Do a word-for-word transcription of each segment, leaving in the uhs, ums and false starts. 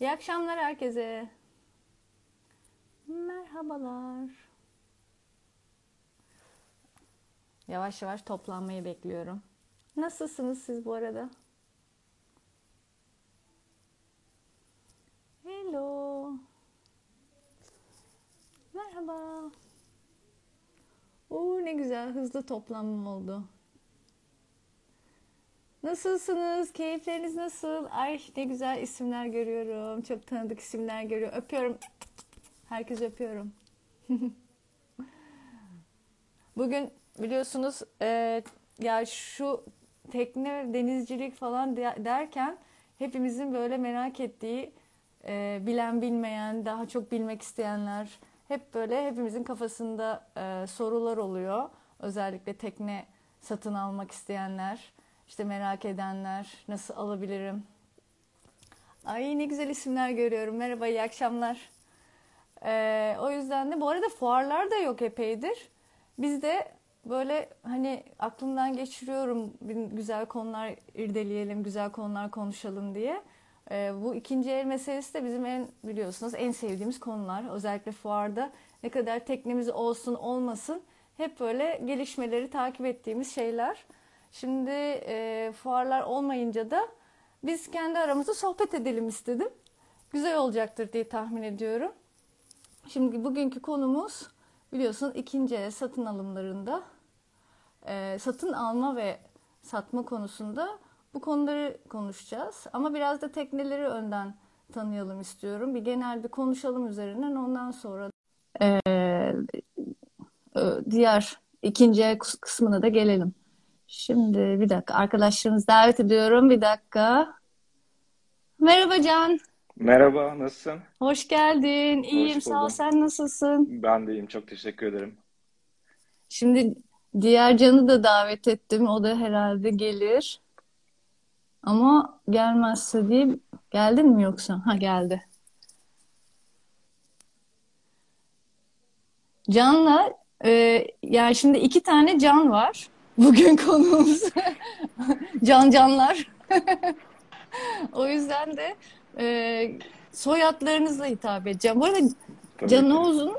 İyi akşamlar herkese. Merhabalar. Yavaş yavaş toplanmayı bekliyorum. Nasılsınız siz bu arada? Hello. Merhaba. Oo, ne güzel hızlı toplanma oldu. Nasılsınız? Keyifleriniz nasıl? Ay ne güzel isimler görüyorum. Çok tanıdık isimler görüyorum. Öpüyorum. Herkese öpüyorum. Bugün biliyorsunuz e, ya şu tekne, denizcilik falan derken hepimizin böyle merak ettiği, e, bilen bilmeyen, daha çok bilmek isteyenler, hep böyle hepimizin kafasında e, sorular oluyor. Özellikle tekne satın almak isteyenler, işte merak edenler, nasıl alabilirim? Ay ne güzel isimler görüyorum. Merhaba, iyi akşamlar. Ee, o yüzden de bu arada fuarlar da yok epeydir. Biz de böyle hani aklımdan geçiriyorum bir güzel konular irdeleyelim, güzel konular konuşalım diye. Ee, bu ikinci el meselesi de bizim en biliyorsunuz en sevdiğimiz konular. Özellikle fuarda ne kadar teknemiz olsun olmasın hep böyle gelişmeleri takip ettiğimiz şeyler. Şimdi e, fuarlar olmayınca da biz kendi aramızda sohbet edelim istedim. Güzel olacaktır diye tahmin ediyorum. Şimdi bugünkü konumuz biliyorsunuz ikinci el satın alımlarında e, satın alma ve satma konusunda bu konuları konuşacağız. Ama biraz da tekneleri önden tanıyalım istiyorum. Bir genel bir konuşalım üzerinden ondan sonra e, diğer ikinci el kısmına da gelelim. Şimdi bir dakika arkadaşlarınızı davet ediyorum. Bir dakika. Merhaba Can. Merhaba, nasılsın? Hoş geldin. İyiyim Hoş sağ ol. buldum. Sen nasılsın? Ben de iyiyim, çok teşekkür ederim. Şimdi diğer Can'ı da davet ettim. O da herhalde gelir. Ama gelmezse diye geldin mi yoksa? Ha geldi. Can'la e, yani şimdi iki tane Can var. Bugün konuğumuz Can Canlar. O yüzden de e, soyadlarınızla hitap edeceğim. Bu arada Tabii Can ki. Oğuz'un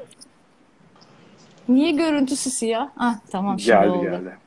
niye görüntüsü siyah? Ah tamam şimdi Geldi oldu. geldi.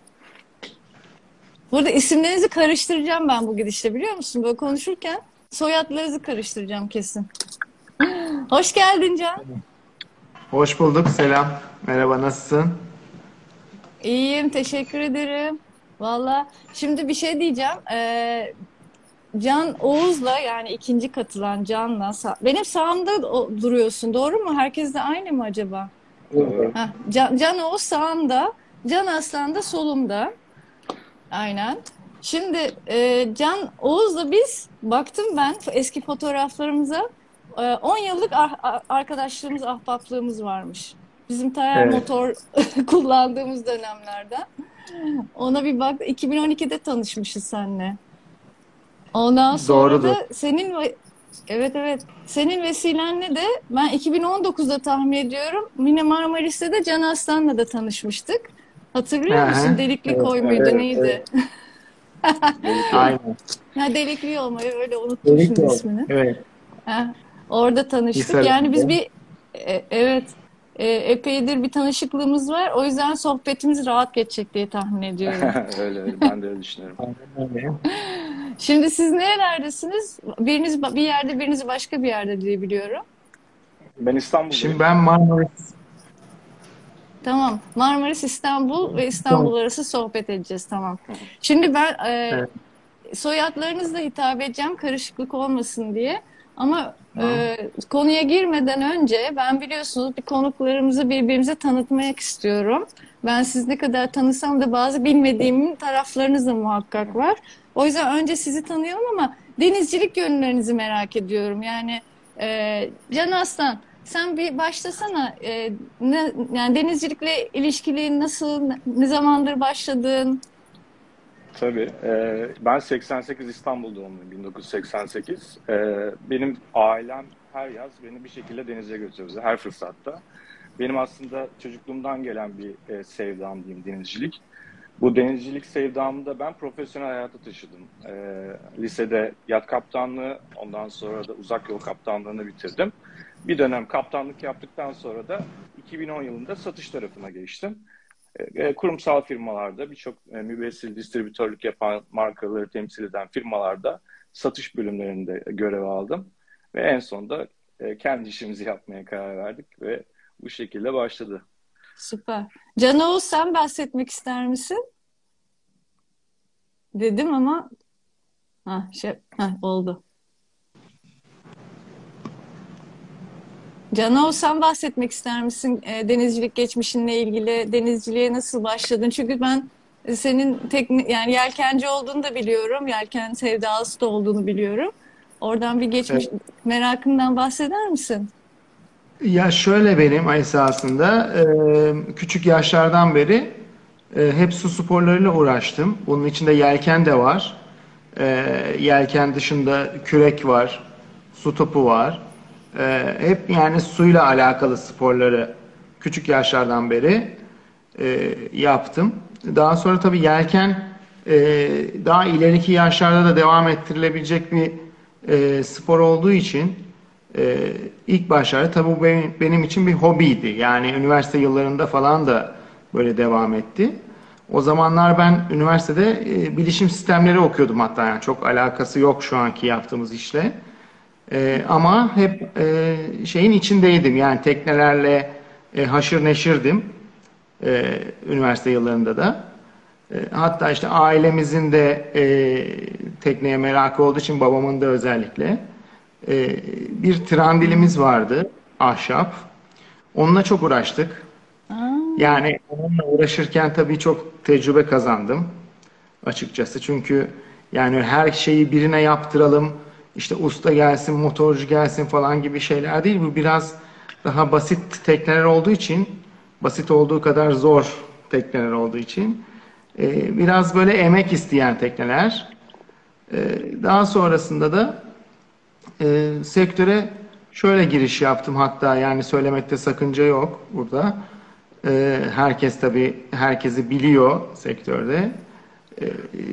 Burada isimlerinizi karıştıracağım ben bu gidişle biliyor musun? Böyle konuşurken soyadlarınızı karıştıracağım kesin. Hoş geldin Can. Hoş bulduk. Selam. Merhaba, nasılsın? İyiyim, teşekkür ederim. Valla şimdi bir şey diyeceğim. Ee, Can Oğuz'la yani ikinci katılan Can'la sa- benim sağımda o- duruyorsun doğru mu? Herkes de aynı mı acaba? Doğru. Heh, Can, Can Oğuz sağımda, Can Aslan da solumda. Aynen. Şimdi e, Can Oğuz'la biz baktım ben eski fotoğraflarımıza e, on yıllık ar- ar- arkadaşlığımız, ahbaplığımız varmış. Bizim tayar Evet, motor kullandığımız dönemlerden. Ona bir bak iki bin on ikide tanışmışız seninle. Ondan sonra doğrudur. da senin ve evet evet senin vesilenle de ben iki bin on dokuzda tahmin ediyorum Mine Marmaris'te de Can Aslan'la da tanışmıştık. Hı Hatırlıyor musun? hı. Delikli Evet, Koy muydu Evet, neydi? delik yol. aynen. Ha, Delikli Yol mu? Öyle unuttum Dedik şimdi yol. ismini. Evet, Ha, orada tanıştık. Yani biz Hisarönü'nde. bir e, evet e, epeydir bir tanışıklığımız var. O yüzden sohbetimiz rahat geçecek diye tahmin ediyorum. Öyle öyle, ben de öyle düşünüyorum. Aynen öyle. Şimdi siz nerelerdesiniz? Biriniz bir yerde, biriniz başka bir yerde diye biliyorum. Ben Şimdi İstanbul'dayım. ben Marmaris. Tamam. Marmaris, İstanbul ve İstanbul arası sohbet edeceğiz. Tamam. Hı hı. Şimdi ben e, Evet, soyadlarınızla hitap edeceğim karışıklık olmasın diye. Ama tamam. e, konuya girmeden önce ben biliyorsunuz bir konuklarımızı birbirimize tanıtmak istiyorum. Ben siz ne kadar tanısam da bazı bilmediğim taraflarınız da Hı. muhakkak var. O yüzden önce sizi tanıyalım ama denizcilik yönlerinizi merak ediyorum. Yani e, Can Aslan sen bir başlasana. E, ne, yani denizcilikle ilişkili nasıl, ne zamandır başladın? Tabii. e, ben seksen sekiz İstanbul doğumluyum, bin dokuz yüz seksen sekiz. E, benim ailem her yaz beni bir şekilde denize götürüyordu, her fırsatta. Benim aslında çocukluğumdan gelen bir e, sevdam diyeyim, denizcilik. Bu denizcilik sevdamı da ben profesyonel hayata taşıdım. Ee, lisede yat kaptanlığı, ondan sonra da uzak yol kaptanlığını bitirdim. Bir dönem kaptanlık yaptıktan sonra da iki bin on yılında satış tarafına geçtim. Ee, kurumsal firmalarda birçok e, mübessil distribütörlük yapan markaları temsil eden firmalarda satış bölümlerinde görev aldım. Ve en sonunda e, kendi işimizi yapmaya karar verdik ve bu şekilde başladı. Süper. Can Oğuz, sen bahsetmek ister misin? Dedim ama ha şey ha, oldu. Can Oğuz, sen bahsetmek ister misin e, denizcilik geçmişinle ilgili, denizciliğe nasıl başladın? Çünkü ben e, senin tekni yani yelkenci olduğunu da biliyorum, yelken sevdalısı da olduğunu biliyorum. Oradan bir geçmiş Evet. merakından bahseder misin? Ya şöyle benim esasında e, küçük yaşlardan beri e, hep su sporlarıyla uğraştım. Bunun içinde yelken de var. E, Yelken dışında kürek var, su topu var. E, hep yani suyla alakalı sporları küçük yaşlardan beri e, yaptım. Daha sonra tabii yelken e, daha ileriki yaşlarda da devam ettirilebilecek bir e, spor olduğu için e, ilk başlarda tabii bu benim, benim için bir hobiydi. Yani üniversite yıllarında falan da böyle devam etti. O zamanlar ben üniversitede e, bilişim sistemleri okuyordum hatta, yani çok alakası yok şu anki yaptığımız işle. E, ama hep e, şeyin içindeydim, yani teknelerle e, haşır neşirdim e, üniversite yıllarında da. E, hatta işte ailemizin de e, tekneye merakı olduğu için, babamın da özellikle e, bir trandilimiz vardı, ahşap. Onunla çok uğraştık. Aa, Yani onunla uğraşırken tabii çok tecrübe kazandım açıkçası. Çünkü yani her şeyi birine yaptıralım, işte usta gelsin, motorcu gelsin falan gibi şeyler değil. Bu biraz daha basit tekneler olduğu için, basit olduğu kadar zor tekneler olduğu için e, biraz böyle emek isteyen tekneler. E, Daha sonrasında da e, sektöre şöyle giriş yaptım, hatta yani söylemekte sakınca yok burada. E, herkes tabii herkesi biliyor sektörde. E,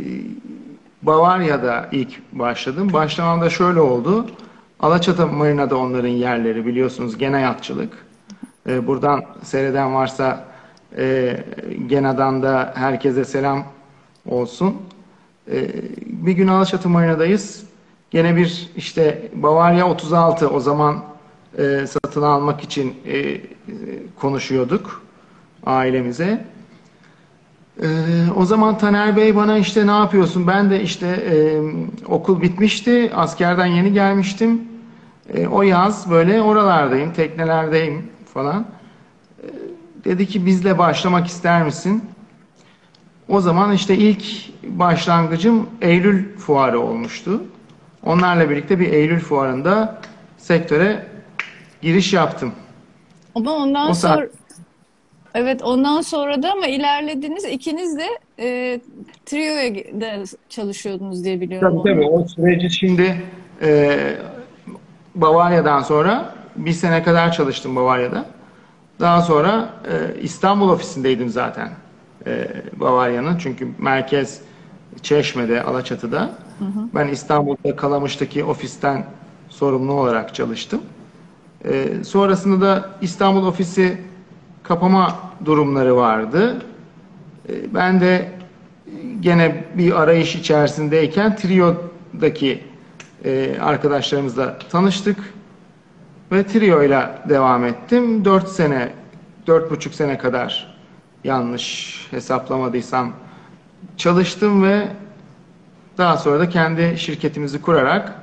Bavarya'da ilk başladım. Başlamam da şöyle oldu. Alaçatı Marina'da onların yerleri, biliyorsunuz, gene yatçılık. E, buradan seyreden varsa e, Gena'dan da herkese selam olsun. E, Bir gün Alaçatı Marina'dayız. Gene bir işte Bavarya otuz altı, o zaman e, satın almak için e, e, konuşuyorduk ailemize. Ee, O zaman Taner Bey bana işte ne yapıyorsun? Ben de işte e, okul bitmişti, askerden yeni gelmiştim. E, o yaz böyle oralardayım, teknelerdeyim falan. Dedi ki bizle başlamak ister misin? O zaman işte ilk başlangıcım Eylül Fuarı olmuştu. Onlarla birlikte bir Eylül Fuarı'nda sektöre giriş yaptım. ama ondan O saat sonra evet, ondan sonra da ama ilerlediniz. İkiniz de e, Trio'ya da çalışıyordunuz diye biliyorum tabii onu. tabii o süreci şimdi e, Bavarya'dan sonra bir sene kadar çalıştım Bavarya'da. Daha sonra e, İstanbul ofisindeydim zaten e, Bavarya'nın. Çünkü merkez Çeşme'de, Alaçatı'da. Hı hı. Ben İstanbul'da Kalamış'taki ofisten sorumlu olarak çalıştım. E, sonrasında da İstanbul ofisi kapama durumları vardı. E, ben de gene bir arayış içerisindeyken Trio'daki e, arkadaşlarımızla tanıştık. Ve trio ile devam ettim. Dört sene, dört buçuk sene kadar, yanlış hesaplamadıysam, çalıştım ve daha sonra da kendi şirketimizi kurarak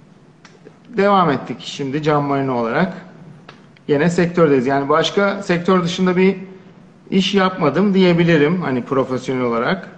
devam ettik. Şimdi Can Marina olarak yine sektördeyiz. Yani başka sektör dışında bir iş yapmadım diyebilirim. Hani profesyonel olarak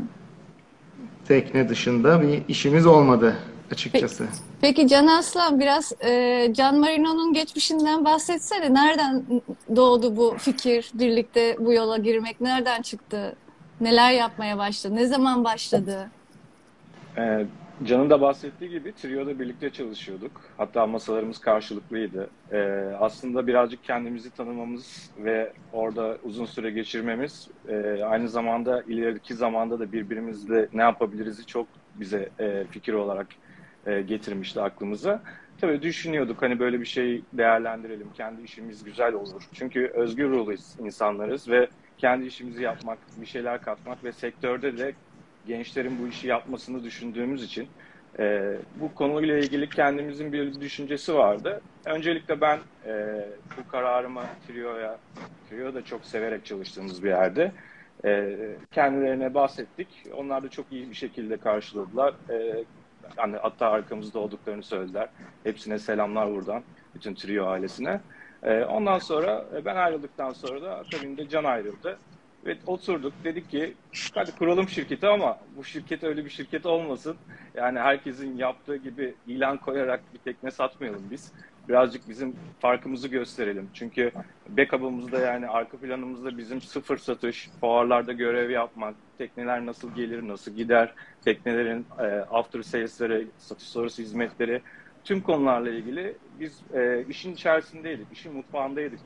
tekne dışında bir işimiz olmadı Pe- açıkçası. Peki Can Aslan, biraz e, Can Marino'nun geçmişinden bahsetsene. Nereden doğdu bu fikir, birlikte bu yola girmek? Nereden çıktı? Neler yapmaya başladı? Ne zaman başladı? Ee, Can'ın da bahsettiği gibi Trio'da birlikte çalışıyorduk. Hatta masalarımız karşılıklıydı. Ee, aslında birazcık kendimizi tanımamız ve orada uzun süre geçirmemiz e, aynı zamanda ileriki zamanda da birbirimizle ne yapabiliriz'i çok bize e, fikir olarak e, getirmişti aklımıza. Tabii düşünüyorduk hani böyle bir şey değerlendirelim, kendi işimiz güzel olur. Çünkü özgür ruhluyuz insanlarız ve kendi işimizi yapmak, bir şeyler katmak ve sektörde de gençlerin bu işi yapmasını düşündüğümüz için e, bu konuyla ilgili kendimizin bir düşüncesi vardı. Öncelikle ben e, bu kararımı Trio'ya, Trio da çok severek çalıştığımız bir yerde, e, kendilerine bahsettik. Onlar da çok iyi bir şekilde karşıladılar. E, yani hatta arkamızda olduklarını söylediler. Hepsine selamlar buradan, bütün Trio ailesine. E, ondan sonra ben ayrıldıktan sonra da akabinde Can ayrıldı. Ve oturduk, dedik ki hadi kuralım şirketi ama bu şirket öyle bir şirket olmasın. Yani herkesin yaptığı gibi ilan koyarak bir tekne satmayalım biz. Birazcık bizim farkımızı gösterelim. Çünkü backup'ımızda yani arka planımızda bizim sıfır satış, fuarlarda görev yapmak, tekneler nasıl gelir, nasıl gider, teknelerin e, after sales'leri, satış sonrası hizmetleri, tüm konularla ilgili biz e, işin içerisindeydik, işin mutfağındaydık.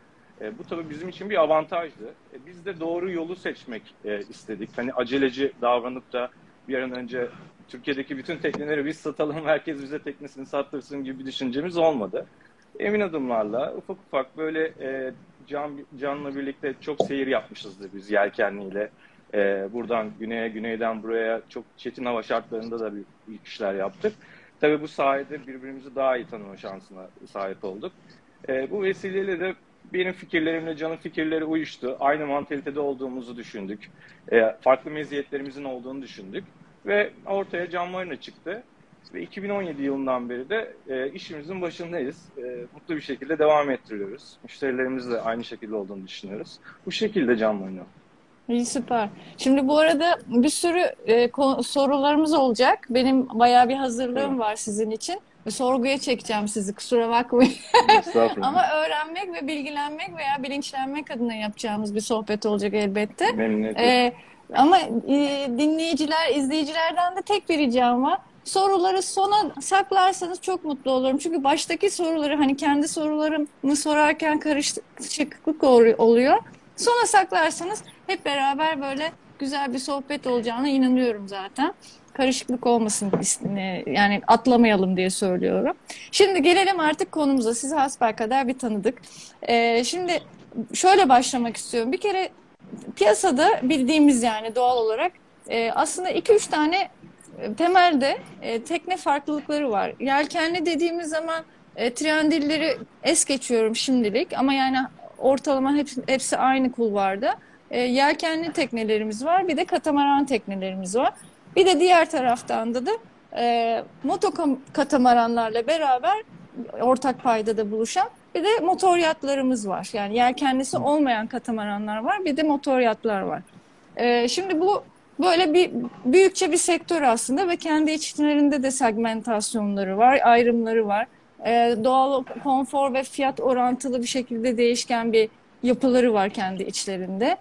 E, bu tabii bizim için bir avantajdı. E, biz de doğru yolu seçmek e, istedik. Hani aceleci davranıp da bir an önce Türkiye'deki bütün tekneleri biz satalım, herkes bize teknesini sattırsın gibi bir düşüncemiz olmadı. Emin adımlarla ufak ufak böyle e, Can, Can'la birlikte çok seyir yapmışızdır biz yelkenliyle. E, buradan güneye, güneyden buraya çok çetin hava şartlarında da büyük işler yaptık. Tabii bu sayede birbirimizi daha iyi tanıma şansına sahip olduk. E, bu vesileyle de benim fikirlerimle Can'ın fikirleri uyuştu. Aynı mantalitede olduğumuzu düşündük. E, farklı meziyetlerimizin olduğunu düşündük. Ve ortaya Can Marina çıktı. Ve iki bin on yedi yılından beri de e, işimizin başındayız. E, mutlu bir şekilde devam ettiriyoruz. Müşterilerimizle de aynı şekilde olduğunu düşünüyoruz. Bu şekilde Can Marina. İyi, süper. Şimdi bu arada bir sürü e, ko- sorularımız olacak. Benim bayağı bir hazırlığım var sizin için. Ve sorguya çekeceğim sizi, kusura bakmayın. Estağfurullah. Ama öğrenmek ve bilgilenmek veya bilinçlenmek adına yapacağımız bir sohbet olacak elbette. Memnuniyetle. E, ama e, dinleyiciler, izleyicilerden de tek bir ricam var. Soruları sona saklarsanız çok mutlu olurum. Çünkü baştaki soruları, hani kendi sorularımı sorarken karışıklık oluyor. Sona saklarsanız hep beraber böyle güzel bir sohbet olacağına inanıyorum zaten. Karışıklık olmasın, yani atlamayalım diye söylüyorum. Şimdi gelelim artık konumuza. Sizi hasbelkader bir tanıdık. Ee, şimdi şöyle başlamak istiyorum. Bir kere piyasada bildiğimiz, yani doğal olarak e, aslında iki üç tane e, temelde e, tekne farklılıkları var. Yelkenli dediğimiz zaman e, trendilleri es geçiyorum şimdilik, ama yani ortalama hepsi, hepsi aynı kulvarda. E, yelkenli teknelerimiz var, bir de katamaran teknelerimiz var. Bir de diğer taraftan da da e, moto katamaranlarla beraber ortak paydada buluşan bir de motor yatlarımız var. Yani yelkenlisi olmayan katamaranlar var, bir de motor yatlar var. E, şimdi bu böyle bir büyükçe bir sektör aslında ve kendi içlerinde de segmentasyonları var, ayrımları var. E, doğal konfor ve fiyat orantılı bir şekilde değişken bir yapıları var kendi içlerinde.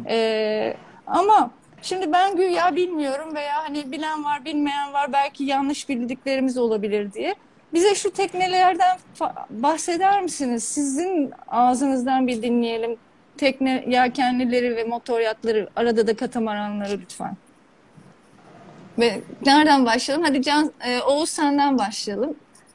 E, ama şimdi ben güya bilmiyorum veya hani bilen var, bilmeyen var, belki yanlış bildiklerimiz olabilir diye. Bize şu teknelerden bahseder misiniz? Sizin ağzınızdan bir dinleyelim. Tekne, yelkenlileri ve motor yatları, arada da katamaranları lütfen. Ve nereden başlayalım? Hadi Can, e, Oğuz senden başlayalım.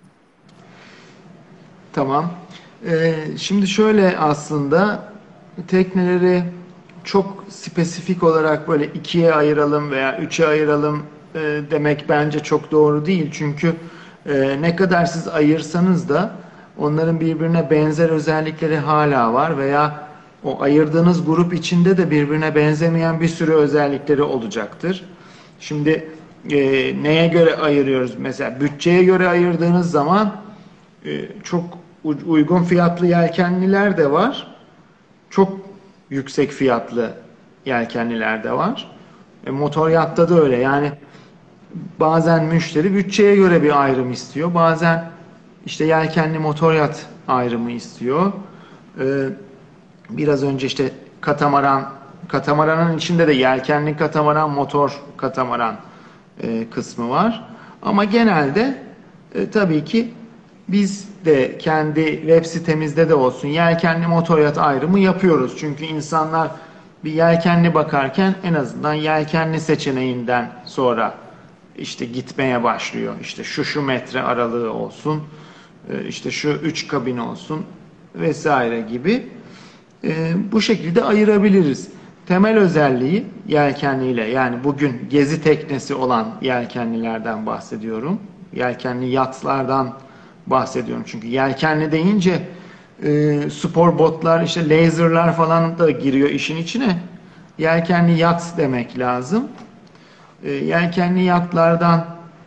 Tamam. Ee, şimdi şöyle, aslında tekneleri çok spesifik olarak böyle ikiye ayıralım veya üçe ayıralım e, demek bence çok doğru değil. Çünkü e, ne kadar siz ayırsanız da onların birbirine benzer özellikleri hala var veya o ayırdığınız grup içinde de birbirine benzemeyen bir sürü özellikleri olacaktır. Şimdi e, neye göre ayırıyoruz? Mesela bütçeye göre ayırdığınız zaman e, çok uygun fiyatlı yelkenliler de var. Çok yüksek fiyatlı yelkenliler de var. E, motor yatta da öyle. Yani bazen müşteri bütçeye göre bir ayrım istiyor. Bazen işte yelkenli motor yat ayrımı istiyor. E, biraz önce işte katamaran, katamaranın içinde de yelkenli katamaran, motor katamaran e, kısmı var. Ama genelde e, tabii ki biz de kendi web sitemizde de olsun yelkenli motoryat ayrımı yapıyoruz. Çünkü insanlar bir yelkenli bakarken en azından yelkenli seçeneğinden sonra işte gitmeye başlıyor. İşte şu şu metre aralığı olsun, e, işte şu üç kabin olsun vesaire gibi. E, bu şekilde ayırabiliriz. Temel özelliği yelkenliyle, yani bugün gezi teknesi olan yelkenlilerden bahsediyorum. Yelkenli yatlardan bahsediyorum. Çünkü yelkenli deyince e, spor botlar, işte laserlar falan da giriyor işin içine. Yelkenli yat demek lazım. E, yelkenli yatlardan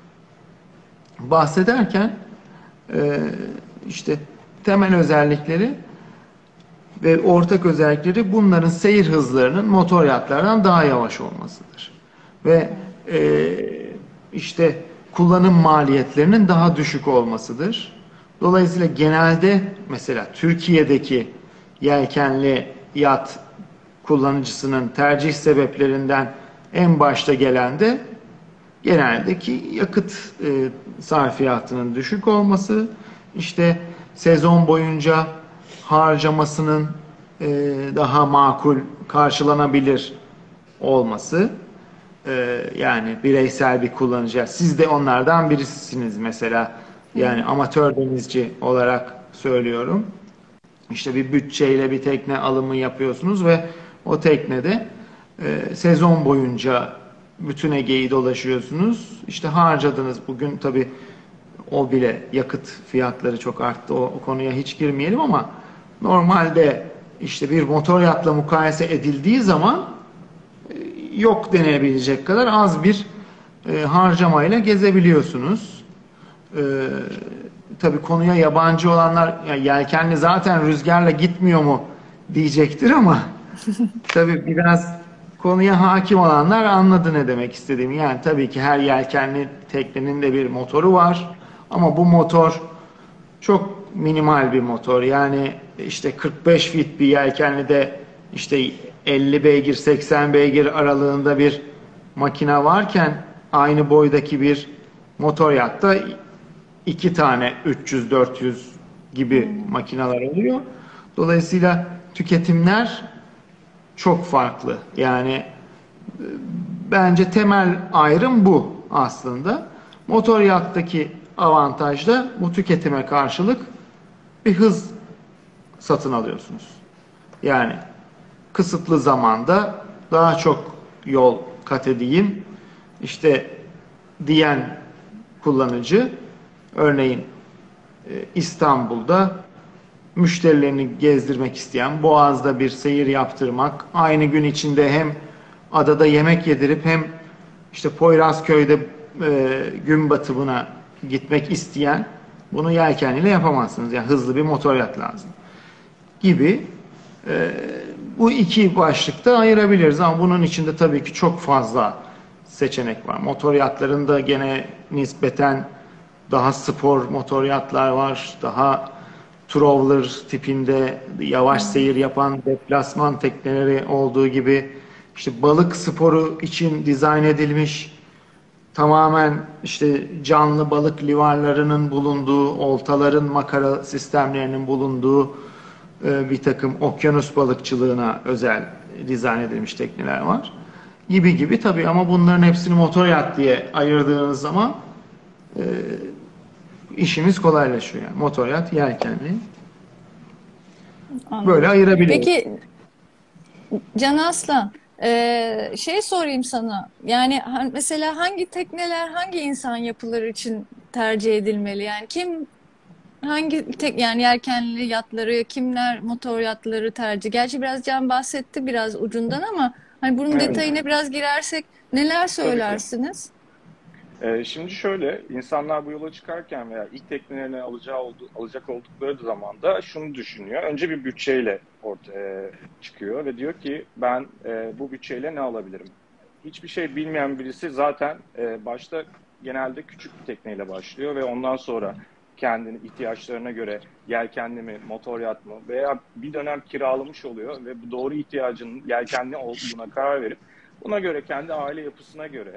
bahsederken e, işte temel özellikleri ve ortak özellikleri bunların seyir hızlarının motor yatlardan daha yavaş olmasıdır. Ve e, işte kullanım maliyetlerinin daha düşük olmasıdır. Dolayısıyla genelde mesela Türkiye'deki yelkenli yat kullanıcısının tercih sebeplerinden en başta gelen de geneldeki yakıt e, sarfiyatının düşük olması, işte sezon boyunca harcamasının e, daha makul karşılanabilir olması, e, yani bireysel bir kullanıcı. Siz de onlardan birisiniz mesela. Yani amatör denizci olarak söylüyorum. İşte bir bütçeyle bir tekne alımı yapıyorsunuz ve o teknede e, sezon boyunca bütün Ege'yi dolaşıyorsunuz. İşte harcadınız. Bugün tabii o bile yakıt fiyatları çok arttı. O, o konuya hiç girmeyelim ama normalde işte bir motor yatla mukayese edildiği zaman e, yok denebilecek kadar az bir e, harcamayla gezebiliyorsunuz. E, tabii konuya yabancı olanlar ya yelkenli zaten rüzgarla gitmiyor mu diyecektir ama tabii biraz konuya hakim olanlar anladı ne demek istediğimi. Yani tabii ki her yelkenli teknenin de bir motoru var. Ama bu motor çok minimal bir motor. Yani işte kırk beş fit bir yelkenlide işte elli beygir seksen beygir aralığında bir makine varken aynı boydaki bir motor yatta iki tane üç yüz dört yüz gibi makineler oluyor. Dolayısıyla tüketimler çok farklı. Yani bence temel ayrım bu aslında. Motor yattaki avantaj da bu tüketime karşılık bir hız satın alıyorsunuz. Yani kısıtlı zamanda daha çok yol kat edeyim. İşte diyen kullanıcı örneğin İstanbul'da müşterilerini gezdirmek isteyen, Boğaz'da bir seyir yaptırmak, aynı gün içinde hem adada yemek yedirip hem işte Poyrazköy'de e, gün batımına gitmek isteyen bunu yelkenliyle yapamazsınız. Yani hızlı bir motor yat lazım gibi. E, bu iki başlıkta ayırabiliriz ama bunun içinde tabii ki çok fazla seçenek var. Motor yatlarında gene nispeten daha spor motor yatlar var. Daha trawler tipinde yavaş seyir yapan deplasman tekneleri olduğu gibi işte balık sporu için dizayn edilmiş tamamen işte canlı balık livarlarının bulunduğu, oltaların makara sistemlerinin bulunduğu e, bir takım okyanus balıkçılığına özel dizayn edilmiş tekneler var. Gibi gibi tabii ama bunların hepsini motor yat diye ayırdığınız zaman e, işimiz kolaylaşıyor. Yani motor yat, yelkenli. Böyle Anladım. ayırabiliriz. Peki Can Aslan, eee, şey sorayım sana. Yani ha- mesela hangi tekneler hangi insan yapıları için tercih edilmeli? Yani kim hangi tek yani yelkenli yatları, kimler motor yatları tercih? Gerçi biraz Can bahsetti biraz ucundan ama hani bunun Evet, detayına biraz girersek neler tabii ki. söylersiniz? Ee, şimdi şöyle, insanlar bu yola çıkarken veya ilk teknelerini alacağı oldu, alacak oldukları zaman da şunu düşünüyor. Önce bir bütçeyle ortaya çıkıyor ve diyor ki ben e, bu bütçeyle ne alabilirim? Hiçbir şey bilmeyen birisi zaten e, başta genelde küçük bir tekneyle başlıyor ve ondan sonra kendini ihtiyaçlarına göre yelkenli mi, motor yat mı veya bir dönem kiralamış oluyor ve bu doğru ihtiyacının yelkenli olduğuna karar verip buna göre kendi aile yapısına göre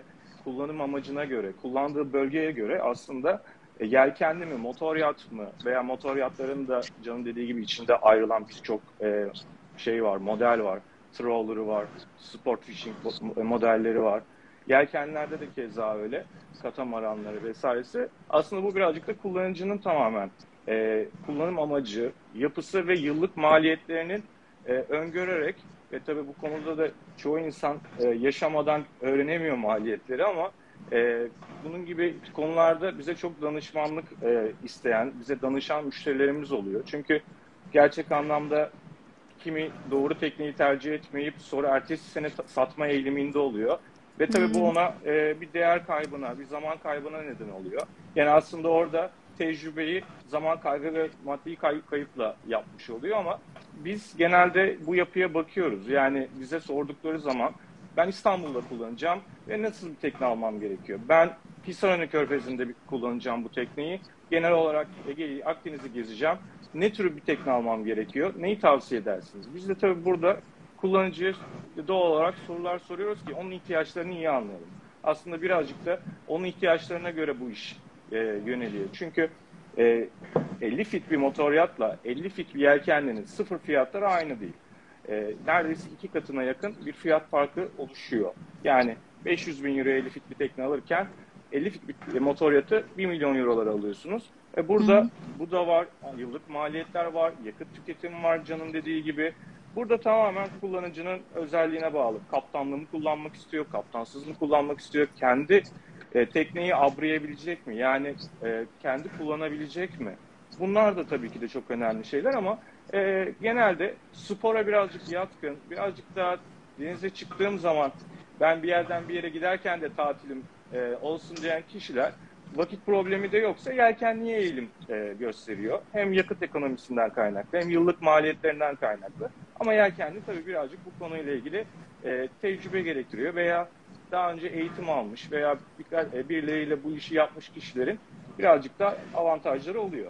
kullanım amacına göre, kullandığı bölgeye göre aslında e, yelkenli mi, motor yat mı veya motor yatların da Can'ın dediği gibi içinde ayrılan birçok e, şey var, model var. Trawler'ı var, sport fishing modelleri var. Yelkenlerde de keza öyle, katamaranları vesairesi. Aslında bu birazcık da kullanıcının tamamen e, kullanım amacı, yapısı ve yıllık maliyetlerinin e, öngörerek ve tabii bu konuda da çoğu insan e, yaşamadan öğrenemiyor maliyetleri ama e, bunun gibi konularda bize çok danışmanlık e, isteyen, bize danışan müşterilerimiz oluyor. Çünkü gerçek anlamda kimi doğru tekniği tercih etmeyip sonra ertesi sene satma eğiliminde oluyor. Ve tabii bu ona e, bir değer kaybına, bir zaman kaybına neden oluyor. Yani aslında orada tecrübeyi zaman kaybı ve maddi kay kayıpla yapmış oluyor ama biz genelde bu yapıya bakıyoruz. Yani bize sordukları zaman ben İstanbul'da kullanacağım ve nasıl bir tekne almam gerekiyor? Ben Pisaroni Körfezi'nde kullanacağım bu tekneyi. Genel olarak Ege'yi, Akdeniz'i gezeceğim. Ne tür bir tekne almam gerekiyor? Neyi tavsiye edersiniz? Biz de tabii burada kullanıcıya doğal olarak sorular soruyoruz ki onun ihtiyaçlarını iyi anlayalım. Aslında birazcık da onun ihtiyaçlarına göre bu iş e, yöneliyor. Çünkü e, elli fit bir motor yatla elli fit bir yelkenlinin sıfır fiyatları aynı değil. E, neredeyse iki katına yakın bir fiyat farkı oluşuyor. Yani beş yüz bin euro elli fit bir tekne alırken elli fit bir motor yatı bir milyon eurolara alıyorsunuz. E burada Hı. bu da var, yıllık maliyetler var, yakıt tüketimi var Can'ın dediği gibi. Burada tamamen kullanıcının özelliğine bağlı. Kaptanlığı mı kullanmak istiyor, kaptansız mı kullanmak istiyor, kendi e, tekneyi abrayabilecek mi? Yani e, kendi kullanabilecek mi? Bunlar da tabii ki de çok önemli şeyler ama e, genelde spora birazcık yatkın, birazcık daha denize çıktığım zaman ben bir yerden bir yere giderken de tatilim e, olsun diyen kişiler vakit problemi de yoksa yelkenliğe eğilim e, gösteriyor. Hem yakıt ekonomisinden kaynaklı hem yıllık maliyetlerinden kaynaklı. Ama yelkenli tabii birazcık bu konuyla ilgili e, tecrübe gerektiriyor veya daha önce eğitim almış veya bir, birileriyle bu işi yapmış kişilerin birazcık da avantajları oluyor.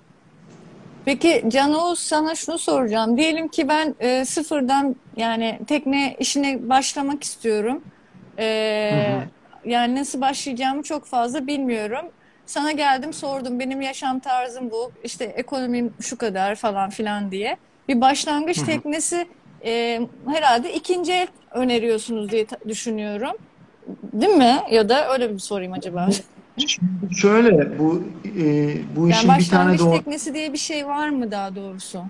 Peki Can Oğuz, sana şunu soracağım. Diyelim ki ben e, sıfırdan yani tekne işine başlamak istiyorum. E, Hı hı. Yani nasıl başlayacağımı çok fazla bilmiyorum. Sana geldim sordum, benim yaşam tarzım bu, işte ekonomim şu kadar falan filan diye. Bir başlangıç Hı hı. teknesi e, herhalde ikinci el öneriyorsunuz diye ta- düşünüyorum. Değil mi? Ya da öyle bir sorayım acaba? Şimdi şöyle bu e, bu Yani işin bir tane başlangıç doğru teknesi diye bir şey var mı daha doğrusu?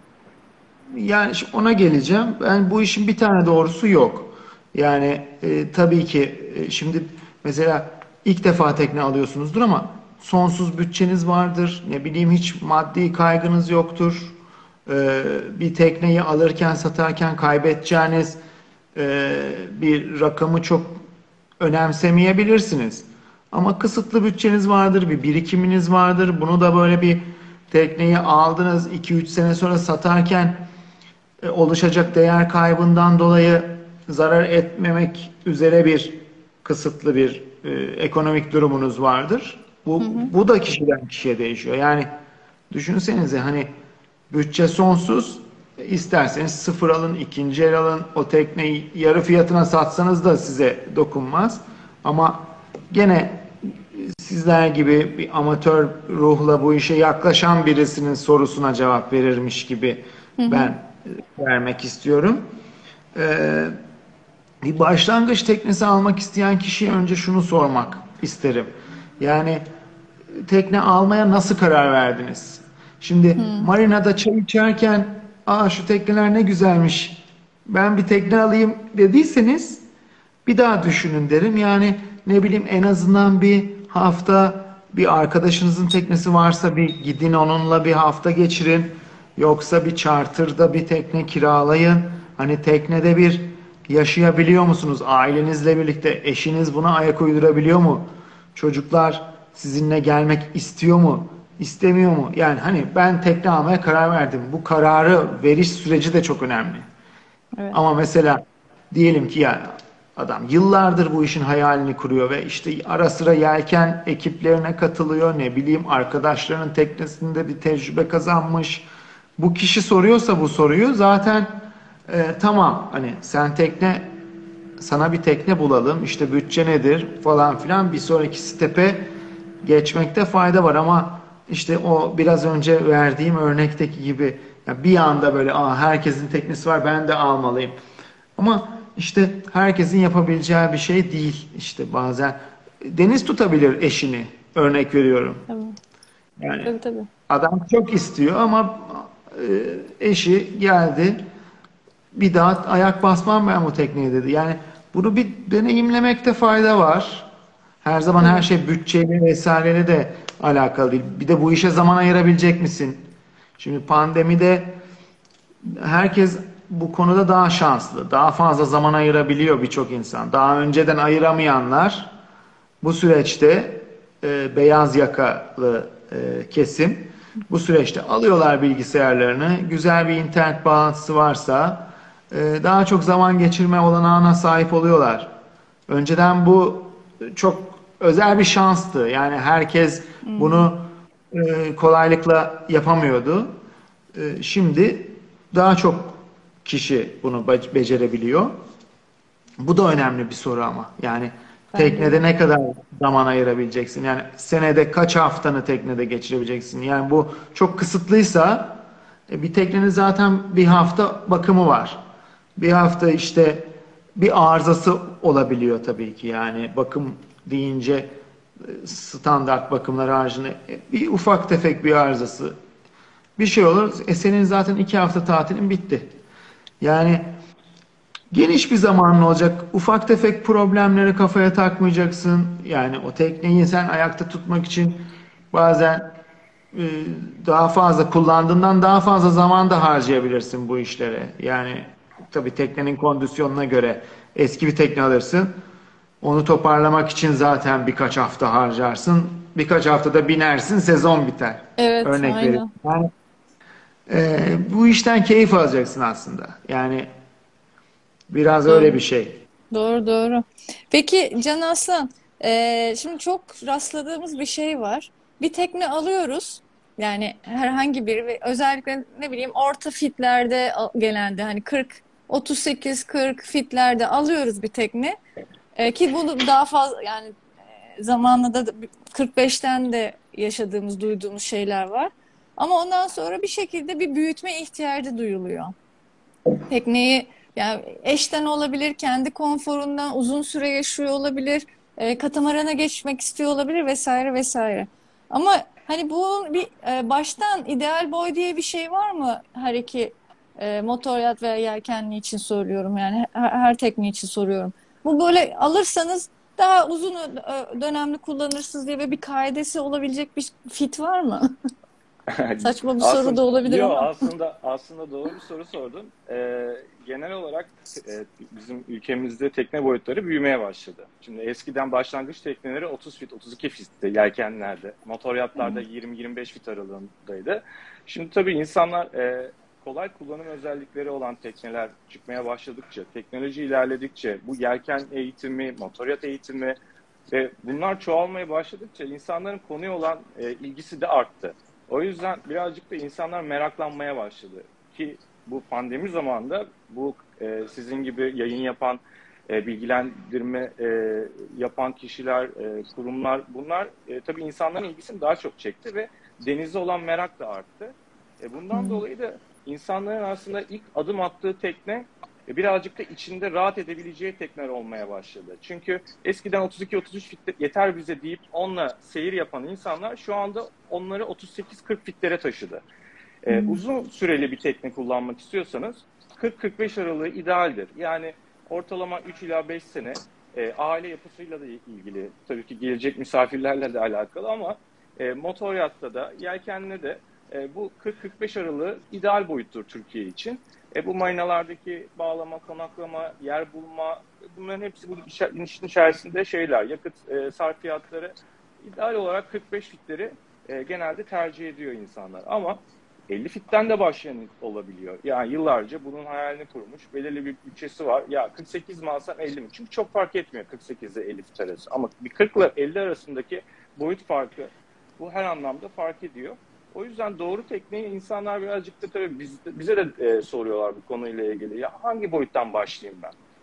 yani şimdi ona geleceğim. Ben bu işin bir tane doğrusu yok. Yani e, tabii ki e, şimdi mesela ilk defa tekne alıyorsunuzdur ama sonsuz bütçeniz vardır. Ne bileyim hiç maddi kaygınız yoktur. E, bir tekneyi alırken satarken kaybedeceğiniz e, bir rakamı çok önemsemeyebilirsiniz. Ama kısıtlı bütçeniz vardır, bir birikiminiz vardır. Bunu da böyle bir tekneyi aldınız iki üç sene sonra satarken e, oluşacak değer kaybından dolayı zarar etmemek üzere bir kısıtlı bir e, ekonomik durumunuz vardır. Bu, bu da kişiden kişiye değişiyor. Yani düşünsenize hani bütçe sonsuz, e, isterseniz sıfır alın, ikinci el alın, o tekneyi yarı fiyatına satsanız da size dokunmaz. Ama gene sizler gibi bir amatör ruhla bu işe yaklaşan birisinin sorusuna cevap verirmiş gibi ben vermek istiyorum. Ee, bir başlangıç teknesi almak isteyen kişiye önce şunu sormak isterim. Yani tekne almaya nasıl karar verdiniz? Şimdi marinada çay içerken aa şu tekneler ne güzelmiş, ben bir tekne alayım dediyseniz bir daha düşünün derim. Yani ne bileyim en azından bir hafta bir arkadaşınızın teknesi varsa bir gidin onunla bir hafta geçirin. Yoksa bir charter'da bir tekne kiralayın. Hani teknede bir yaşayabiliyor musunuz? Ailenizle birlikte eşiniz buna ayak uydurabiliyor mu? Çocuklar sizinle gelmek istiyor mu? İstemiyor mu? Yani hani ben tekne almaya karar verdim. Bu kararı veriş süreci de çok önemli. Evet. Ama mesela diyelim ki ya adam yıllardır bu işin hayalini kuruyor ve işte ara sıra yelken ekiplerine katılıyor, ne bileyim arkadaşlarının teknesinde bir tecrübe kazanmış. Bu kişi soruyorsa bu soruyu zaten e, tamam hani sen tekne sana bir tekne bulalım. İşte bütçe nedir falan filan, bir sonraki step'e geçmekte fayda var ama işte o biraz önce verdiğim örnekteki gibi ya bir anda böyle, aa, herkesin teknesi var, ben de almalıyım. Ama işte herkesin yapabileceği bir şey değil. İşte bazen Deniz tutabilir eşini, örnek veriyorum. Tabii, Yani tabii, tabii. adam çok istiyor ama e, eşi geldi, bir daha ayak basmam ben bu tekneye dedi. Yani bunu bir deneyimlemekte fayda var. Her zaman her Tabii. şey bütçeyle vesaireyle de alakalı değil. Bir de bu işe zaman ayırabilecek misin? Şimdi pandemide herkes bu konuda daha şanslı. Daha fazla zaman ayırabiliyor birçok insan. Daha önceden ayıramayanlar bu süreçte e, beyaz yakalı e, kesim bu süreçte alıyorlar bilgisayarlarını. Güzel bir internet bağlantısı varsa e, daha çok zaman geçirme olanağına sahip oluyorlar. Önceden bu çok özel bir şanstı. Yani herkes Hmm. bunu e, kolaylıkla yapamıyordu. E, şimdi daha çok kişi bunu be- becerebiliyor. Bu da önemli bir soru ama. Yani Bence teknede de. ne kadar zaman ayırabileceksin? Yani senede kaç haftanı teknede geçirebileceksin? Yani bu çok kısıtlıysa e, bir teknenin zaten bir hafta bakımı var. Bir hafta işte bir arızası olabiliyor tabii ki. Yani bakım deyince e, standart bakımlar haricinde e, bir ufak tefek bir arızası, bir şey olur. E senin zaten iki hafta tatilin bitti. Yani geniş bir zamanın olacak. Ufak tefek problemleri kafaya takmayacaksın. Yani o tekneyi sen ayakta tutmak için bazen e, daha fazla kullandığından daha fazla zaman da harcayabilirsin bu işlere. Yani tabii teknenin kondisyonuna göre eski bir tekne alırsın. Onu toparlamak için zaten birkaç hafta harcarsın. Birkaç haftada binersin, sezon biter. Evet, Örnek vereyim. aynen. Yani e, bu işten keyif alacaksın aslında. Yani biraz öyle Doğru. bir şey. Doğru, doğru. Peki Can Aslan, eee, şimdi çok rastladığımız bir şey var. Bir tekne alıyoruz. Yani herhangi biri ve özellikle ne bileyim orta fitlerde al- genelde hani kırk, otuz sekiz kırk fitlerde alıyoruz bir tekne. Eee, ki bunu daha fazla yani e, zamanla da kırk beşten de yaşadığımız, duyduğumuz şeyler var. Ama ondan sonra bir şekilde bir büyütme ihtiyacı duyuluyor. Tekneyi yani eşten olabilir, kendi konforundan uzun süre yaşıyor olabilir, e, katamarana geçmek istiyor olabilir vesaire vesaire. Ama hani bu bir e, baştan ideal boy diye bir şey var mı her iki e, motor yat veya yelkenli için soruyorum yani her, her tekne için soruyorum. Bu böyle alırsanız daha uzun ö- dönemli kullanırsınız diye böyle bir kaidesi olabilecek bir fit var mı? Saçma bir soru Aslında da olabilir yo ama. aslında aslında doğru bir soru sordun. Ee, genel olarak e, bizim ülkemizde tekne boyutları büyümeye başladı. Şimdi eskiden başlangıç tekneleri otuz fit, otuz iki fitti yelkenlerde. Motor yatlarda yirmi yirmi beş fit aralığındaydı. Şimdi tabii insanlar e, kolay kullanım özellikleri olan tekneler çıkmaya başladıkça, teknoloji ilerledikçe bu yelken eğitimi, motor yat eğitimi ve bunlar çoğalmaya başladıkça insanların konuya olan e, ilgisi de arttı. O yüzden birazcık da insanlar meraklanmaya başladı. Ki bu pandemi zamanında bu e, sizin gibi yayın yapan, e, bilgilendirme e, yapan kişiler, e, kurumlar bunlar e, tabii insanların ilgisini daha çok çekti ve denize olan merak da arttı. E, bundan Hmm. dolayı da insanların aslında ilk adım attığı tekne e, birazcık da içinde rahat edebileceği tekneler olmaya başladı. Çünkü eskiden otuz iki otuz üç fit yeter bize deyip onunla seyir yapan insanlar şu anda onları otuz sekiz kırk fitlere taşıdı. Ee, Hmm. uzun süreli bir tekne kullanmak istiyorsanız kırk kırk beş aralığı idealdir. Yani ortalama üç ila beş sene e, aile yapısıyla da ilgili, tabii ki gelecek misafirlerle de alakalı ama e, motor yatta da yelkenle de e, bu kırk kırk beş aralığı ideal boyuttur Türkiye için. E, bu marinalardaki bağlama, konaklama, yer bulma bunların hepsi bu işin içerisinde şeyler, yakıt e, sarfiyatları ideal olarak kırk beş fitleri e, genelde tercih ediyor insanlar. Ama elli fitten de başlayan olabiliyor. Yani yıllarca bunun hayalini kurmuş. Belirli bir bütçesi var. Ya kırk sekiz mi alsam elli mi? Çünkü çok fark etmiyor kırk sekiz ile elli fit arası. Ama bir kırk ile elli arasındaki boyut farkı bu her anlamda fark ediyor. O yüzden doğru tekneyi insanlar birazcık da tabii biz, bize de e, soruyorlar bu konuyla ilgili. Ya hangi boyuttan başlayayım ben?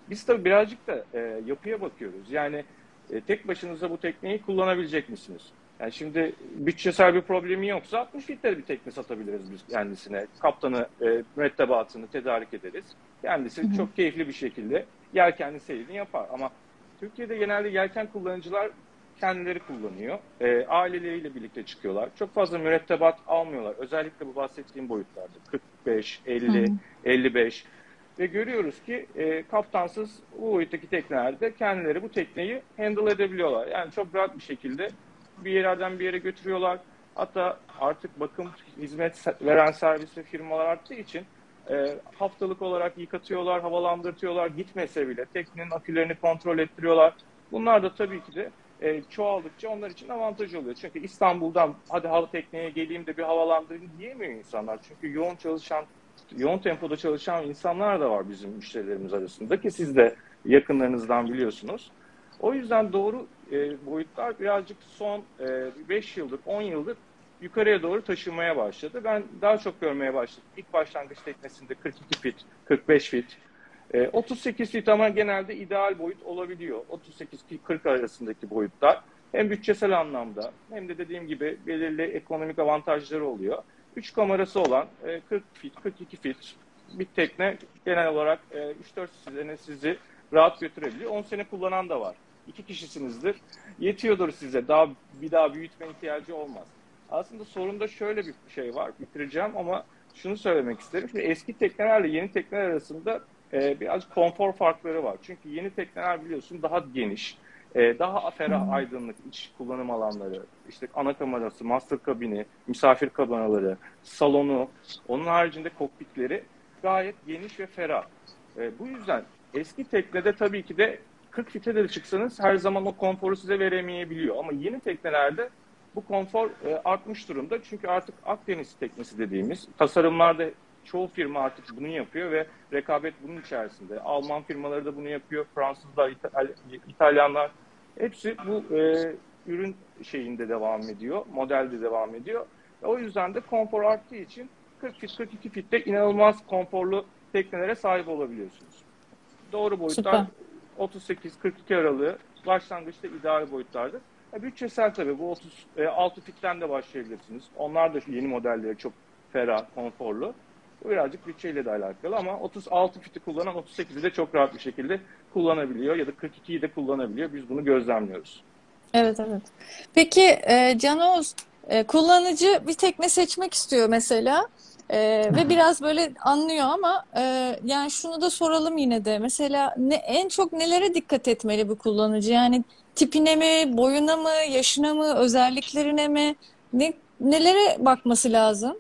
Biz tabii birazcık da e, yapıya bakıyoruz. Yani e, tek başınıza bu tekneyi kullanabilecek misiniz? Yani şimdi bütçesel bir problemi yoksa altmış fitte bir tekne satabiliriz biz kendisine. Kaptanı, e, mürettebatını tedarik ederiz. Hı Kendisi hı. çok keyifli bir şekilde yelkenli seyrini yapar. Ama Türkiye'de genelde yelken kullanıcılar kendileri kullanıyor. E, aileleriyle birlikte çıkıyorlar. Çok fazla mürettebat almıyorlar. Özellikle bu bahsettiğim boyutlarda kırk beş, Hı hı. elli, elli beş. Ve görüyoruz ki e, kaptansız bu boyuttaki teknelerde kendileri bu tekneyi handle edebiliyorlar. Yani çok rahat bir şekilde bir yerden bir yere götürüyorlar. Hatta artık bakım hizmet veren servis ve firmalar arttığı için e, haftalık olarak yıkatıyorlar, havalandırtıyorlar. Gitmese bile teknenin akülerini kontrol ettiriyorlar. Bunlar da tabii ki de e, çoğaldıkça onlar için avantaj oluyor. Çünkü İstanbul'dan hadi hava tekneye geleyim de bir havalandırayım diyemiyor insanlar. Çünkü yoğun çalışan, yoğun tempoda çalışan insanlar da var bizim müşterilerimiz arasında ki siz de yakınlarınızdan biliyorsunuz. O yüzden doğru e, boyutlar birazcık son e, beş yıldır, on yıldır yukarıya doğru taşımaya başladı. Ben daha çok görmeye başladım. İlk başlangıç teknesinde kırk iki fit, kırk beş fit, e, otuz sekiz fit ama genelde ideal boyut olabiliyor. otuz sekiz kırk arasındaki boyutlar. Hem bütçesel anlamda hem de dediğim gibi belirli ekonomik avantajları oluyor. üç kamerası olan e, kırk fit, kırk iki fit bir tekne genel olarak e, üç dört sene sizi rahat götürebiliyor. on sene kullanan da var. İki kişisinizdir. Yetiyordur size. Daha bir daha büyütme ihtiyacı olmaz. Aslında sorunda şöyle bir şey var. Bitireceğim ama şunu söylemek isterim. Şimdi eski teknelerle yeni tekneler arasında e, biraz konfor farkları var. Çünkü yeni tekneler biliyorsun daha geniş, e, daha Hı ferah, hı. aydınlık iç kullanım alanları, işte ana kamerası, master kabini, misafir kabinaları, salonu, onun haricinde kokpitleri gayet geniş ve ferah. E, bu yüzden eski teknede tabii ki de kırk fite de çıksanız her zaman o konforu size veremeyebiliyor. Ama yeni teknelerde bu konfor e, artmış durumda. Çünkü artık Akdeniz teknesi dediğimiz tasarımlarda çoğu firma artık bunu yapıyor ve rekabet bunun içerisinde. Alman firmaları da bunu yapıyor. Fransızlar, İtal- İtalyanlar hepsi bu e, ürün şeyinde devam ediyor. Modelde devam ediyor. Ve o yüzden de konfor arttığı için kırk fit, kırk iki fitte inanılmaz konforlu teknelere sahip olabiliyorsunuz. Doğru boyutlar Süper. otuz sekiz kırk iki aralığı başlangıçta ideal boyutlardır. E, bütçesel tabii bu otuz altı fitten de başlayabilirsiniz. Onlar da yeni modelleri çok ferah, konforlu. Bu birazcık bütçeyle de alakalı ama otuz altı fiti kullanan otuz sekizi de çok rahat bir şekilde kullanabiliyor ya da kırk ikiyi de kullanabiliyor. Biz bunu gözlemliyoruz. Evet, evet. Peki e, Can Oğuz, e, kullanıcı bir tekne seçmek istiyor mesela. E, ve biraz böyle anlıyor ama e, yani şunu da soralım yine de. Mesela ne, en çok nelere dikkat etmeli bu kullanıcı? Yani tipine mi, boyuna mı, yaşına mı, özelliklerine mi? Ne, nelere bakması lazım?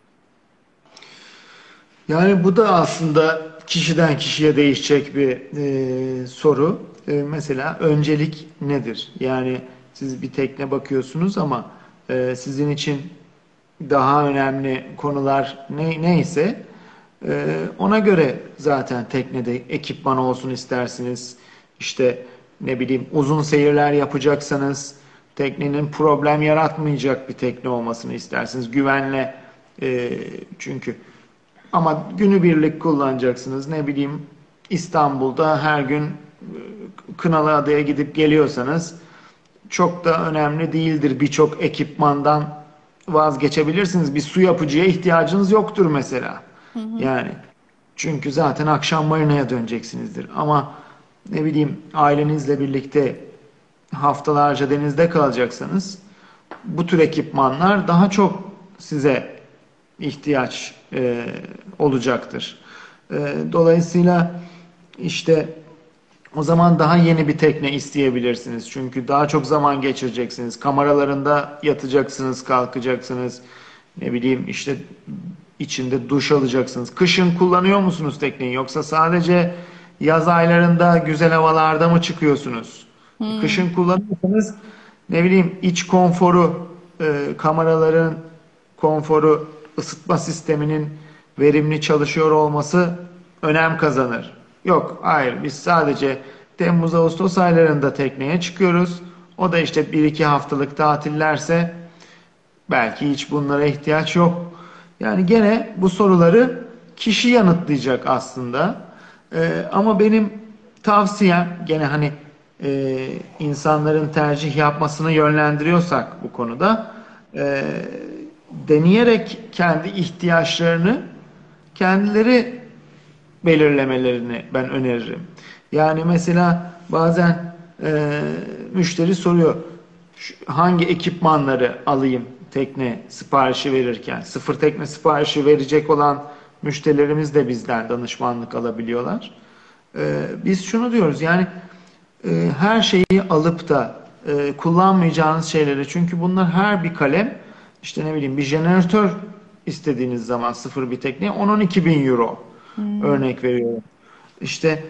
Yani bu da aslında kişiden kişiye değişecek bir e, soru. E, mesela öncelik nedir? Yani siz bir tekne bakıyorsunuz ama e, sizin için daha önemli konular ne, neyse e, ona göre zaten teknede ekipman olsun istersiniz. İşte ne bileyim uzun seyirler yapacaksanız teknenin problem yaratmayacak bir tekne olmasını istersiniz. Güvenle e, çünkü ama günübirlik kullanacaksınız. Ne bileyim İstanbul'da her gün e, Kınalıada'ya gidip geliyorsanız çok da önemli değildir. Birçok ekipmandan vazgeçebilirsiniz. Bir su yapıcıya ihtiyacınız yoktur mesela. Hı hı. Yani çünkü zaten akşam marinaya döneceksinizdir. Ama ne bileyim ailenizle birlikte haftalarca denizde kalacaksanız bu tür ekipmanlar daha çok size ihtiyaç e, olacaktır. E, dolayısıyla işte o zaman daha yeni bir tekne isteyebilirsiniz. Çünkü daha çok zaman geçireceksiniz. Kameralarında yatacaksınız, kalkacaksınız. Ne bileyim işte içinde duş alacaksınız. Kışın kullanıyor musunuz tekneyi yoksa sadece yaz aylarında güzel havalarda mı çıkıyorsunuz? Hmm. Kışın kullanıyorsanız ne bileyim iç konforu, e, kameraların konforu, ısıtma sisteminin verimli çalışıyor olması önem kazanır. Yok, hayır biz sadece Temmuz-Ağustos aylarında tekneye çıkıyoruz. O da işte bir iki haftalık tatillerse belki hiç bunlara ihtiyaç yok. Yani gene bu soruları kişi yanıtlayacak aslında. Ee, ama benim tavsiyem gene hani e, insanların tercih yapmasını yönlendiriyorsak bu konuda e, deneyerek kendi ihtiyaçlarını kendileri belirlemelerini ben öneririm. Yani mesela bazen e, müşteri soruyor hangi ekipmanları alayım tekne siparişi verirken. Sıfır tekne siparişi verecek olan müşterilerimiz de bizden danışmanlık alabiliyorlar. E, biz şunu diyoruz yani e, her şeyi alıp da e, kullanmayacağınız şeyleri çünkü bunlar her bir kalem işte ne bileyim bir jeneratör istediğiniz zaman sıfır bir tekneye on on iki bin euro örnek veriyorum. İşte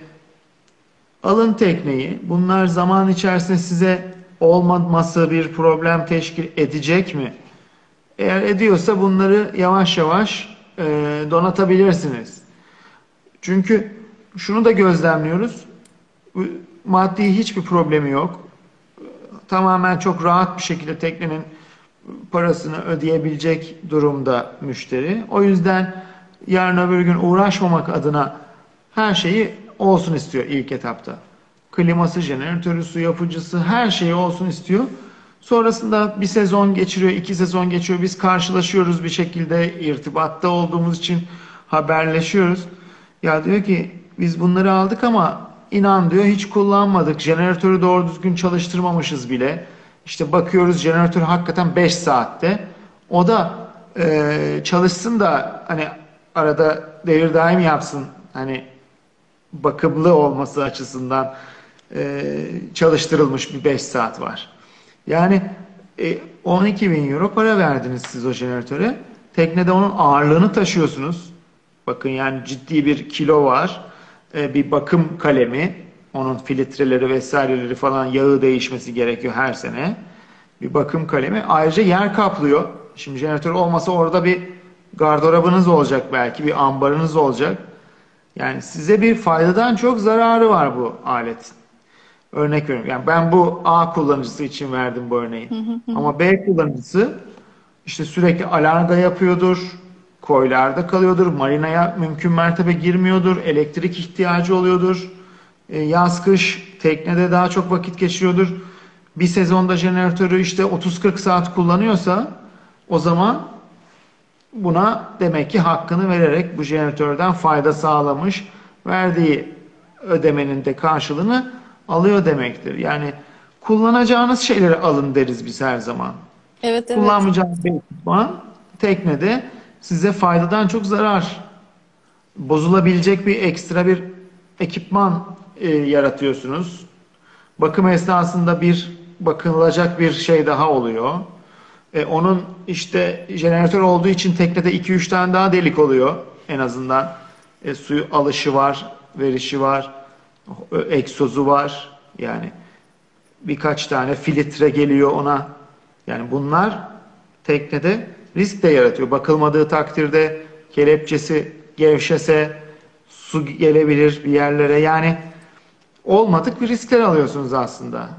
alın tekneyi. Bunlar zaman içerisinde size olmaması bir problem teşkil edecek mi? Eğer ediyorsa bunları yavaş yavaş e, donatabilirsiniz. Çünkü şunu da gözlemliyoruz. Maddi hiçbir problemi yok. Tamamen çok rahat bir şekilde teknenin parasını ödeyebilecek durumda müşteri. O yüzden yarın öbür gün uğraşmamak adına her şeyi olsun istiyor ilk etapta. Kliması, jeneratörü, su yapıcısı her şeyi olsun istiyor. Sonrasında bir sezon geçiriyor, iki sezon geçiyor. Biz karşılaşıyoruz bir şekilde irtibatta olduğumuz için haberleşiyoruz. Ya diyor ki biz bunları aldık ama inan diyor hiç kullanmadık. Jeneratörü doğru düzgün çalıştırmamışız bile. İşte bakıyoruz jeneratör hakikaten beş saatte. O da e, çalışsın da hani arada devir daim yapsın. Hani bakımlı olması açısından e, çalıştırılmış bir beş saat var. Yani e, on iki bin euro para verdiniz siz o jeneratöre. Teknede onun ağırlığını taşıyorsunuz. Bakın yani ciddi bir kilo var. E, bir bakım kalemi. Onun filtreleri vesaireleri falan yağı değişmesi gerekiyor her sene. Bir bakım kalemi. Ayrıca yer kaplıyor. Şimdi jeneratör olmasa orada bir gardırobunuz olacak belki. Bir ambarınız olacak. Yani size bir faydadan çok zararı var bu aletin. Örnek veriyorum. Yani ben bu A kullanıcısı için verdim bu örneği. Ama B kullanıcısı işte sürekli alarga yapıyordur, koylarda kalıyordur, marinaya mümkün mertebe girmiyordur, elektrik ihtiyacı oluyordur. E, yaz kış teknede daha çok vakit geçiriyordur. Bir sezonda jeneratörü işte otuz kırk saat kullanıyorsa o zaman buna demek ki hakkını vererek bu jeneratörden fayda sağlamış, verdiği ödemenin de karşılığını alıyor demektir. Yani kullanacağınız şeyleri alın deriz biz her zaman. Evet, evet. Kullanmayacağınız bir ekipman teknede size faydadan çok zarar, bozulabilecek bir ekstra bir ekipman e, yaratıyorsunuz. Bakım esnasında bir bakılacak bir şey daha oluyor. E, onun işte jeneratör olduğu için teknede iki üç tane daha delik oluyor en azından. E, suyu alışı var, verişi var, e, egzozu var. Yani birkaç tane filtre geliyor ona. Yani bunlar teknede risk de yaratıyor. Bakılmadığı takdirde kelepçesi gevşese su gelebilir bir yerlere. Yani olmadık bir riskler alıyorsunuz aslında.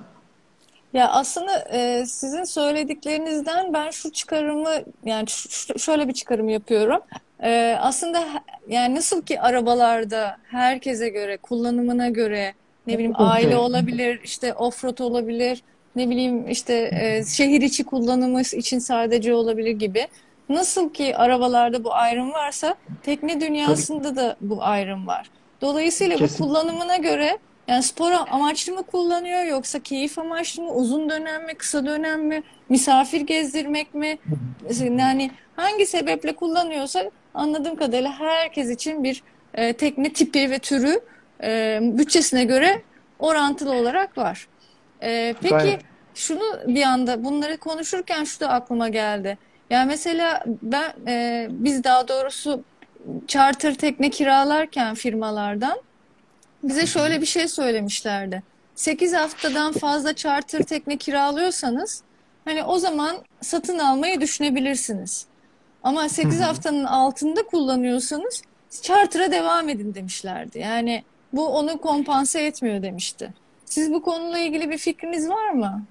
Ya aslında e, sizin söylediklerinizden ben şu çıkarımı yani ş- ş- şöyle bir çıkarım yapıyorum. E, aslında he- yani nasıl ki arabalarda herkese göre, kullanımına göre ne bileyim aile Elbette. olabilir, işte offroad olabilir, ne bileyim işte e, şehir içi kullanımı için sadece olabilir gibi. Nasıl ki arabalarda bu ayrım varsa tekne Tabii dünyasında da bu ayrım var. Dolayısıyla bu kesin. kullanımına göre yani spor amaçlı mı kullanıyor yoksa keyif amaçlı mı, uzun dönem mi, kısa dönem mi, misafir gezdirmek mi? Mesela yani hangi sebeple kullanıyorsa anladığım kadarıyla herkes için bir e, tekne tipi ve türü e, bütçesine göre orantılı olarak var. E, peki Gayet. şunu bir anda bunları konuşurken şu da aklıma geldi. Yani mesela ben e, biz daha doğrusu charter tekne kiralarken firmalardan bize şöyle bir şey söylemişlerdi. Sekiz haftadan fazla charter tekne kiralıyorsanız hani o zaman satın almayı düşünebilirsiniz. Ama Hı sekiz hı. haftanın altında kullanıyorsanız charter'a devam edin demişlerdi. Yani bu onu kompanse etmiyor demişti. Siz bu konuyla ilgili bir fikriniz var mı?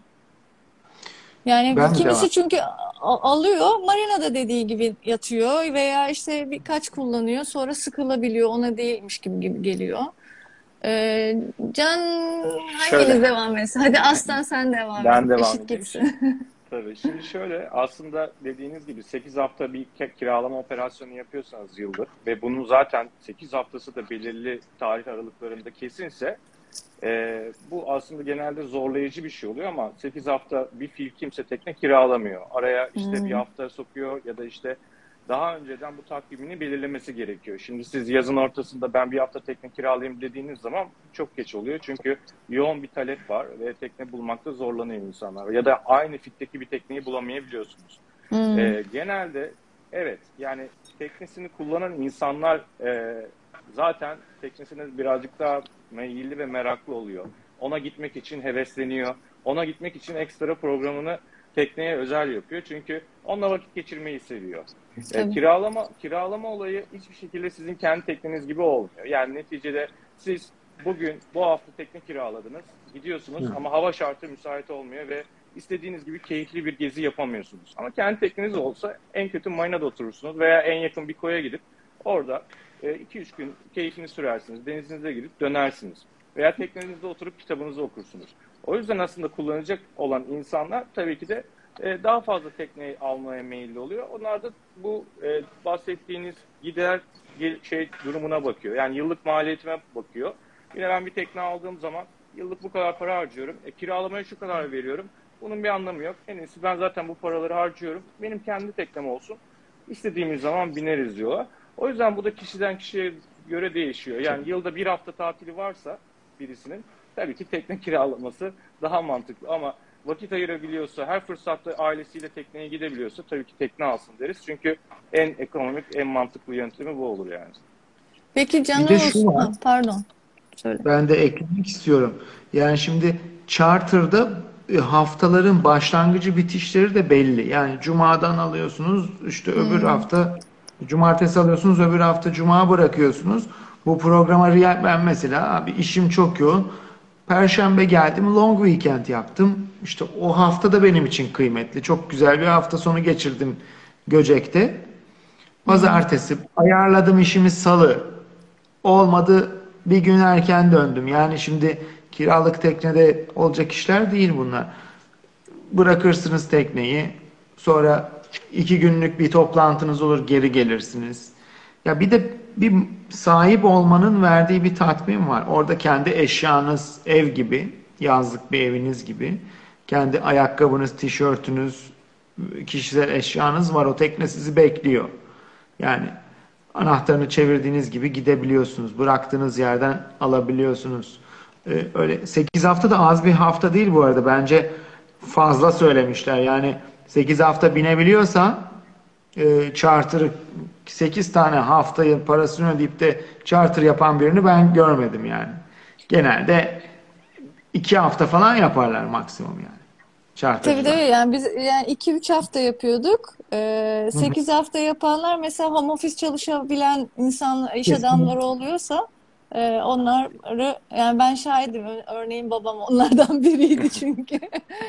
Yani Ben de var. kimisi çünkü a- alıyor, marinada dediği gibi yatıyor veya işte birkaç kullanıyor, sonra sıkılabiliyor, ona değilmiş gibi, gibi geliyor. Ee, Can, hanginiz Şöyle, devam etsin? Hadi Aslan sen devam et. ben devam Eşit edeyim. Şimdi, gitsin. tabii. Şimdi şöyle, aslında dediğiniz gibi sekiz hafta bir ke- kiralama operasyonu yapıyorsanız yıllık ve bunun zaten sekiz haftası da belirli tarih aralıklarında kesinse, e, bu aslında genelde zorlayıcı bir şey oluyor ama sekiz hafta bir fiil kimse tekne kiralamıyor. Araya işte bir Hmm. hafta sokuyor ya da işte daha önceden bu takvimini belirlemesi gerekiyor. Şimdi siz yazın ortasında ben bir hafta tekne kiralayayım dediğiniz zaman çok geç oluyor. Çünkü yoğun bir talep var ve tekne bulmakta zorlanıyor insanlar. Ya da aynı fitteki bir tekneyi bulamayabiliyorsunuz. Hmm. Ee, genelde evet, yani teknesini kullanan insanlar e, zaten teknesine birazcık daha meyilli ve meraklı oluyor. Ona gitmek için hevesleniyor. Ona gitmek için ekstra programını tekneye özel yapıyor. Çünkü onunla vakit geçirmeyi seviyor. E, Tabii. kiralama kiralama olayı hiçbir şekilde sizin kendi tekneniz gibi olmuyor. Yani neticede siz bugün bu hafta tekne kiraladınız, gidiyorsunuz ama hava şartı müsait olmuyor ve istediğiniz gibi keyifli bir gezi yapamıyorsunuz. Ama kendi tekneniz olsa en kötü marinada oturursunuz veya en yakın bir koya gidip orada iki üç gün keyfini sürersiniz, denizinize girip dönersiniz. Veya teknenizde oturup kitabınızı okursunuz. O yüzden aslında kullanacak olan insanlar tabii ki de e, daha fazla tekneyi almaya meyilli oluyor. Onlar da bu e, bahsettiğiniz gider şey durumuna bakıyor. Yani yıllık maliyetime bakıyor. Yine ben bir tekne aldığım zaman yıllık bu kadar para harcıyorum. E, kiralamaya şu kadar veriyorum. Bunun bir anlamı yok. En iyisi ben zaten bu paraları harcıyorum. Benim kendi teknem olsun. İstediğimiz zaman bineriz diyorlar. O yüzden bu da kişiden kişiye göre değişiyor. Yani yılda bir hafta tatili varsa birisinin tabii ki tekne kiralaması daha mantıklı. Ama vakit ayırabiliyorsa, her fırsatta ailesiyle tekneye gidebiliyorsa tabii ki tekne alsın deriz. Çünkü en ekonomik, en mantıklı yöntemi bu olur yani. Peki Bir Can de şu Oğuz, var. ha, pardon. Söyle. Ben de eklemek istiyorum. Yani şimdi charter'da e, haftaların başlangıcı bitişleri de belli. Yani cumadan alıyorsunuz, işte öbür Hmm. hafta cumartesi alıyorsunuz, öbür hafta cuma bırakıyorsunuz. Bu programa riayet ben mesela abi işim çok yoğun. Perşembe geldim, long weekend yaptım. İşte o hafta da benim için kıymetli. Çok güzel bir hafta sonu geçirdim Göcek'te. Hmm. Pazartesi ayarladım işimi salı. Olmadı bir gün erken döndüm. Yani şimdi kiralık teknede olacak işler değil bunlar. Bırakırsınız tekneyi. Sonra iki günlük bir toplantınız olur geri gelirsiniz. Ya bir de bir sahip olmanın verdiği bir tatmin var. Orada kendi eşyanız ev gibi, yazlık bir eviniz gibi. Kendi ayakkabınız, tişörtünüz, kişisel eşyanız var. O tekne sizi bekliyor. Yani anahtarını çevirdiğiniz gibi gidebiliyorsunuz. Bıraktığınız yerden alabiliyorsunuz. Ee, öyle sekiz hafta da az bir hafta değil bu arada. Bence fazla söylemişler. Yani sekiz hafta binebiliyorsa e, charter sekiz tane haftayı parasını ödeyip de charter yapan birini ben görmedim yani. Genelde iki hafta falan yaparlar maksimum yani. Tabii tabii, Chartercılar. yani biz yani iki üç hafta yapıyorduk. Ee, Hı hı. sekiz hafta yapanlar mesela home office çalışabilen insan, iş adamları Kesinlikle. oluyorsa e, onları, yani ben şahidim. Ö- Örneğin babam onlardan biriydi çünkü.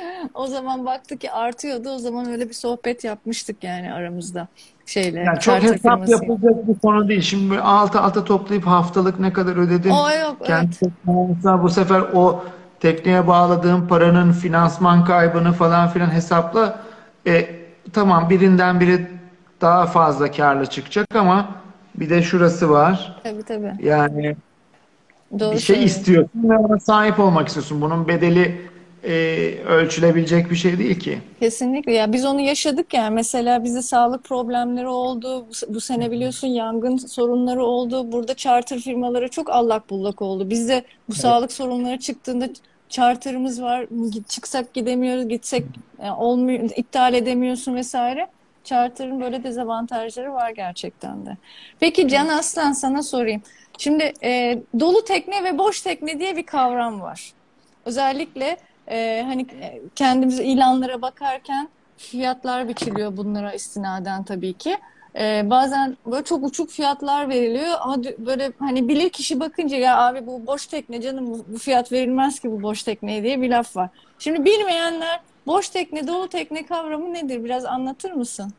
O zaman baktı ki artıyordu. O zaman öyle bir sohbet yapmıştık yani aramızda şeyle, Yani çok charter hesap firmasıyla. yapılacak bir konu değil. Şimdi böyle altı alta toplayıp haftalık ne kadar ödedin? O yok, Kendi evet. tekneye bu sefer o tekneye bağladığın paranın finansman kaybını falan filan hesapla. E, tamam birinden biri daha fazla karlı çıkacak ama bir de şurası var. Tabii tabii. Yani bir Doğru şey söylüyorsun. istiyorsun ve ona sahip olmak istiyorsun. Bunun bedeli e, ölçülebilecek bir şey değil ki. Kesinlikle, ya biz onu yaşadık yani. Mesela bizde sağlık problemleri oldu bu, bu sene, biliyorsun yangın sorunları oldu, burada charter firmaları çok allak bullak oldu. Bizde bu Evet. sağlık sorunları çıktığında charterımız var, çıksak gidemiyoruz, gitsek yani olmuyor, iptal edemiyorsun vesaire. Charter'ın böyle dezavantajları var gerçekten de. Peki Can Evet. Aslan, sana sorayım. Şimdi e, dolu tekne ve boş tekne diye bir kavram var. Özellikle e, hani e, kendimiz ilanlara bakarken fiyatlar biçiliyor bunlara istinaden tabii ki. E, bazen böyle çok uçuk fiyatlar veriliyor ama dü- böyle hani bilir kişi bakınca ya abi bu boş tekne canım, bu, bu fiyat verilmez ki bu boş tekneye diye bir laf var. Şimdi bilmeyenler, boş tekne dolu tekne kavramı nedir? Biraz anlatır mısın?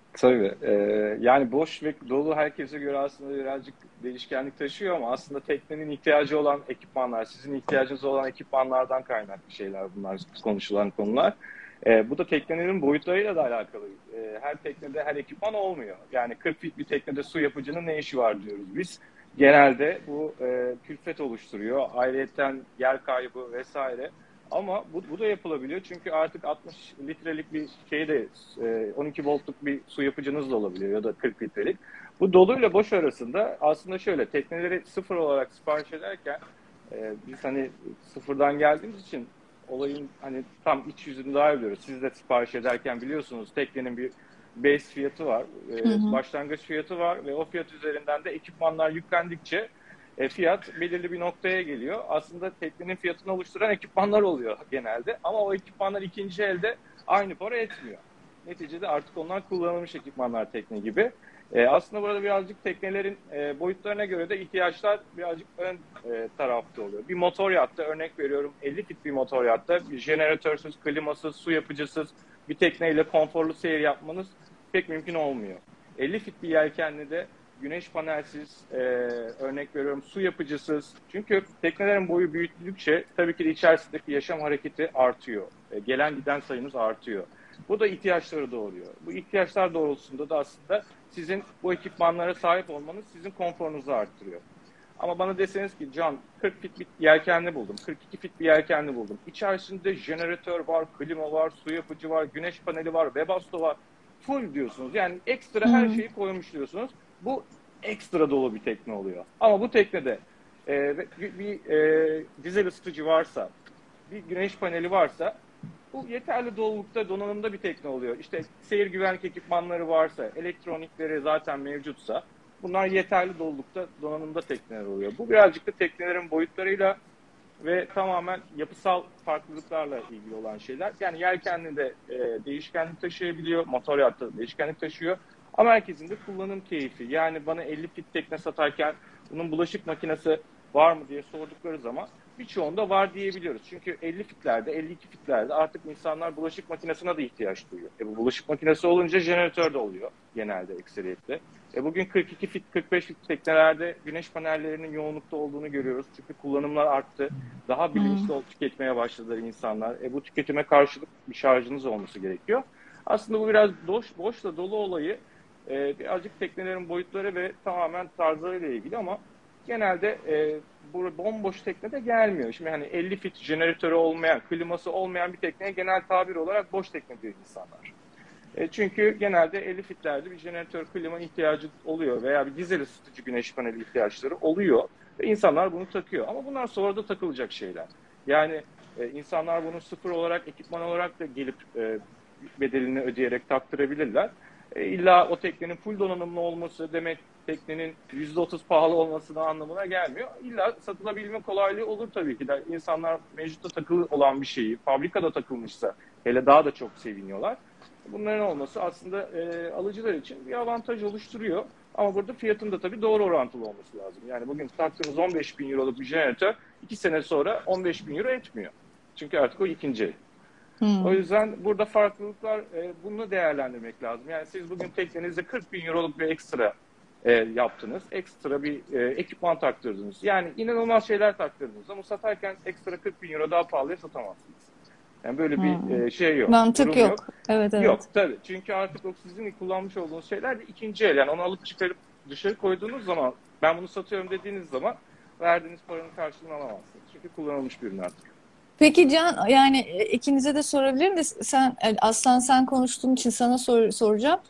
Tabii. Ee, yani boş ve dolu herkese göre aslında birazcık değişkenlik taşıyor ama aslında teknenin ihtiyacı olan ekipmanlar, sizin ihtiyacınız olan ekipmanlardan kaynaklı şeyler bunlar konuşulan konular. Ee, bu da teknelerin boyutlarıyla da alakalı. Ee, her teknede her ekipman olmuyor. Yani kırk fit bir teknede su yapıcının ne işi var diyoruz biz. Genelde bu e, külfet oluşturuyor. Ayrıyeten yer kaybı vesaire. Ama bu, bu da yapılabiliyor çünkü artık altmış litrelik bir şey de e, on iki voltluk bir su yapıcınız da olabiliyor ya da kırk litrelik. Bu doluyla boş arasında aslında şöyle tekneleri sıfır olarak sipariş ederken e, biz hani sıfırdan geldiğimiz için olayın hani tam iç yüzünü daha iyi biliyoruz. Siz de sipariş ederken biliyorsunuz teknenin bir base fiyatı var, Hı e, hı. başlangıç fiyatı var ve o fiyat üzerinden de ekipmanlar yüklendikçe e, fiyat belirli bir noktaya geliyor. Aslında teknenin fiyatını oluşturan ekipmanlar oluyor genelde. Ama o ekipmanlar ikinci elde aynı para etmiyor. Neticede artık onlar kullanılmış ekipmanlar tekne gibi. E, aslında burada birazcık teknelerin e, boyutlarına göre de ihtiyaçlar birazcık ön e, tarafta oluyor. Bir motor yatta örnek veriyorum elli fit bir motor yatta bir jeneratörsüz, klimasız, su yapıcısız bir tekneyle konforlu seyir yapmanız pek mümkün olmuyor. elli fit bir yelkenli de güneş panelsiz, e, örnek veriyorum su yapıcısız. Çünkü teknelerin boyu büyüttükçe tabii ki de içerisindeki yaşam hareketi artıyor. E, gelen giden sayınız artıyor. Bu da ihtiyaçları doğuruyor. Bu ihtiyaçlar doğrultusunda da aslında sizin bu ekipmanlara sahip olmanız sizin konforunuzu arttırıyor. Ama bana deseniz ki Can kırk fit bir yelkenli buldum, kırk iki fit bir yelkenli buldum. İçerisinde jeneratör var, klima var, su yapıcı var, güneş paneli var, Webasto var. Full diyorsunuz. Yani ekstra her Hı. şeyi koymuş diyorsunuz. Bu ekstra dolu bir tekne oluyor. Ama bu teknede e, bir, bir e, dizel ısıtıcı varsa, bir güneş paneli varsa bu yeterli dolulukta, donanımda bir tekne oluyor. İşte seyir güvenlik ekipmanları varsa, elektronikleri zaten mevcutsa bunlar yeterli dolulukta, donanımda tekneler oluyor. Bu birazcık da teknelerin boyutlarıyla ve tamamen yapısal farklılıklarla ilgili olan şeyler. Yani yelkenli de e, değişkenlik taşıyabiliyor, motor yatta da değişkenlik taşıyor. Ama herkesin de kullanım keyfi. Yani bana elli fit tekne satarken bunun bulaşık makinesi var mı diye sordukları zaman birçoğunda var diyebiliyoruz. Çünkü elli fitlerde, elli iki fitlerde artık insanlar bulaşık makinesine de ihtiyaç duyuyor. E bu bulaşık makinesi olunca jeneratör de oluyor genelde ekseriyetle. E bugün kırk iki fit, kırk beş fit teknelerde güneş panellerinin yoğunlukta olduğunu görüyoruz. Çünkü kullanımlar arttı. Daha Hı. bilinçli ol- tüketmeye başladılar insanlar. E bu tüketime karşılık bir şarjınız olması gerekiyor. Aslında bu biraz boş, boşla dolu olayı e, birazcık teknelerin boyutları ve tamamen tarzlarıyla ilgili ama genelde e, bu bomboş tekne de gelmiyor. Şimdi hani elli fit jeneratörü olmayan, kliması olmayan bir tekneye genel tabir olarak boş tekne diyor insanlar. E, çünkü genelde elli fitlerde bir jeneratör klima ihtiyacı oluyor veya bir dizel ısıtıcı güneş paneli ihtiyaçları oluyor. Ve insanlar bunu takıyor. Ama bunlar sonra da takılacak şeyler. Yani e, insanlar bunu sıfır olarak, ekipman olarak da gelip e, bedelini ödeyerek taktırabilirler. E, illa o teknenin full donanımlı olması demek teknenin yüzde otuz pahalı olmasına anlamına gelmiyor. İlla satılabilme kolaylığı olur tabii ki de. İnsanlar mevcutta takılı olan bir şeyi, fabrikada takılmışsa hele daha da çok seviniyorlar. Bunların olması aslında e, alıcılar için bir avantaj oluşturuyor. Ama burada fiyatın da tabii doğru orantılı olması lazım. Yani bugün taktığımız on beş bin euroluk bir jeneratör iki sene sonra on beş bin euro etmiyor. Çünkü artık o ikinci el. Hı. O yüzden burada farklılıklar, e, bunu değerlendirmek lazım. Yani siz bugün teknenizde kırk bin euroluk bir ekstra e, yaptınız. Ekstra bir e, ekipman taktırdınız. Yani inanılmaz şeyler taktırdınız. Ama satarken ekstra kırk bin euro daha pahalıya satamazsınız. Yani böyle Hı. bir e, şey yok, Mantık durum yok. yok. Evet, Yok evet. tabii. Çünkü artık o sizin kullanmış olduğunuz şeyler de ikinci el. Yani onu alıp çıkarıp dışarı koyduğunuz zaman ben bunu satıyorum dediğiniz zaman verdiğiniz paranın karşılığını alamazsınız. Çünkü kullanılmış bir ürün artık. Peki Can, yani e, ikinize de sorabilirim de sen e, Aslan sen konuştuğun için sana sor- soracağım.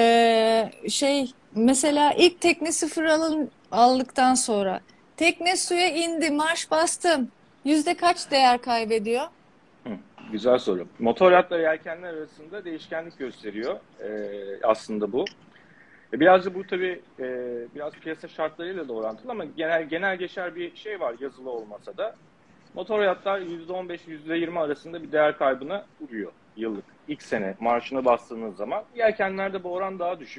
Ee, şey mesela ilk tekne sıfır alın, aldıktan sonra tekne suya indi, marş bastım. Yüzde kaç değer kaybediyor? Hı, güzel soru. Motor yatla yelkenler arasında değişkenlik gösteriyor e, aslında bu. E, Biraz da bu tabii e, biraz piyasa şartlarıyla da orantılı ama genel genel geçer bir şey var yazılı olmasa da. Motor yatlar yüzde on beş yüzde yirmi arasında bir değer kaybına uğruyor yıllık. İlk sene marşına bastığınız zaman. Yelkenlerde bu oran daha düşük.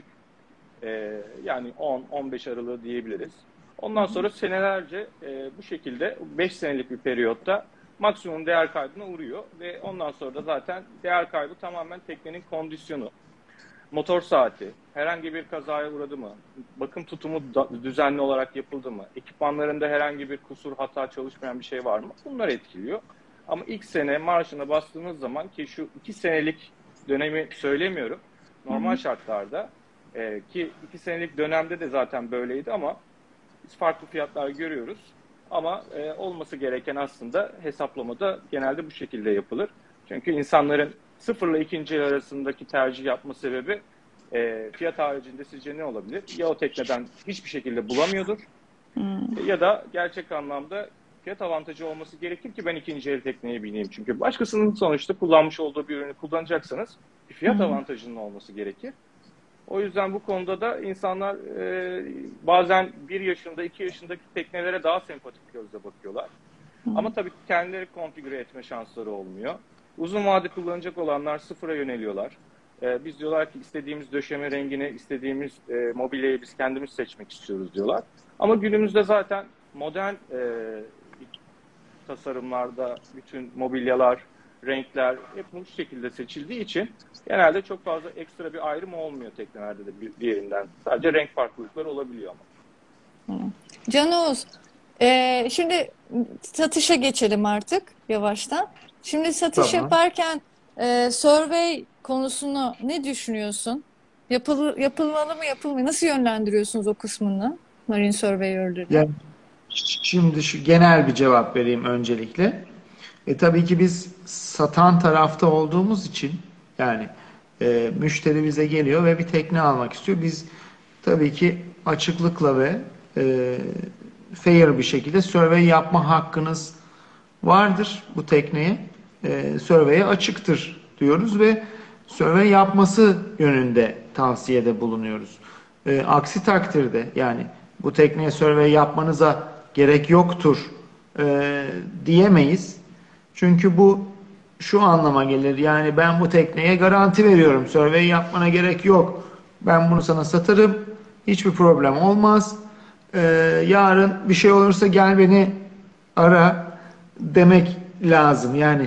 E, yani on on beş aralığı diyebiliriz. Hı Ondan hı. sonra senelerce e, bu şekilde beş senelik bir periyotta maksimum değer kaybına uğruyor ve ondan sonra da zaten değer kaybı tamamen teknenin kondisyonu. Motor saati herhangi bir kazaya uğradı mı? Bakım tutumu da, düzenli olarak yapıldı mı? Ekipmanlarında herhangi bir kusur, hata, çalışmayan bir şey var mı? Bunlar etkiliyor. Ama ilk sene marşına bastığınız zaman, ki şu iki senelik dönemi söylemiyorum. Normal Hı-hı. şartlarda e, ki iki senelik dönemde de zaten böyleydi ama biz farklı fiyatlar görüyoruz. Ama e, olması gereken aslında hesaplamada genelde bu şekilde yapılır. Çünkü insanların sıfırla ikinci el arasındaki tercih yapma sebebi e, fiyat haricinde sizce ne olabilir? Ya o tekneden hiçbir şekilde bulamıyordur Hı. ya da gerçek anlamda fiyat avantajı olması gerekir ki ben ikinci el tekneye bineyim. Çünkü başkasının sonuçta kullanmış olduğu bir ürünü kullanacaksanız bir fiyat Hı. avantajının olması gerekir. O yüzden bu konuda da insanlar e, bazen bir yaşında, iki yaşındaki teknelere daha sempatik gözle bakıyorlar. Hı. Ama tabii kendileri konfigüre etme şansları olmuyor. Uzun vade kullanacak olanlar sıfıra yöneliyorlar. E, biz diyorlar ki istediğimiz döşeme rengini, istediğimiz e, mobilyayı biz kendimiz seçmek istiyoruz diyorlar. Ama günümüzde zaten modern e, tasarımlarda bütün mobilyalar, renkler hep bu şekilde seçildiği için genelde çok fazla ekstra bir ayrım olmuyor teknelerde de bir diğerinden. Sadece renk farklılıkları olabiliyor ama. Can Oğuz, e, şimdi satışa geçelim artık yavaştan. Şimdi satış Tamam. yaparken e, survey konusunu ne düşünüyorsun? Yapıl, yapılmalı mı yapılmıyor? Nasıl yönlendiriyorsunuz o kısmını? Marine Surveyor'ları. Yani şimdi şu genel bir cevap vereyim öncelikle. E tabii ki biz satan tarafta olduğumuz için yani e, müşteri bize geliyor ve bir tekne almak istiyor. Biz tabii ki açıklıkla ve e, fair bir şekilde survey yapma hakkınız vardır bu tekneye. E, survey'e açıktır diyoruz ve survey yapması yönünde tavsiyede bulunuyoruz. E, aksi takdirde yani bu tekneye survey yapmanıza gerek yoktur e, diyemeyiz. Çünkü bu şu anlama gelir. Yani ben bu tekneye garanti veriyorum. Survey yapmana gerek yok. Ben bunu sana satarım. Hiçbir problem olmaz. Ee, yarın bir şey olursa gel beni ara demek lazım. Yani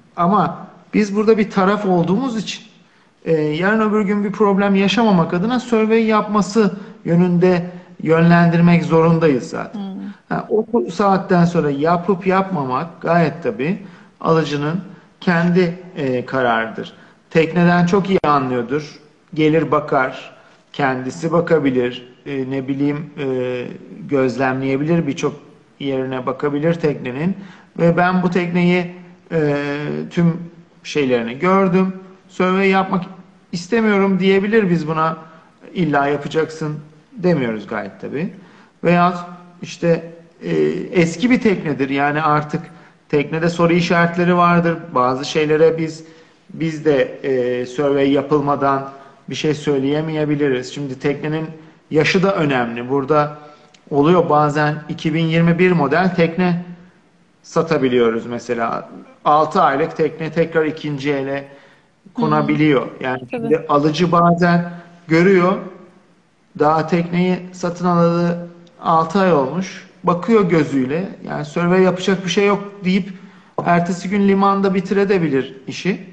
ama biz burada bir taraf olduğumuz için e, yarın öbür gün bir problem yaşamamak adına survey yapması yönünde yönlendirmek zorundayız zaten. Hmm. Ha, o saatten sonra yapıp yapmamak gayet tabii alıcının kendi e, kararıdır. Tekneden çok iyi anlıyordur. Gelir bakar. Kendisi bakabilir. E, ne bileyim e, gözlemleyebilir. Birçok yerine bakabilir teknenin. Ve ben bu tekneyi e, tüm şeylerini gördüm. Survey yapmak istemiyorum diyebilir, biz buna illa yapacaksın demiyoruz gayet tabii. Veya işte e, eski bir teknedir. Yani artık teknede soru işaretleri vardır. Bazı şeylere biz biz de e, survey yapılmadan bir şey söyleyemeyebiliriz. Şimdi teknenin yaşı da önemli. Burada oluyor bazen iki bin yirmi bir model tekne satabiliyoruz mesela. altı aylık tekne tekrar ikinci ele konabiliyor. Yani Tabii. şimdi alıcı bazen görüyor, daha tekneyi satın alalı altı ay olmuş. Bakıyor gözüyle. Yani survey yapacak bir şey yok deyip ertesi gün limanda bitirebilir işi.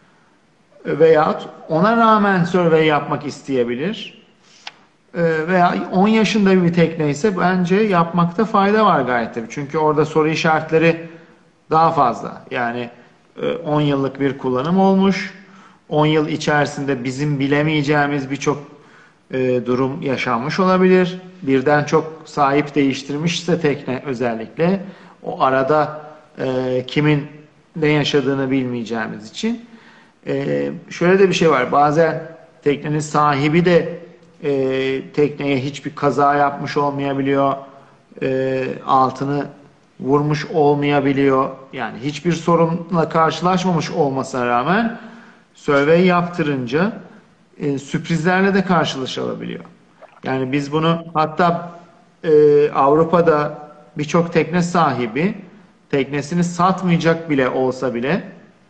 Veyahut ona rağmen survey yapmak isteyebilir. Ee, Veya on yaşında bir tekne ise bence yapmakta fayda var gayet tabii. Çünkü orada soru işaretleri daha fazla. Yani e, on yıllık bir kullanım olmuş. on yıl içerisinde bizim bilemeyeceğimiz birçok e, durum yaşanmış olabilir. Birden çok sahip değiştirmişse tekne özellikle o arada e, kimin ne yaşadığını bilmeyeceğimiz için. E, şöyle de bir şey var. Bazen teknenin sahibi de e, tekneye hiçbir kaza yapmış olmayabiliyor. E, altını vurmuş olmayabiliyor. Yani hiçbir sorunla karşılaşmamış olmasına rağmen survey yaptırınca e, sürprizlerle de karşılaşılabiliyor. Yani biz bunu hatta e, Avrupa'da birçok tekne sahibi teknesini satmayacak bile olsa bile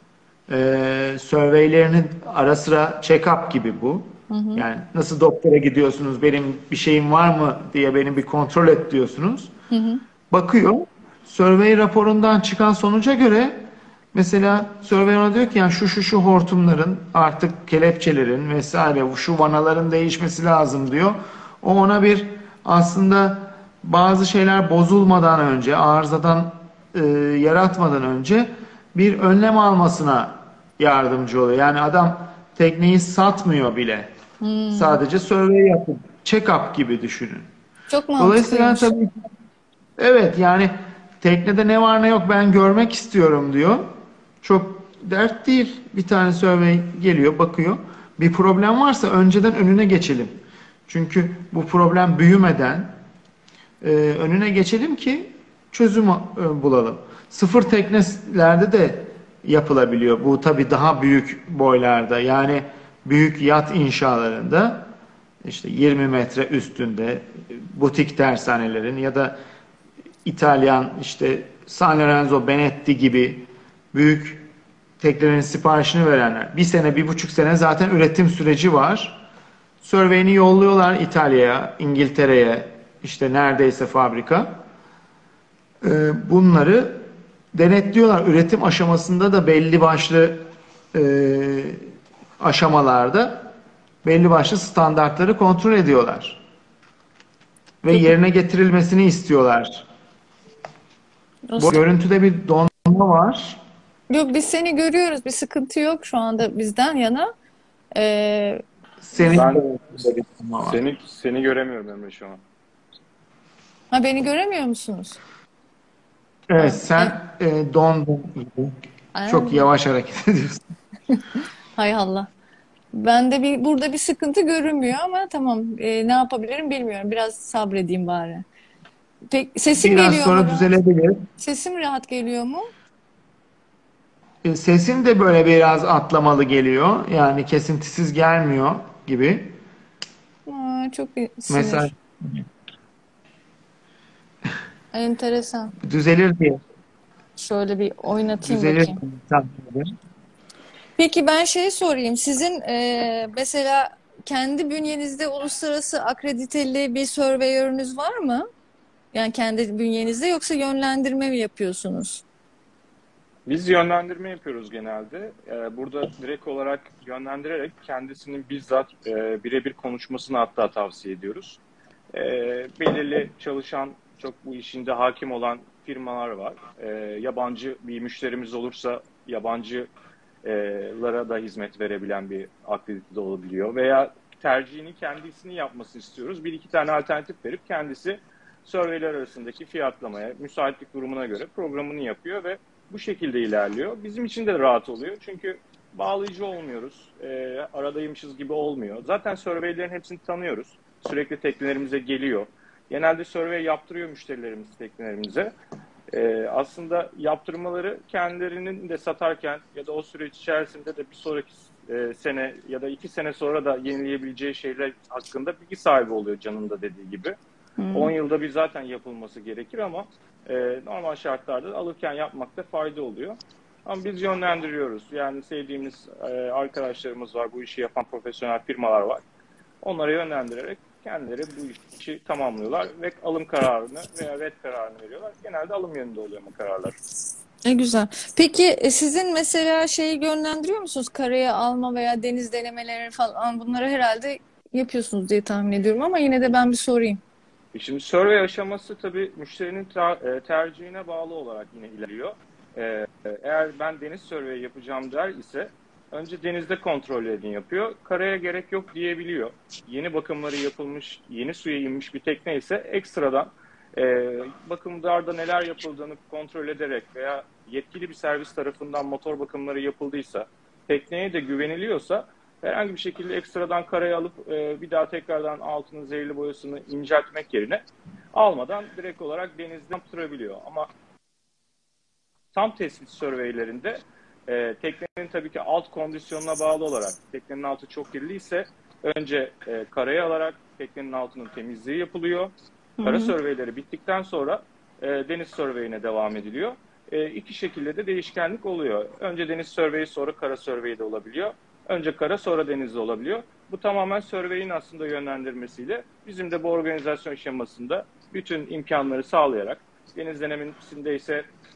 e, surveylerinin ara sıra check-up gibi bu. Hı hı. Yani nasıl doktora gidiyorsunuz, benim bir şeyim var mı diye beni bir kontrol et diyorsunuz. Hı hı. Bakıyor, survey raporundan çıkan sonuca göre Mesela surveyor ona diyor ki yani şu şu şu hortumların artık kelepçelerin vesaire şu vanaların değişmesi lazım diyor. O ona bir aslında bazı şeyler bozulmadan önce arızadan e, yaratmadan önce bir önlem almasına yardımcı oluyor. Yani adam tekneyi satmıyor bile. Hmm, Sadece survey yapıp check-up gibi düşünün. çok Dolayısıyla mantıklıymış. tabii evet yani teknede ne var ne yok ben görmek istiyorum diyor. Çok dert değil. Bir tane survey geliyor, bakıyor. Bir problem varsa önceden önüne geçelim. Çünkü bu problem büyümeden e, önüne geçelim ki çözüm e, bulalım. Sıfır teknelerde de yapılabiliyor. Bu tabii daha büyük boylarda. Yani büyük yat inşalarında işte yirmi metre üstünde butik tersanelerin ya da İtalyan işte San Lorenzo, Benetti gibi büyük teknelerin siparişini verenler. Bir sene, bir buçuk sene zaten üretim süreci var. Survey'ini yolluyorlar İtalya'ya, İngiltere'ye, işte neredeyse fabrika. Ee, bunları denetliyorlar. Üretim aşamasında da belli başlı e, aşamalarda belli başlı standartları kontrol ediyorlar. Ve Çok, yerine getirilmesini istiyorlar. Bu o- görüntüde bir donma var. Yok, biz seni görüyoruz. Bir sıkıntı yok şu anda bizden yana. Ee, Senin Ben görüntüde bir donma var. seni seni göremiyorum Emre şu an. ha, beni göremiyor musunuz? Evet, Ha, e, sen e, dondun. Çok ay, yavaş hareket ediyorsun. hay Allah. Bende bir burada bir sıkıntı görünmüyor ama tamam, e, ne yapabilirim bilmiyorum. Biraz sabredeyim bari. Pek sesim Biraz geliyor mu sonra rahat? düzelebilir. Sesim rahat geliyor mu? E, sesin de böyle biraz atlamalı geliyor. Yani kesintisiz gelmiyor gibi. Aa, çok iyi- Mesela sinir. Enteresan. düzelir diye. Şöyle bir oynatayım Düzelir bakayım. diye tahmin ediyorum. Peki ben şey sorayım. Sizin e, mesela kendi bünyenizde uluslararası akrediteli bir surveyor'unuz var mı? Yani kendi bünyenizde, yoksa yönlendirme mi yapıyorsunuz? Biz yönlendirme yapıyoruz genelde. Ee, burada direkt olarak yönlendirerek kendisinin bizzat e, birebir konuşmasını hatta tavsiye ediyoruz. Ee, belirli çalışan, çok bu işinde hakim olan firmalar var. Ee, yabancı bir müşterimiz olursa yabancılara da hizmet verebilen bir akredite de olabiliyor. Veya tercihini kendisini yapmasını istiyoruz. Bir iki tane alternatif verip kendisi surveyler arasındaki fiyatlamaya, müsaitlik durumuna göre programını yapıyor ve bu şekilde ilerliyor. Bizim için de rahat oluyor çünkü bağlayıcı olmuyoruz. E, aradaymışız gibi olmuyor. Zaten surveylerin hepsini tanıyoruz. Sürekli teknelerimize geliyor. Genelde survey yaptırıyor müşterilerimiz teknelerimize. E, aslında yaptırmaları kendilerinin de satarken ya da o süreç içerisinde de bir sonraki e, sene ya da iki sene sonra da yenileyebileceği şeyler hakkında bilgi sahibi oluyor Can'ın da dediği gibi. on Hmm. yılda bir zaten yapılması gerekir ama e, normal şartlarda alırken yapmakta fayda oluyor. Ama biz yönlendiriyoruz. Yani sevdiğimiz e, arkadaşlarımız var, bu işi yapan profesyonel firmalar var. Onlara yönlendirerek kendileri bu işi tamamlıyorlar ve alım kararını veya red kararını veriyorlar. Genelde alım yönünde oluyor bu kararlar. Ne güzel. Peki e, sizin mesela şeyi yönlendiriyor musunuz? Karaya alma veya deniz denemeleri falan, bunları herhalde yapıyorsunuz diye tahmin ediyorum ama yine de ben bir sorayım. E Şimdi survey aşaması tabii müşterinin ter- e, tercihine bağlı olarak yine ilerliyor. E, Eğer ben deniz survey yapacağım der ise önce denizde kontrollerini yapıyor. Karaya gerek yok diyebiliyor. Yeni bakımları yapılmış, yeni suya inmiş bir tekne ise ekstradan e, bakımlarda neler yapıldığını kontrol ederek veya yetkili bir servis tarafından motor bakımları yapıldıysa, tekneye de güveniliyorsa herhangi bir şekilde ekstradan karaya alıp e, bir daha tekrardan altının zehirli boyasını inceltmek yerine almadan direkt olarak denizde yaptırabiliyor. Ama tam tespit surveylerinde e, teknenin tabii ki alt kondisyonuna bağlı olarak teknenin altı çok kirliyse önce e, karaya alarak teknenin altının temizliği yapılıyor. Hı Kara hı. surveyleri bittikten sonra e, deniz surveyine devam ediliyor. E, iki şekilde de değişkenlik oluyor. Önce deniz surveyi sonra kara surveyi de olabiliyor. Önce kara sonra denizde olabiliyor. Bu tamamen survey'in aslında yönlendirmesiyle bizim de bu organizasyon şemasında bütün imkanları sağlayarak deniz denemesinde ise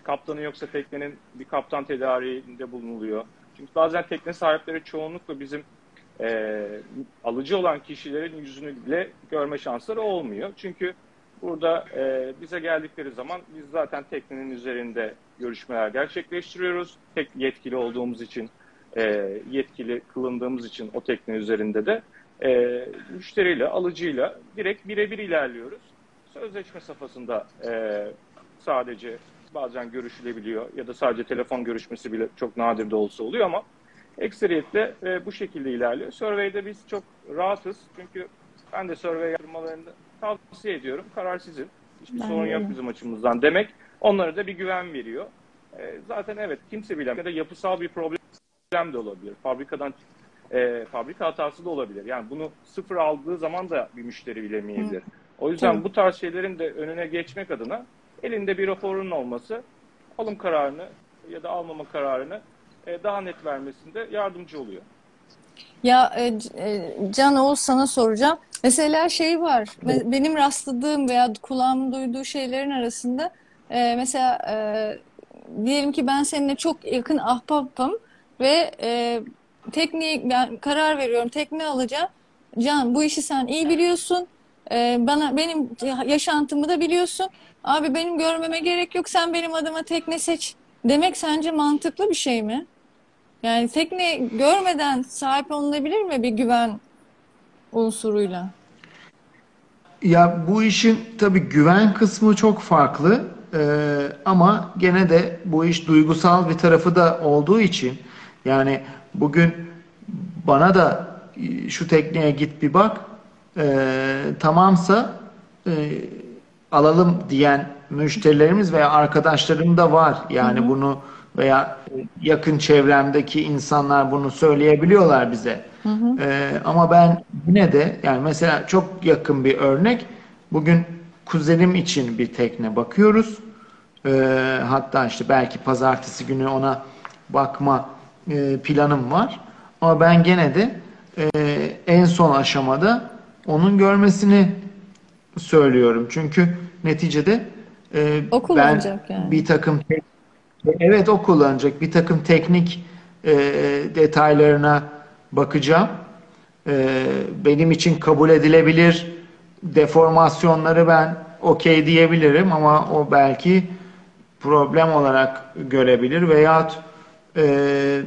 kaptanı yoksa teknenin bir kaptan tedariğinde bulunuluyor. Çünkü bazen tekne sahipleri çoğunlukla bizim e, alıcı olan kişilerin yüzünü bile görme şansları olmuyor. Çünkü burada e, bize geldikleri zaman biz zaten teknenin üzerinde görüşmeler gerçekleştiriyoruz. Tek yetkili olduğumuz için, e, yetkili kılındığımız için o tekne üzerinde de e, müşteriyle, alıcıyla direkt birebir ilerliyoruz. Sözleşme safhasında e, sadece bazen görüşülebiliyor ya da sadece telefon görüşmesi bile çok nadir de olsa oluyor ama ekseriyetle e, bu şekilde ilerliyor. Survey'de biz çok rahatız çünkü ben de survey yaptırmalarını tavsiye ediyorum. Karar sizin. Hiçbir Ben sorun de yok öyle. bizim açımızdan demek. Onlara da bir güven veriyor. E, zaten evet kimse bilemez. Ya da yapısal bir problem de olabilir. Fabrikadan e, fabrika hatası da olabilir. Yani bunu sıfır aldığı zaman da bir müşteri bilemeyebilir. O yüzden Tabii. bu tarz şeylerin de önüne geçmek adına elinde bir raporun olması alım kararını ya da almama kararını e, daha net vermesinde yardımcı oluyor. Ya e, C- e, Can Oğuz sana soracağım. Mesela şey var. me- Benim rastladığım veya kulağımın duyduğu şeylerin arasında e, mesela e, diyelim ki ben seninle çok yakın ahbapım ve e, tekniği ben karar veriyorum. Tekne alacağım. Can bu işi sen iyi biliyorsun. E, bana benim yaşantımı da biliyorsun. Abi benim görmeme gerek yok. Sen benim adıma tekne seç. Demek sence mantıklı bir şey mi? Yani tekne görmeden sahip olunabilir mi bir güven unsuruyla? Ya bu işin tabii güven kısmı çok farklı. Ee, ama gene de bu iş duygusal bir tarafı da olduğu için yani bugün bana da e, şu tekneye git bir bak, Ee, tamamsa e, alalım diyen müşterilerimiz veya arkadaşlarım da var. Hı Yani hı, bunu veya yakın çevremdeki insanlar bunu söyleyebiliyorlar bize. hı hı. Ee, ama ben yine de yani mesela çok yakın bir örnek. Bugün kuzenim için bir tekne bakıyoruz. Ee, hatta işte belki pazartesi günü ona bakma e, planım var. Ama ben gene de e, en son aşamada onun görmesini söylüyorum. Çünkü neticede e, O ben kullanacak yani. bir takım tek- evet o kullanacak bir takım teknik e, detaylarına bakacağım. E, benim için kabul edilebilir deformasyonları ben okey diyebilirim ama o belki problem olarak görebilir veyahut e,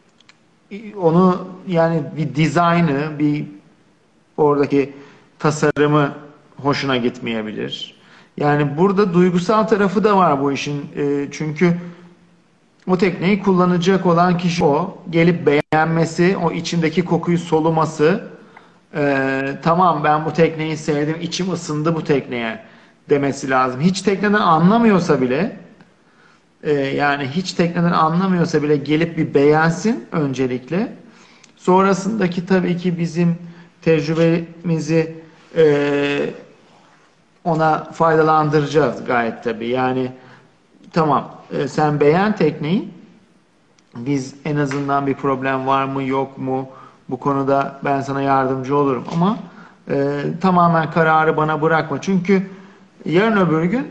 onu yani bir dizaynı, bir oradaki tasarımı hoşuna gitmeyebilir. Yani burada duygusal tarafı da var bu işin. E, çünkü o tekneyi kullanacak olan kişi o. Gelip beğenmesi, o içindeki kokuyu soluması, e, tamam ben bu tekneyi sevdim, içim ısındı bu tekneye demesi lazım. Hiç tekneden anlamıyorsa bile e, yani hiç tekneden anlamıyorsa bile gelip bir beğensin öncelikle. Sonrasındaki tabii ki bizim tecrübemizi e, ona faydalandıracağız gayet tabii. Yani tamam e, sen beğen tekneyi. Biz en azından bir problem var mı yok mu bu konuda ben sana yardımcı olurum ama e, tamamen kararı bana bırakma. Çünkü yarın öbür gün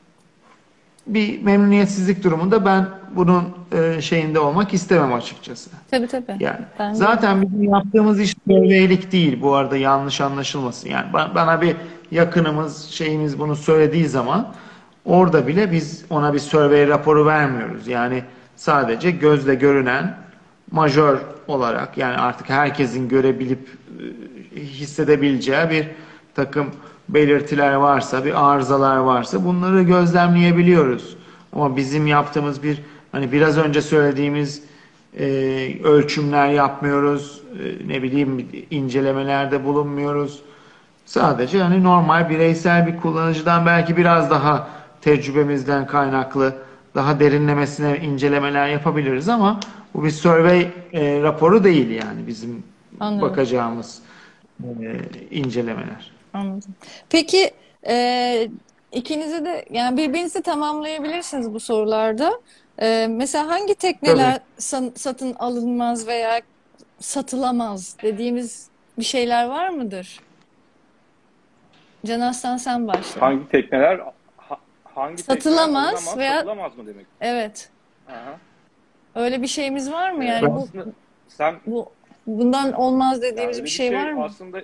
bir memnuniyetsizlik durumunda ben bunun e, şeyinde olmak istemem açıkçası. Tabii tabii. Yani Ben de öyle. zaten bizim yaptığımız iş surveylik değil bu arada yanlış anlaşılmasın. Yani ba- bana bir yakınımız şeyimiz bunu söylediği zaman orada bile biz ona bir survey raporu vermiyoruz. Yani sadece gözle görünen majör olarak yani artık herkesin görebilip e, hissedebileceği bir takım belirtiler varsa, bir arızalar varsa bunları gözlemleyebiliyoruz. Ama bizim yaptığımız bir hani biraz önce söylediğimiz e, ölçümler yapmıyoruz, e, ne bileyim incelemelerde bulunmuyoruz. Sadece hani normal bireysel bir kullanıcıdan belki biraz daha tecrübemizden kaynaklı daha derinlemesine incelemeler yapabiliriz ama bu bir survey e, raporu değil yani bizim Anladım. bakacağımız e, incelemeler. Anladım. Peki e, ikinize de yani birbirinizi tamamlayabilirsiniz bu sorularda. E, mesela hangi Tabii. tekneler san- satın alınmaz veya satılamaz dediğimiz bir şeyler var mıdır? Can Aslan sen başla. Hangi tekneler ha- hangi tekne Satılamaz alınamaz, veya satılamaz mı demek? evet. Aha. Öyle bir şeyimiz var mı? Ee, Yani bu aslında sen bu bundan olmaz yani dediğimiz bir öyle bir şey şey var mı? aslında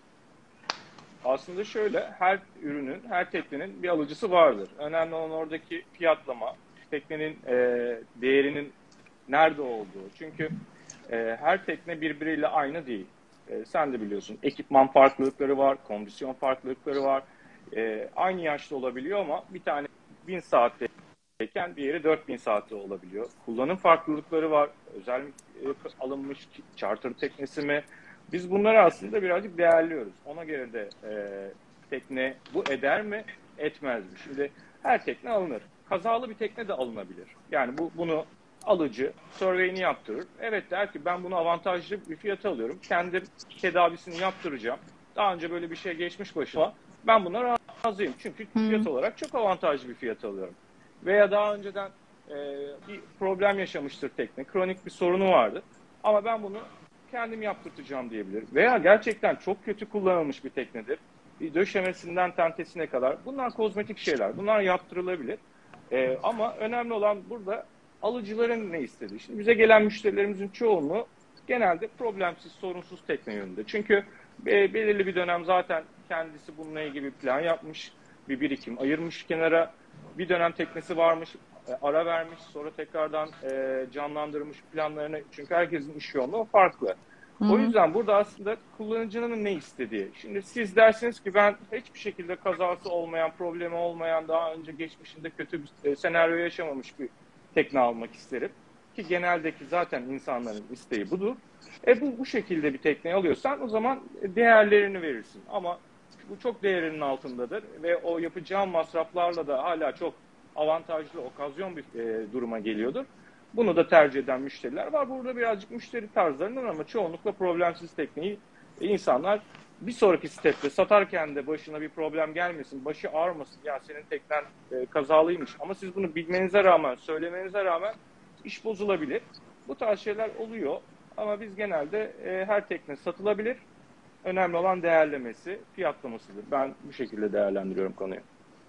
aslında şöyle, her ürünün, her teknenin bir alıcısı vardır. Önemli olan oradaki fiyatlama, teknenin e, değerinin nerede olduğu. Çünkü e, her tekne birbiriyle aynı değil. E, sen de biliyorsun, ekipman farklılıkları var, kondisyon farklılıkları var. E, aynı yaşta olabiliyor ama bir tane bin saatteyken diğeri dört bin saatte olabiliyor. Kullanım farklılıkları var. Özel mi e, alınmış, charter teknesi mi? Biz bunları aslında birazcık değerliyoruz. Ona göre de e, tekne bu eder mi, etmez mi? Şimdi her tekne alınır. Kazalı bir tekne de alınabilir. Yani bu bunu alıcı survey'ini yaptırır. Evet, der ki ben bunu avantajlı bir fiyata alıyorum. Kendim tedavisini yaptıracağım. Daha önce böyle bir şey geçmiş başıma. Ben buna razıyım. Çünkü Hı. fiyat olarak çok avantajlı bir fiyat alıyorum. Veya daha önceden e, bir problem yaşamıştır tekne. Kronik bir sorunu vardı. Ama ben bunu kendim yaptırtacağım diyebilir. Veya gerçekten çok kötü kullanılmış bir teknedir. Bir döşemesinden tentesine kadar. Bunlar kozmetik şeyler. Bunlar yaptırılabilir. Ee, ama önemli olan burada alıcıların ne istediği. Şimdi bize gelen müşterilerimizin çoğunluğu genelde problemsiz, sorunsuz tekne yönünde. Çünkü e, belirli bir dönem zaten kendisi bununla ilgili bir plan yapmış, bir birikim ayırmış kenara. Bir dönem teknesi varmış, e, ara vermiş, sonra tekrardan e, canlandırmış planlarını. Çünkü herkesin iş yoğunluğu farklı. O Hı. yüzden burada aslında kullanıcının ne istediği. Şimdi siz dersiniz ki ben hiçbir şekilde kazası olmayan, problemi olmayan, daha önce geçmişinde kötü bir senaryo yaşamamış bir tekne almak isterim. Ki geneldeki zaten insanların isteği budur. E bu, bu şekilde bir tekne alıyorsan o zaman değerlerini verirsin. Ama bu çok değerinin altındadır ve o yapacağın masraflarla da hala çok avantajlı, okazyon bir e, duruma geliyordur. Bunu da tercih eden müşteriler var. Burada birazcık müşteri tarzlarından ama çoğunlukla problemsiz tekneyi insanlar bir sonraki stepte satarken de başına bir problem gelmesin, başı ağrımasın. Ya senin teknen e, kazalıymış ama siz bunu bilmenize rağmen, söylemenize rağmen iş bozulabilir. Bu tarz şeyler oluyor ama biz genelde e, her tekne satılabilir. Önemli olan değerlemesi, fiyatlamasıdır. Ben bu şekilde değerlendiriyorum konuyu.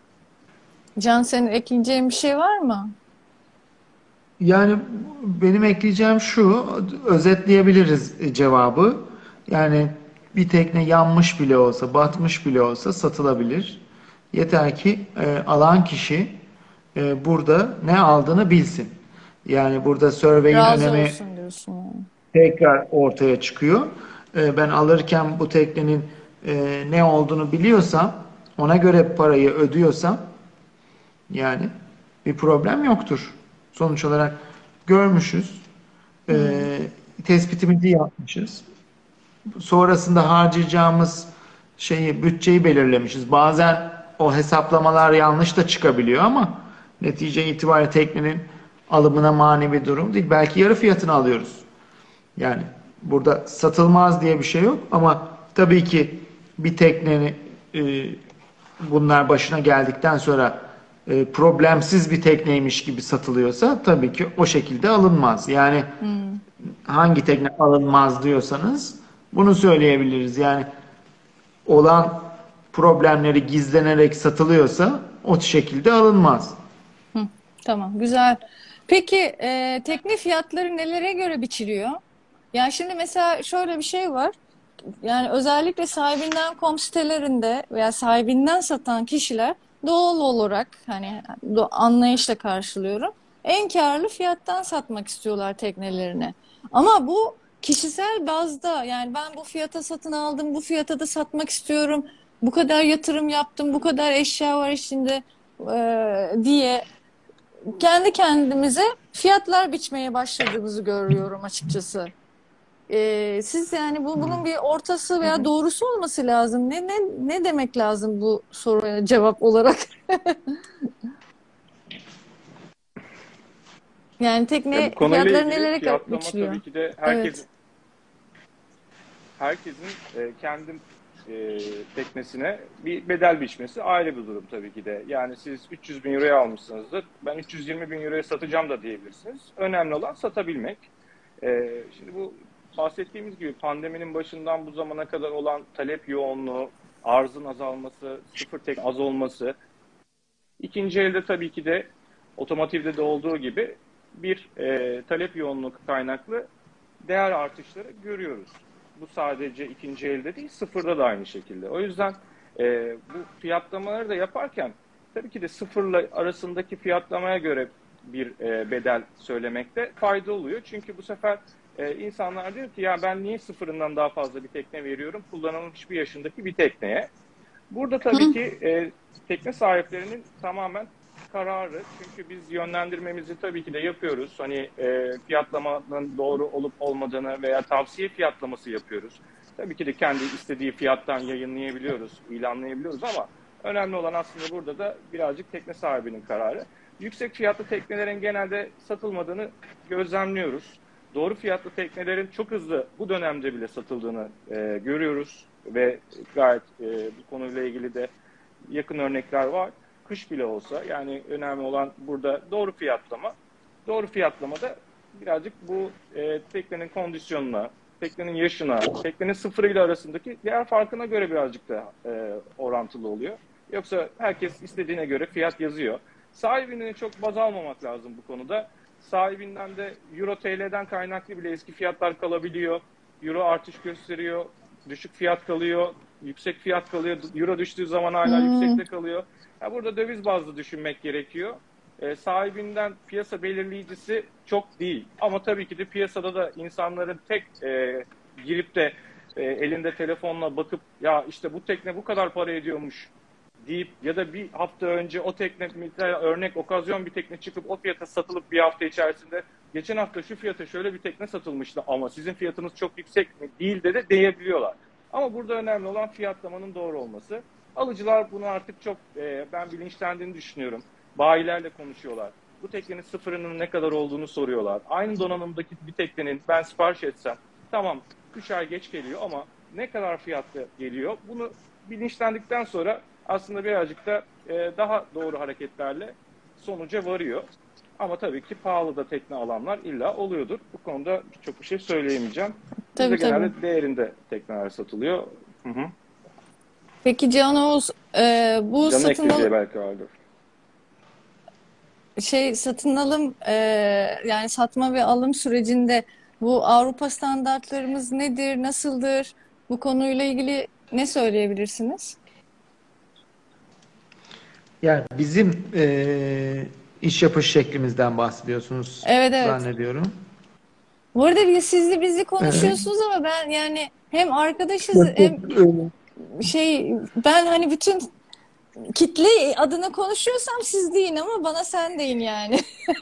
Can, senin ekleyeceğin bir şey var mı? Yani benim ekleyeceğim şu, özetleyebiliriz cevabı. Yani bir tekne yanmış bile olsa, batmış bile olsa satılabilir. Yeter ki e, alan kişi e, burada ne aldığını bilsin. Yani burada survey'in Razı önemi olsun diyorsun yani. tekrar ortaya çıkıyor. E, ben alırken bu teknenin e, ne olduğunu biliyorsam, ona göre parayı ödüyorsam, yani bir problem yoktur. Sonuç olarak görmüşüz, e, Hı. tespitimizi yapmışız. Sonrasında harcayacağımız şeyi, bütçeyi belirlemişiz. Bazen o hesaplamalar yanlış da çıkabiliyor ama netice itibariyle teknenin alımına mani bir durum değil. Belki yarı fiyatını alıyoruz. Yani burada satılmaz diye bir şey yok ama tabii ki bir teknenin e, bunlar başına geldikten sonra e, problemsiz bir tekneymiş gibi satılıyorsa tabii ki o şekilde alınmaz. Yani Hı. hangi tekne alınmaz diyorsanız bunu söyleyebiliriz. Yani olan problemleri gizlenerek satılıyorsa o şekilde alınmaz. Hı. Tamam, güzel. Peki e, tekne fiyatları nelere göre biçiliyor? Yani şimdi mesela şöyle bir şey var. Yani özellikle sahibinden nokta com sitelerinde veya sahibinden satan kişiler doğal olarak hani do- anlayışla karşılıyorum. En karlı fiyattan satmak istiyorlar teknelerini. Ama bu kişisel bazda, yani ben bu fiyata satın aldım, bu fiyata da satmak istiyorum. Bu kadar yatırım yaptım, bu kadar eşya var içinde e, diye kendi kendimize fiyatlar biçmeye başladığımızı görüyorum açıkçası. Ee, siz yani bu bunun bir ortası Hı veya hı. doğrusu olması lazım. Ne ne ne demek lazım bu soruya cevap olarak? Yani Ya tekne bu konuyla fiyatları ilgili nelere göre fiyatlama biçiliyor? tabii ki de herkesin Evet. herkesin e, kendi e, teknesine bir bedel biçmesi ayrı bir durum tabii ki de. Yani siz üç yüz bin euroya almışsınızdır. Ben üç yüz yirmi bin euroya satacağım da diyebilirsiniz. Önemli olan satabilmek. E, şimdi bu bahsettiğimiz gibi pandeminin başından bu zamana kadar olan talep yoğunluğu, arzın azalması, sıfır tek az olması İkinci elde tabii ki de otomotivde de olduğu gibi bir e, talep yoğunluğu kaynaklı değer artışları görüyoruz. Bu sadece ikinci elde değil, sıfırda da aynı şekilde. O yüzden e, bu fiyatlamaları da yaparken tabii ki de sıfırla arasındaki fiyatlamaya göre bir e, bedel söylemekte fayda oluyor. Çünkü bu sefer e, insanlar diyor ki ya ben niye sıfırından daha fazla bir tekne veriyorum kullanılmış bir yaşındaki bir tekneye. Burada tabii ki e, tekne sahiplerinin tamamen kararı. Çünkü biz yönlendirmemizi tabii ki de yapıyoruz. Hani e, fiyatlamanın doğru olup olmadığını veya tavsiye fiyatlaması yapıyoruz. Tabii ki de kendi istediği fiyattan yayınlayabiliyoruz, ilanlayabiliyoruz ama önemli olan aslında burada da birazcık tekne sahibinin kararı. Yüksek fiyatlı teknelerin genelde satılmadığını gözlemliyoruz. Doğru fiyatlı teknelerin çok hızlı bu dönemde bile satıldığını e, görüyoruz ve gayet e, bu konuyla ilgili de yakın örnekler var. Kış bile olsa yani önemli olan burada doğru fiyatlama. Doğru fiyatlamada birazcık bu e, teknenin kondisyonuna, teknenin yaşına, teknenin sıfırıyla arasındaki değer farkına göre birazcık da e, orantılı oluyor. Yoksa herkes istediğine göre fiyat yazıyor. Sahibini çok baz almamak lazım bu konuda. Sahibinden de Euro T L'den kaynaklı bile eski fiyatlar kalabiliyor. Euro artış gösteriyor, düşük fiyat kalıyor, yüksek fiyat kalıyor. Euro düştüğü zaman hala Hmm. yüksekte kalıyor. Ya burada döviz bazlı düşünmek gerekiyor. E, sahibinden piyasa belirleyicisi çok değil. Ama tabii ki de piyasada da insanların tek e, girip de e, elinde telefonla bakıp ya işte bu tekne bu kadar para ediyormuş deyip ya da bir hafta önce o tekne örnek okazyon bir tekne çıkıp o fiyata satılıp bir hafta içerisinde geçen hafta şu fiyata şöyle bir tekne satılmıştı ama sizin fiyatınız çok yüksek mi değil de de diyebiliyorlar. Ama burada önemli olan fiyatlamanın doğru olması. Alıcılar bunu artık çok e, ben bilinçlendiğini düşünüyorum. Bayilerle konuşuyorlar. Bu teknenin sıfırının ne kadar olduğunu soruyorlar. Aynı donanımdaki bir teknenin ben sipariş etsem tamam üç ay geç geliyor ama ne kadar fiyatlı geliyor? Bunu bilinçlendikten sonra aslında birazcık da e, daha doğru hareketlerle sonuca varıyor. Ama tabii ki pahalı da tekne alanlar illa oluyordur. Bu konuda çok bir şey söyleyemeyeceğim. Bizde Tabii, tabii. genelde değerinde tekneler satılıyor. Hı hı. Peki Can Oğuz, e, bu Canın satın ekleyeceği al belki vardır. şey satın alım e, yani satma ve alım sürecinde bu Avrupa standartlarımız nedir, nasıldır? Bu konuyla ilgili ne söyleyebilirsiniz? Yani bizim e, iş yapış şeklimizden bahsediyorsunuz Evet, evet. zannediyorum. Bu arada bir sizli bizli Evet. konuşuyorsunuz ama ben yani hem arkadaşız Yok, yok, hem öyle. şey ben hani bütün kitle adına konuşuyorsam siz deyin ama bana sen deyin yani.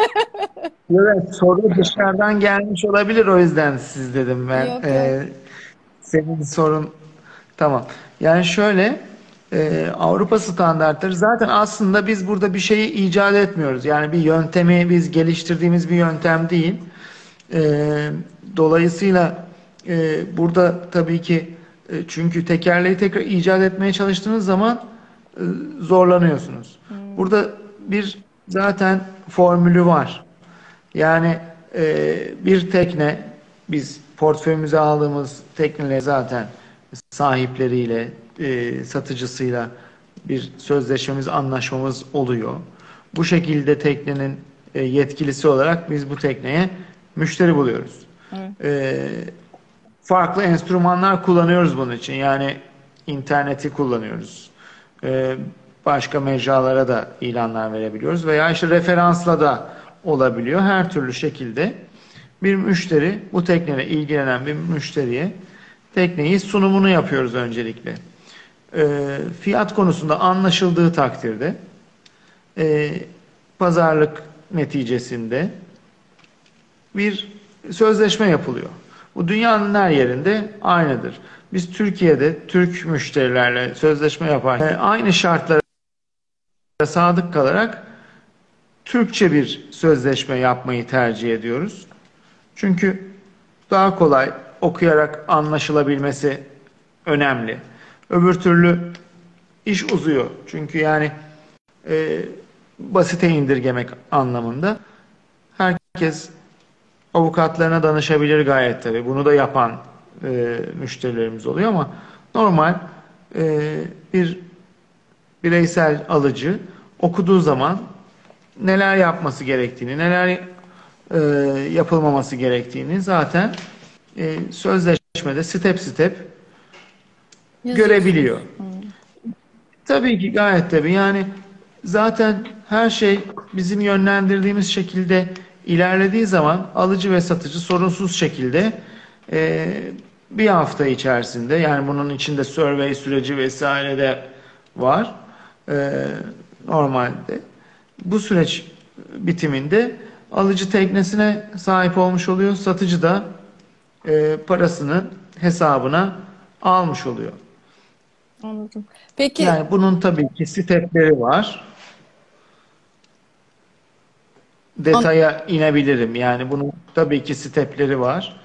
Evet, soru dışarıdan gelmiş olabilir, o yüzden siz dedim ben. Yok, yok. Ee, senin sorun tamam. Yani şöyle e, Avrupa standartları zaten aslında biz burada bir şeyi icat etmiyoruz. Yani bir yöntemi biz geliştirdiğimiz bir yöntem değil. Ee, dolayısıyla e, burada tabii ki e, çünkü tekerleği tekrar icat etmeye çalıştığınız zaman e, zorlanıyorsunuz. Hmm. Burada bir zaten formülü var. Yani e, bir tekne biz portföyümüze aldığımız tekneleri zaten sahipleriyle, e, satıcısıyla bir sözleşmemiz, anlaşmamız oluyor. Bu şekilde teknenin e, yetkilisi olarak biz bu tekneye müşteri buluyoruz. Evet. E, farklı enstrümanlar kullanıyoruz bunun için. Yani interneti kullanıyoruz. E, başka mecralara da ilanlar verebiliyoruz veya işte referansla da olabiliyor. Her türlü şekilde bir müşteri, bu tekneyle ilgilenen bir müşteriye tekneyi sunumunu yapıyoruz öncelikle. E, fiyat konusunda anlaşıldığı takdirde e, pazarlık neticesinde bir sözleşme yapılıyor. Bu dünyanın her yerinde aynıdır. Biz Türkiye'de Türk müşterilerle sözleşme yaparken e, aynı şartlara sadık kalarak Türkçe bir sözleşme yapmayı tercih ediyoruz. Çünkü daha kolay okuyarak anlaşılabilmesi önemli. Öbür türlü iş uzuyor. Çünkü yani e, basite indirgemek anlamında herkes avukatlarına danışabilir gayet tabii. Bunu da yapan e, müşterilerimiz oluyor ama normal e, bir bireysel alıcı okuduğu zaman neler yapması gerektiğini, neler e, yapılmaması gerektiğini zaten e, sözleşmede step step Yazıyorsunuz. görebiliyor. Hmm. Tabii ki gayet tabii. Yani zaten her şey bizim yönlendirdiğimiz şekilde ilerlediği zaman alıcı ve satıcı sorunsuz şekilde e, bir hafta içerisinde, yani bunun içinde survey süreci vesaire de var. E, normalde bu süreç bitiminde alıcı teknesine sahip olmuş oluyor. Satıcı da e, parasını hesabına almış oluyor. Anladım. Peki Yani bunun tabii ki stepleri var. an- Detaya inebilirim. Yani bunun tabii ki stepleri var.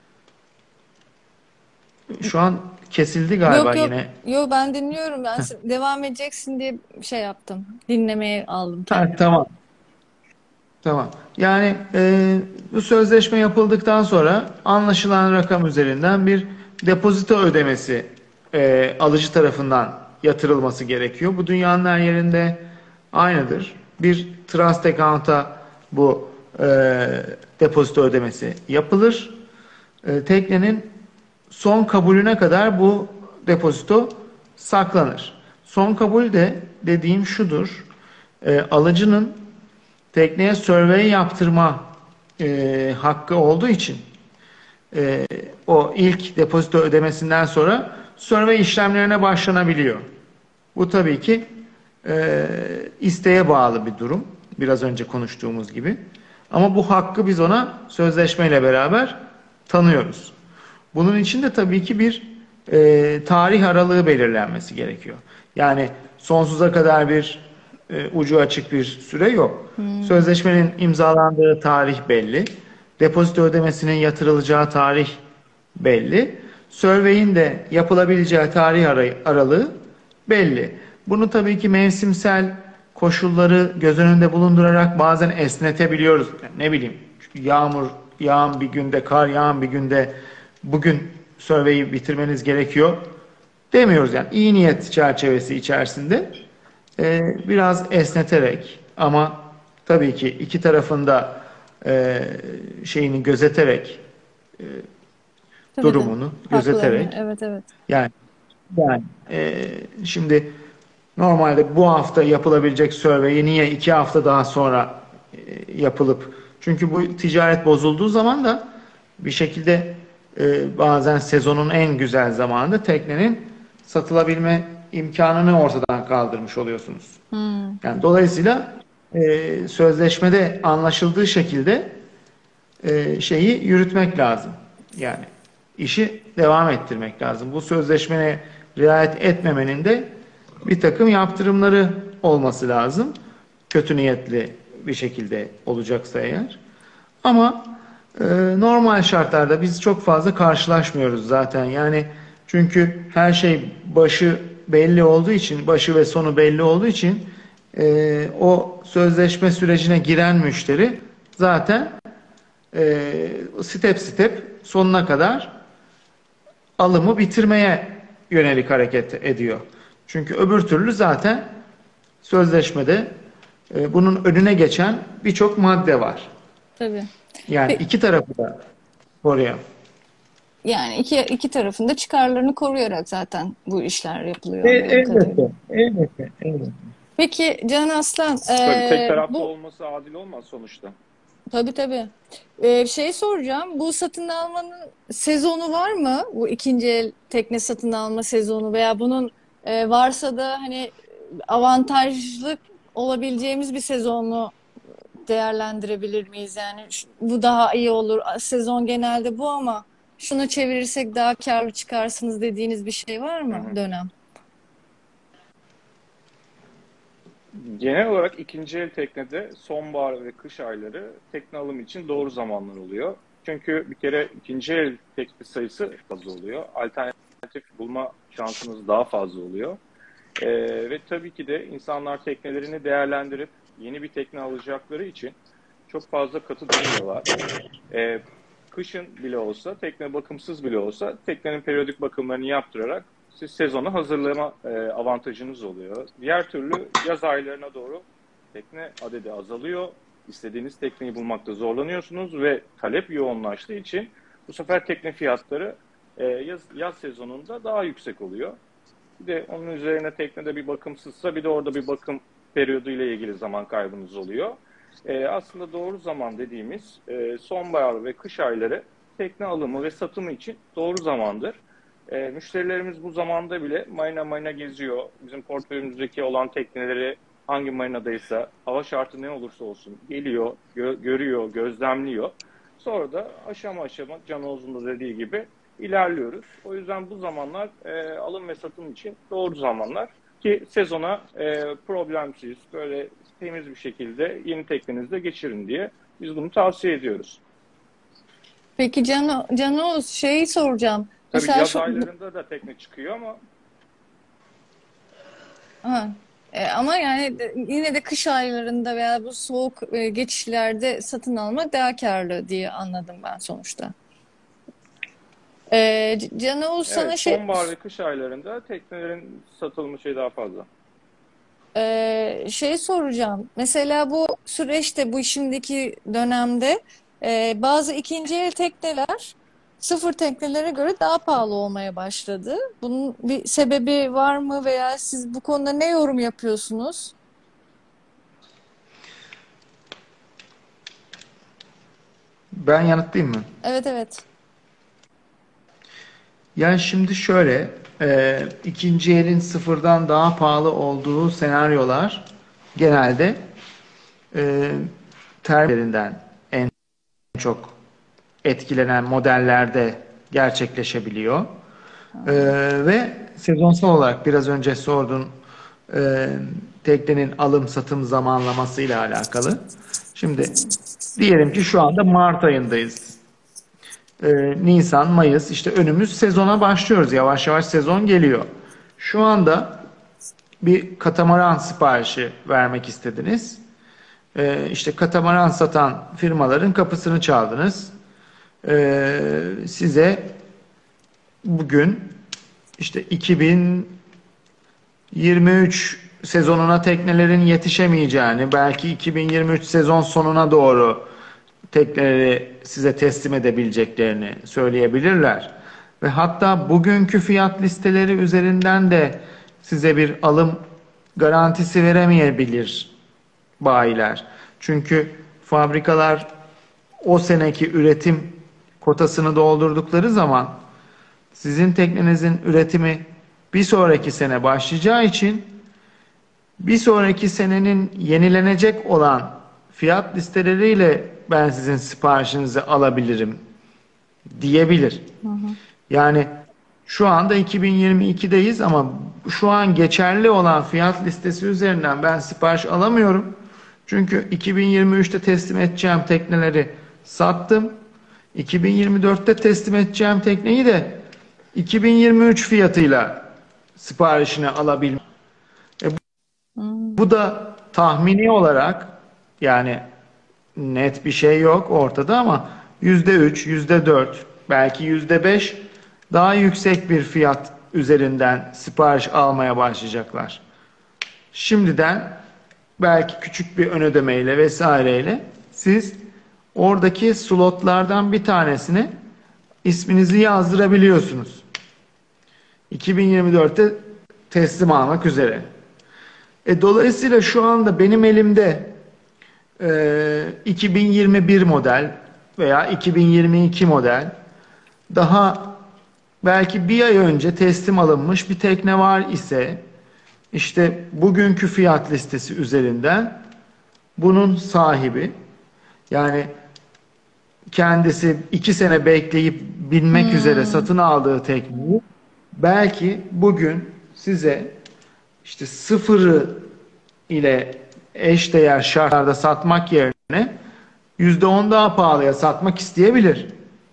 Şu an kesildi yok galiba yok yine. yok, ben dinliyorum. Ben se- devam edeceksin diye şey yaptım. Dinlemeye aldım Ha, kendimi. tamam. Tamam. Yani e, bu sözleşme yapıldıktan sonra anlaşılan rakam üzerinden bir depozito ödemesi e, alıcı tarafından yatırılması gerekiyor. Bu dünyanın her yerinde aynıdır. Bir trust account'a bu e, depozito ödemesi yapılır. E, teknenin son kabulüne kadar bu depozito saklanır. Son kabul de dediğim şudur. E, alıcının tekneye survey yaptırma e, hakkı olduğu için e, o ilk depozito ödemesinden sonra survey işlemlerine başlanabiliyor. Bu tabii ki e, isteğe bağlı bir durum. Biraz önce konuştuğumuz gibi. Ama bu hakkı biz ona sözleşmeyle beraber tanıyoruz. Bunun için de tabii ki bir e, tarih aralığı belirlenmesi gerekiyor. Yani sonsuza kadar bir e, ucu açık bir süre yok. Hmm, Sözleşmenin imzalandığı tarih belli. Depozito ödemesinin yatırılacağı tarih belli. Survey'in de yapılabileceği tarih ara- aralığı belli. Bunu tabii ki mevsimsel koşulları göz önünde bulundurarak bazen esnetebiliyoruz. Yani ne bileyim, yağmur yağan bir günde, kar yağan bir günde bugün survey'i bitirmeniz gerekiyor demiyoruz. Yani iyi niyet çerçevesi içerisinde e, biraz esneterek, ama tabii ki iki tarafında e, şeyini gözeterek, tabii de. durumunu Haklarını. gözeterek, Evet, evet. yani yani e, şimdi normalde bu hafta yapılabilecek survey'i niye iki hafta daha sonra e, yapılıp, çünkü bu ticaret bozulduğu zaman da bir şekilde e, bazen sezonun en güzel zamanında teknenin satılabilme imkanını ortadan kaldırmış oluyorsunuz. Hmm, Yani dolayısıyla e, sözleşmede anlaşıldığı şekilde e, şeyi yürütmek lazım. Yani işi devam ettirmek lazım. Bu sözleşmeye riayet etmemenin de bir takım yaptırımları olması lazım. Kötü niyetli bir şekilde olacaksa eğer. Ama e, normal şartlarda biz çok fazla karşılaşmıyoruz zaten. Yani çünkü her şey başı belli olduğu için, başı ve sonu belli olduğu için e, o sözleşme sürecine giren müşteri zaten e, step step sonuna kadar alımı bitirmeye yönelik hareket ediyor. Çünkü öbür türlü zaten sözleşmede e, bunun önüne geçen birçok madde var. tabii. Yani Pe- iki tarafı da koruyan. Yani iki, iki tarafın çıkarlarını koruyarak zaten bu işler yapılıyor E, anladığım kadarıyla. elbette, elbette, elbette. Peki Can Aslan, Tabii tek eee, taraflı bu olması adil olmaz sonuçta. tabii tabii. Eee, şey soracağım. Bu satın almanın sezonu var mı? Bu ikinci el tekne satın alma sezonu veya bunun eee, varsa da hani avantajlı olabileceğimiz bir sezonu değerlendirebilir miyiz? Yani şu- bu daha iyi olur. Sezon genelde bu ama şunu çevirirsek daha karlı çıkarsınız dediğiniz bir şey var Hı mı hı. dönem? Genel olarak ikinci el teknede sonbahar ve kış ayları tekne alım için doğru zamanlar oluyor. Çünkü bir kere ikinci el tekne sayısı fazla oluyor. Alternatif bulma şansınız daha fazla oluyor. Ee, ve tabii ki de insanlar teknelerini değerlendirip yeni bir tekne alacakları için çok fazla katı durmuyorlar. Ee, Kışın bile olsa, tekne bakımsız bile olsa teknenin periyodik bakımlarını yaptırarak siz sezonu hazırlama e, avantajınız oluyor. Diğer türlü yaz aylarına doğru tekne adedi azalıyor. İstediğiniz tekneyi bulmakta zorlanıyorsunuz ve talep yoğunlaştığı için bu sefer tekne fiyatları e, yaz, yaz sezonunda daha yüksek oluyor. Bir de onun üzerine teknede bir bakımsızsa bir de orada bir bakım periyodu ile ilgili zaman kaybınız oluyor. E, aslında doğru zaman dediğimiz e, sonbahar ve kış ayları tekne alımı ve satımı için doğru zamandır. E, müşterilerimiz bu zamanda bile marina marina geziyor. Bizim portföyümüzdeki olan tekneleri hangi marinadaysa hava şartı ne olursa olsun geliyor, gö- görüyor, gözlemliyor. Sonra da aşama aşama Can Oğuz'un da dediği gibi ilerliyoruz. O yüzden bu zamanlar e, alım ve satım için doğru zamanlar ki sezona e, problemsiz, böyle temiz bir şekilde yeni teknenizde geçirin diye biz bunu tavsiye ediyoruz. Peki Can, Can Oğuz, şeyi soracağım. Tabii Mesela yaz şu, aylarında da tekne çıkıyor ama ha, e, ama yani de- yine de kış aylarında veya bu soğuk e, geçişlerde satın almak daha karlı diye anladım ben sonuçta. E, C- Can Oğuz, sana evet, şey sonbahar ve kış aylarında teknelerin satılma şeyi daha fazla. e, şey soracağım. Mesela bu süreçte, bu şimdiki dönemde e, bazı ikinci el tekneler sıfır teknelere göre daha pahalı olmaya başladı. Bunun bir sebebi var mı veya siz bu konuda ne yorum yapıyorsunuz? Ben yanıtlayayım mı? Evet, evet. Yani şimdi şöyle, e, ikinci elin sıfırdan daha pahalı olduğu senaryolar genelde e, terminlerinden en çok etkilenen modellerde gerçekleşebiliyor. E, ve sezonsal olarak biraz önce sorduğun e, teknenin alım satım zamanlaması ile alakalı. Şimdi diyelim ki şu anda Mart ayındayız. Ee, Nisan, Mayıs işte önümüz sezona başlıyoruz. Yavaş yavaş sezon geliyor. Şu anda bir katamaran siparişi vermek istediniz. Ee, işte katamaran satan firmaların kapısını çaldınız. Ee, size bugün işte iki bin yirmi üç sezonuna teknelerin yetişemeyeceğini, belki iki bin yirmi üç sezon sonuna doğru tekneleri size teslim edebileceklerini söyleyebilirler. Ve hatta bugünkü fiyat listeleri üzerinden de size bir alım garantisi veremeyebilir bayiler. Çünkü fabrikalar o seneki üretim kotasını doldurdukları zaman sizin teknenizin üretimi bir sonraki sene başlayacağı için bir sonraki senenin yenilenecek olan fiyat listeleriyle ben sizin siparişinizi alabilirim diyebilir. Yani şu anda iki bin yirmi ikideyiz ama şu an geçerli olan fiyat listesi üzerinden ben sipariş alamıyorum. Çünkü iki bin yirmi üçte teslim edeceğim tekneleri sattım. iki bin yirmi dörtte teslim edeceğim tekneyi de iki bin yirmi üç fiyatıyla siparişini alabilmek. E, bu da tahmini olarak, yani net bir şey yok ortada ama yüzde üç, yüzde dört, belki yüzde beş daha yüksek bir fiyat üzerinden sipariş almaya başlayacaklar. Şimdiden belki küçük bir ön ödemeyle vesaireyle siz oradaki slotlardan bir tanesine isminizi yazdırabiliyorsunuz. iki bin yirmi dörtte teslim almak üzere. E, dolayısıyla şu anda benim elimde e, iki bin yirmi bir model veya iki bin yirmi iki model daha belki bir ay önce teslim alınmış bir tekne var ise işte bugünkü fiyat listesi üzerinden bunun sahibi, yani kendisi iki sene bekleyip binmek üzere satın aldığı tekneyi belki bugün size işte sıfırı ile eşdeğer şartlarda satmak yerine yüzde on daha pahalıya satmak isteyebilir.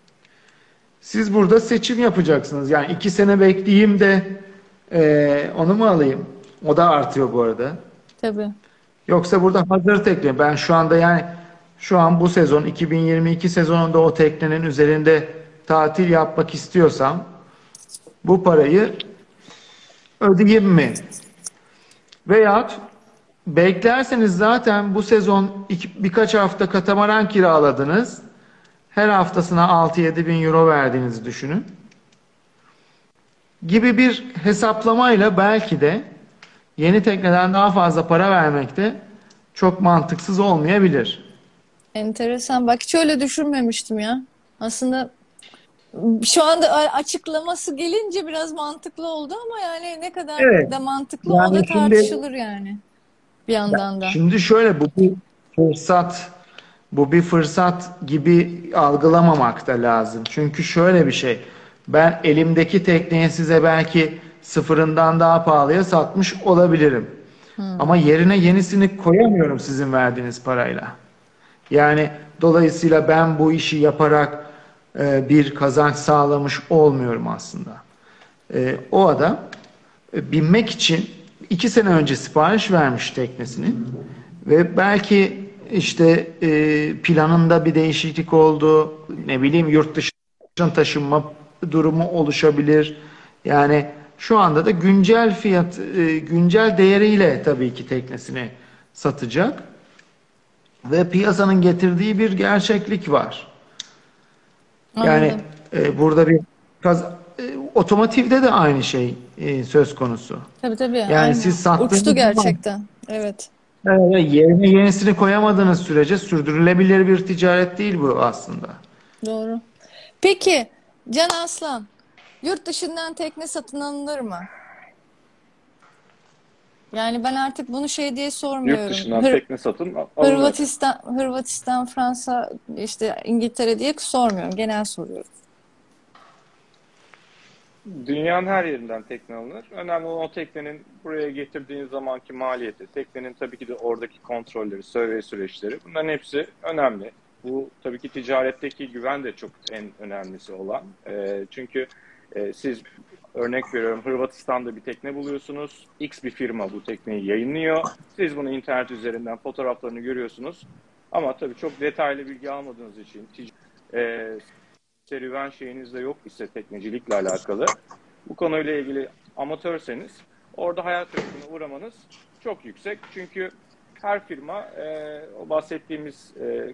Siz burada seçim yapacaksınız. Yani iki sene bekleyeyim de eee, onu mu alayım? O da artıyor bu arada. Tabii. Yoksa burada hazır tekne. Ben şu anda yani şu an bu sezon iki bin yirmi iki sezonunda o teknenin üzerinde tatil yapmak istiyorsam bu parayı ödeyeyim mi? Veyahut beklerseniz zaten bu sezon iki, birkaç hafta katamaran kiraladınız. Her haftasına altı yedi bin euro verdiğinizi düşünün. Gibi bir hesaplamayla belki de yeni tekneden daha fazla para vermek de çok mantıksız olmayabilir. Enteresan. Bak hiç öyle düşünmemiştim ya. Aslında şu anda a- açıklaması gelince biraz mantıklı oldu ama yani ne kadar Evet. da mantıklı o da Yani şimdi tartışılır yani bir yandan da. şimdi şöyle, bu bir fırsat, bu bir fırsat gibi algılamamak da lazım. Çünkü şöyle bir şey. Ben elimdeki tekneyi size belki sıfırından daha pahalıya satmış olabilirim. Ama Hmm. yerine yenisini koyamıyorum sizin verdiğiniz parayla. Yani dolayısıyla ben bu işi yaparak e, bir kazanç sağlamış olmuyorum aslında. E, o adam e, binmek için iki sene önce sipariş vermiş teknesini ve belki işte e, planında bir değişiklik oldu, ne bileyim yurt dışına taşınma durumu oluşabilir. Yani şu anda da güncel fiyat, e, güncel değeriyle tabii ki teknesini satacak ve piyasanın getirdiği bir gerçeklik var. Yani Anladım. e, burada bir kaz e, otomotivde de aynı şey e, söz konusu. Tabii tabii Yani aynı. siz Uçtu sattığınız zaman gerçekten. Evet. e, yerine yenisini koyamadığınız sürece sürdürülebilir bir ticaret değil bu aslında. Doğru. Peki Can Aslan, yurt dışından tekne satın alınır mı? Yani ben artık bunu şey diye Yurt sormuyorum. dışından Hır, tekne satın al- alınır. Hırvatistan, Hırvatistan, Fransa, işte İngiltere diye sormuyorum. Genel soruyorum. Dünyanın her yerinden tekne alınır. Önemli olan o teknenin buraya getirdiğiniz zamanki maliyeti, teknenin tabii ki de oradaki kontrolleri, survey süreçleri, bunların hepsi önemli. Bu tabii ki ticaretteki güven de çok en önemlisi olan. E, çünkü e, siz örnek veriyorum Hırvatistan'da bir tekne buluyorsunuz. X bir firma bu tekneyi yayınlıyor. Siz bunu internet üzerinden fotoğraflarını görüyorsunuz. Ama tabii çok detaylı bilgi almadığınız için e, serüven şeyiniz de yok ise teknecilikle alakalı, bu konuyla ilgili amatörseniz orada hayal kırıklığına uğramanız çok yüksek. Çünkü her firma e, o bahsettiğimiz e,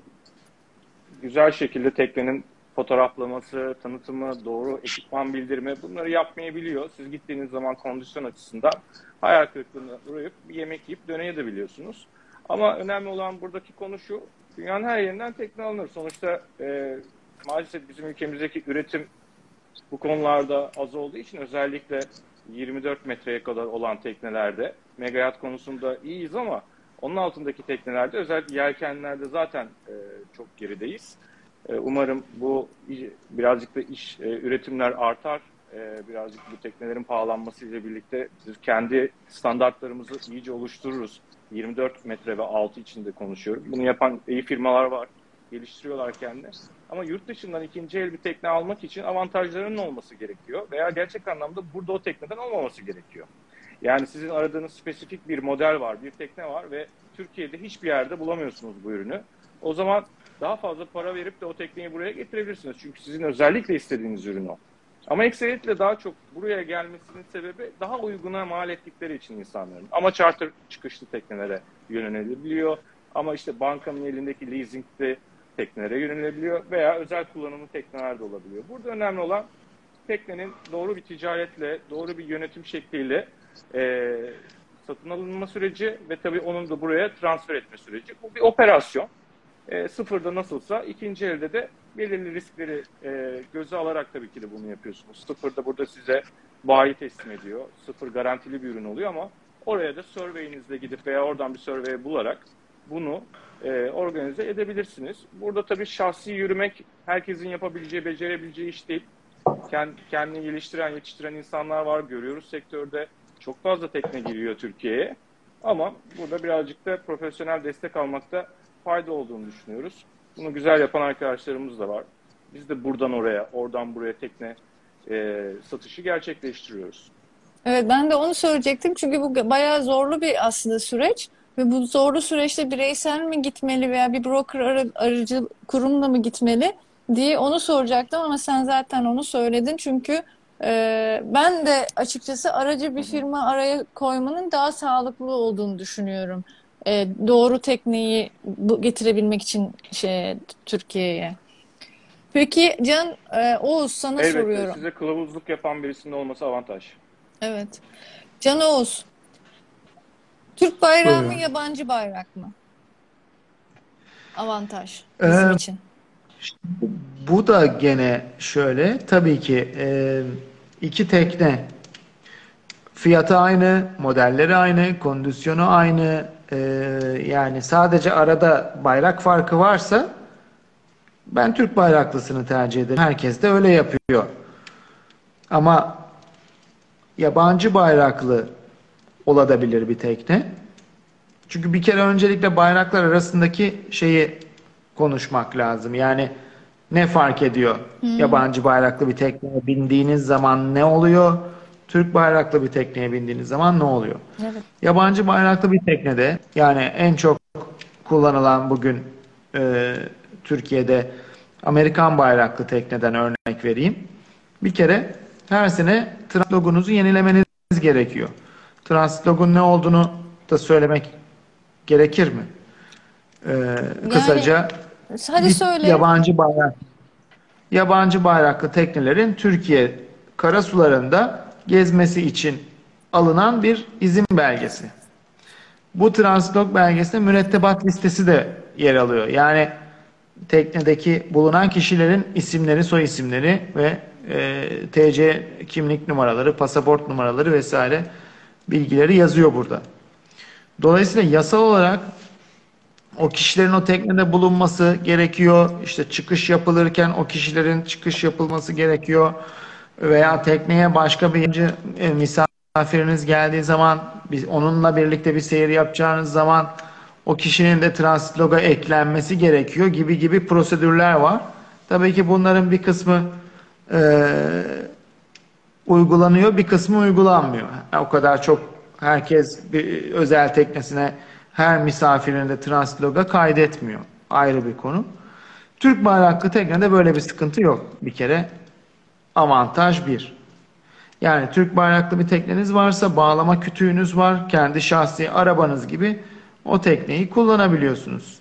güzel şekilde teknenin fotoğraflaması, tanıtımı, doğru ekipman bildirimi, bunları yapmayabiliyor. Siz gittiğiniz zaman kondisyon açısından hayal kırıklığına uğrayıp bir yemek yiyip dönebiliyorsunuz. Ama önemli olan buradaki konu şu: dünyanın her yerinden tekne alınır. Sonuçta e, maalesef bizim ülkemizdeki üretim bu konularda az olduğu için, özellikle yirmi dört metreye kadar olan teknelerde mega yacht konusunda iyiyiz ama onun altındaki teknelerde, özellikle yelkenlerde zaten e, çok gerideyiz. E, umarım bu birazcık da iş e, üretimler artar. E, birazcık bu teknelerin pahalanması ile birlikte biz kendi standartlarımızı iyice oluştururuz. yirmi dört metre ve altı içinde konuşuyorum. Bunu yapan iyi firmalar var. Geliştiriyorlar kendini. Ama yurt dışından ikinci el bir tekne almak için avantajlarının olması gerekiyor. Veya gerçek anlamda burada o tekneden olmaması gerekiyor. Yani sizin aradığınız spesifik bir model var, bir tekne var ve Türkiye'de hiçbir yerde bulamıyorsunuz bu ürünü. O zaman daha fazla para verip de o tekneyi buraya getirebilirsiniz. Çünkü sizin özellikle istediğiniz ürün o. Ama ekseriyetle daha çok buraya gelmesinin sebebi daha uyguna mal ettikleri için insanların. Ama charter çıkışlı teknelere yönelebiliyor. Ama işte bankanın elindeki leasingli teknelere yönelebiliyor veya özel kullanımlı tekneler de olabiliyor. Burada önemli olan teknenin doğru bir ticaretle, doğru bir yönetim şekliyle e, satın alınma süreci ve tabii onun da buraya transfer etme süreci. Bu bir operasyon. E, sıfırda nasılsa ikinci elde de belirli riskleri e, göze alarak tabii ki de bunu yapıyorsunuz. Sıfırda burada size bayi teslim ediyor. Sıfır garantili bir ürün oluyor ama oraya da survey'inizle gidip veya oradan bir survey bularak bunu e, organize edebilirsiniz. Burada tabii şahsi yürümek herkesin yapabileceği, becerebileceği iş değil. Kendini geliştiren, yetiştiren insanlar var. Görüyoruz sektörde. Çok fazla tekne giriyor Türkiye'ye. Ama burada birazcık da profesyonel destek almakta fayda olduğunu düşünüyoruz. Bunu güzel yapan arkadaşlarımız da var. Biz de buradan oraya, oradan buraya tekne e, satışı gerçekleştiriyoruz. Evet ben de onu söyleyecektim çünkü bu bayağı zorlu bir aslında süreç ve bu zorlu süreçte bireysel mi gitmeli veya bir broker arı- aracı kurumla mı gitmeli diye onu soracaktım ama sen zaten onu söyledin çünkü Ee, ben de açıkçası aracı bir firma araya koymanın daha sağlıklı olduğunu düşünüyorum. Ee, doğru tekneyi bu- getirebilmek için şey, Türkiye'ye. Peki Can, e, Oğuz sana Elbette soruyorum. size kılavuzluk yapan birisinin olması avantaj. Evet. Can Oğuz, Türk bayrağı mı Buyurun. yabancı bayrak mı? Avantaj bizim Ee, için. Bu da gene şöyle. Tabii ki e, iki tekne fiyatı aynı, modelleri aynı, kondisyonu aynı. E, yani sadece arada bayrak farkı varsa ben Türk bayraklısını tercih ederim. Herkes de öyle yapıyor. Ama yabancı bayraklı olabilir bir tekne. Çünkü bir kere öncelikle bayraklar arasındaki şeyi konuşmak lazım. Yani ne fark ediyor? Hı hı. Yabancı bayraklı bir tekneye bindiğiniz zaman ne oluyor? Türk bayraklı bir tekneye bindiğiniz zaman ne oluyor? Evet. Yabancı bayraklı bir teknede yani en çok kullanılan bugün e, Türkiye'de Amerikan bayraklı tekneden örnek vereyim. Bir kere her sene translogonuzu yenilemeniz gerekiyor. Translogun ne olduğunu da söylemek gerekir mi? Ee, Yani kısaca hadi bir söyle. yabancı bayrak, yabancı bayraklı teknelerin Türkiye karasularında gezmesi için alınan bir izin belgesi. Bu translog belgesinde mürettebat listesi de yer alıyor. Yani teknedeki bulunan kişilerin isimleri, soy isimleri ve e, T C kimlik numaraları, pasaport numaraları vesaire bilgileri yazıyor burada. Dolayısıyla yasal olarak o kişilerin o teknede bulunması gerekiyor. İşte çıkış yapılırken o kişilerin çıkış yapılması gerekiyor. Veya tekneye başka bir yabancı, e, misafiriniz geldiği zaman biz onunla birlikte bir seyir yapacağınız zaman o kişinin de transit loga eklenmesi gerekiyor gibi gibi prosedürler var. Tabii ki bunların bir kısmı e, uygulanıyor, bir kısmı uygulanmıyor. Yani o kadar çok herkes bir özel teknesine her misafirine de transit loga kaydetmiyor. Ayrı bir konu. Türk bayraklı teknede böyle bir sıkıntı yok. Bir kere avantaj bir. Yani Türk bayraklı bir tekneniz varsa bağlama kütüğünüz var. Kendi şahsi arabanız gibi o tekneyi kullanabiliyorsunuz.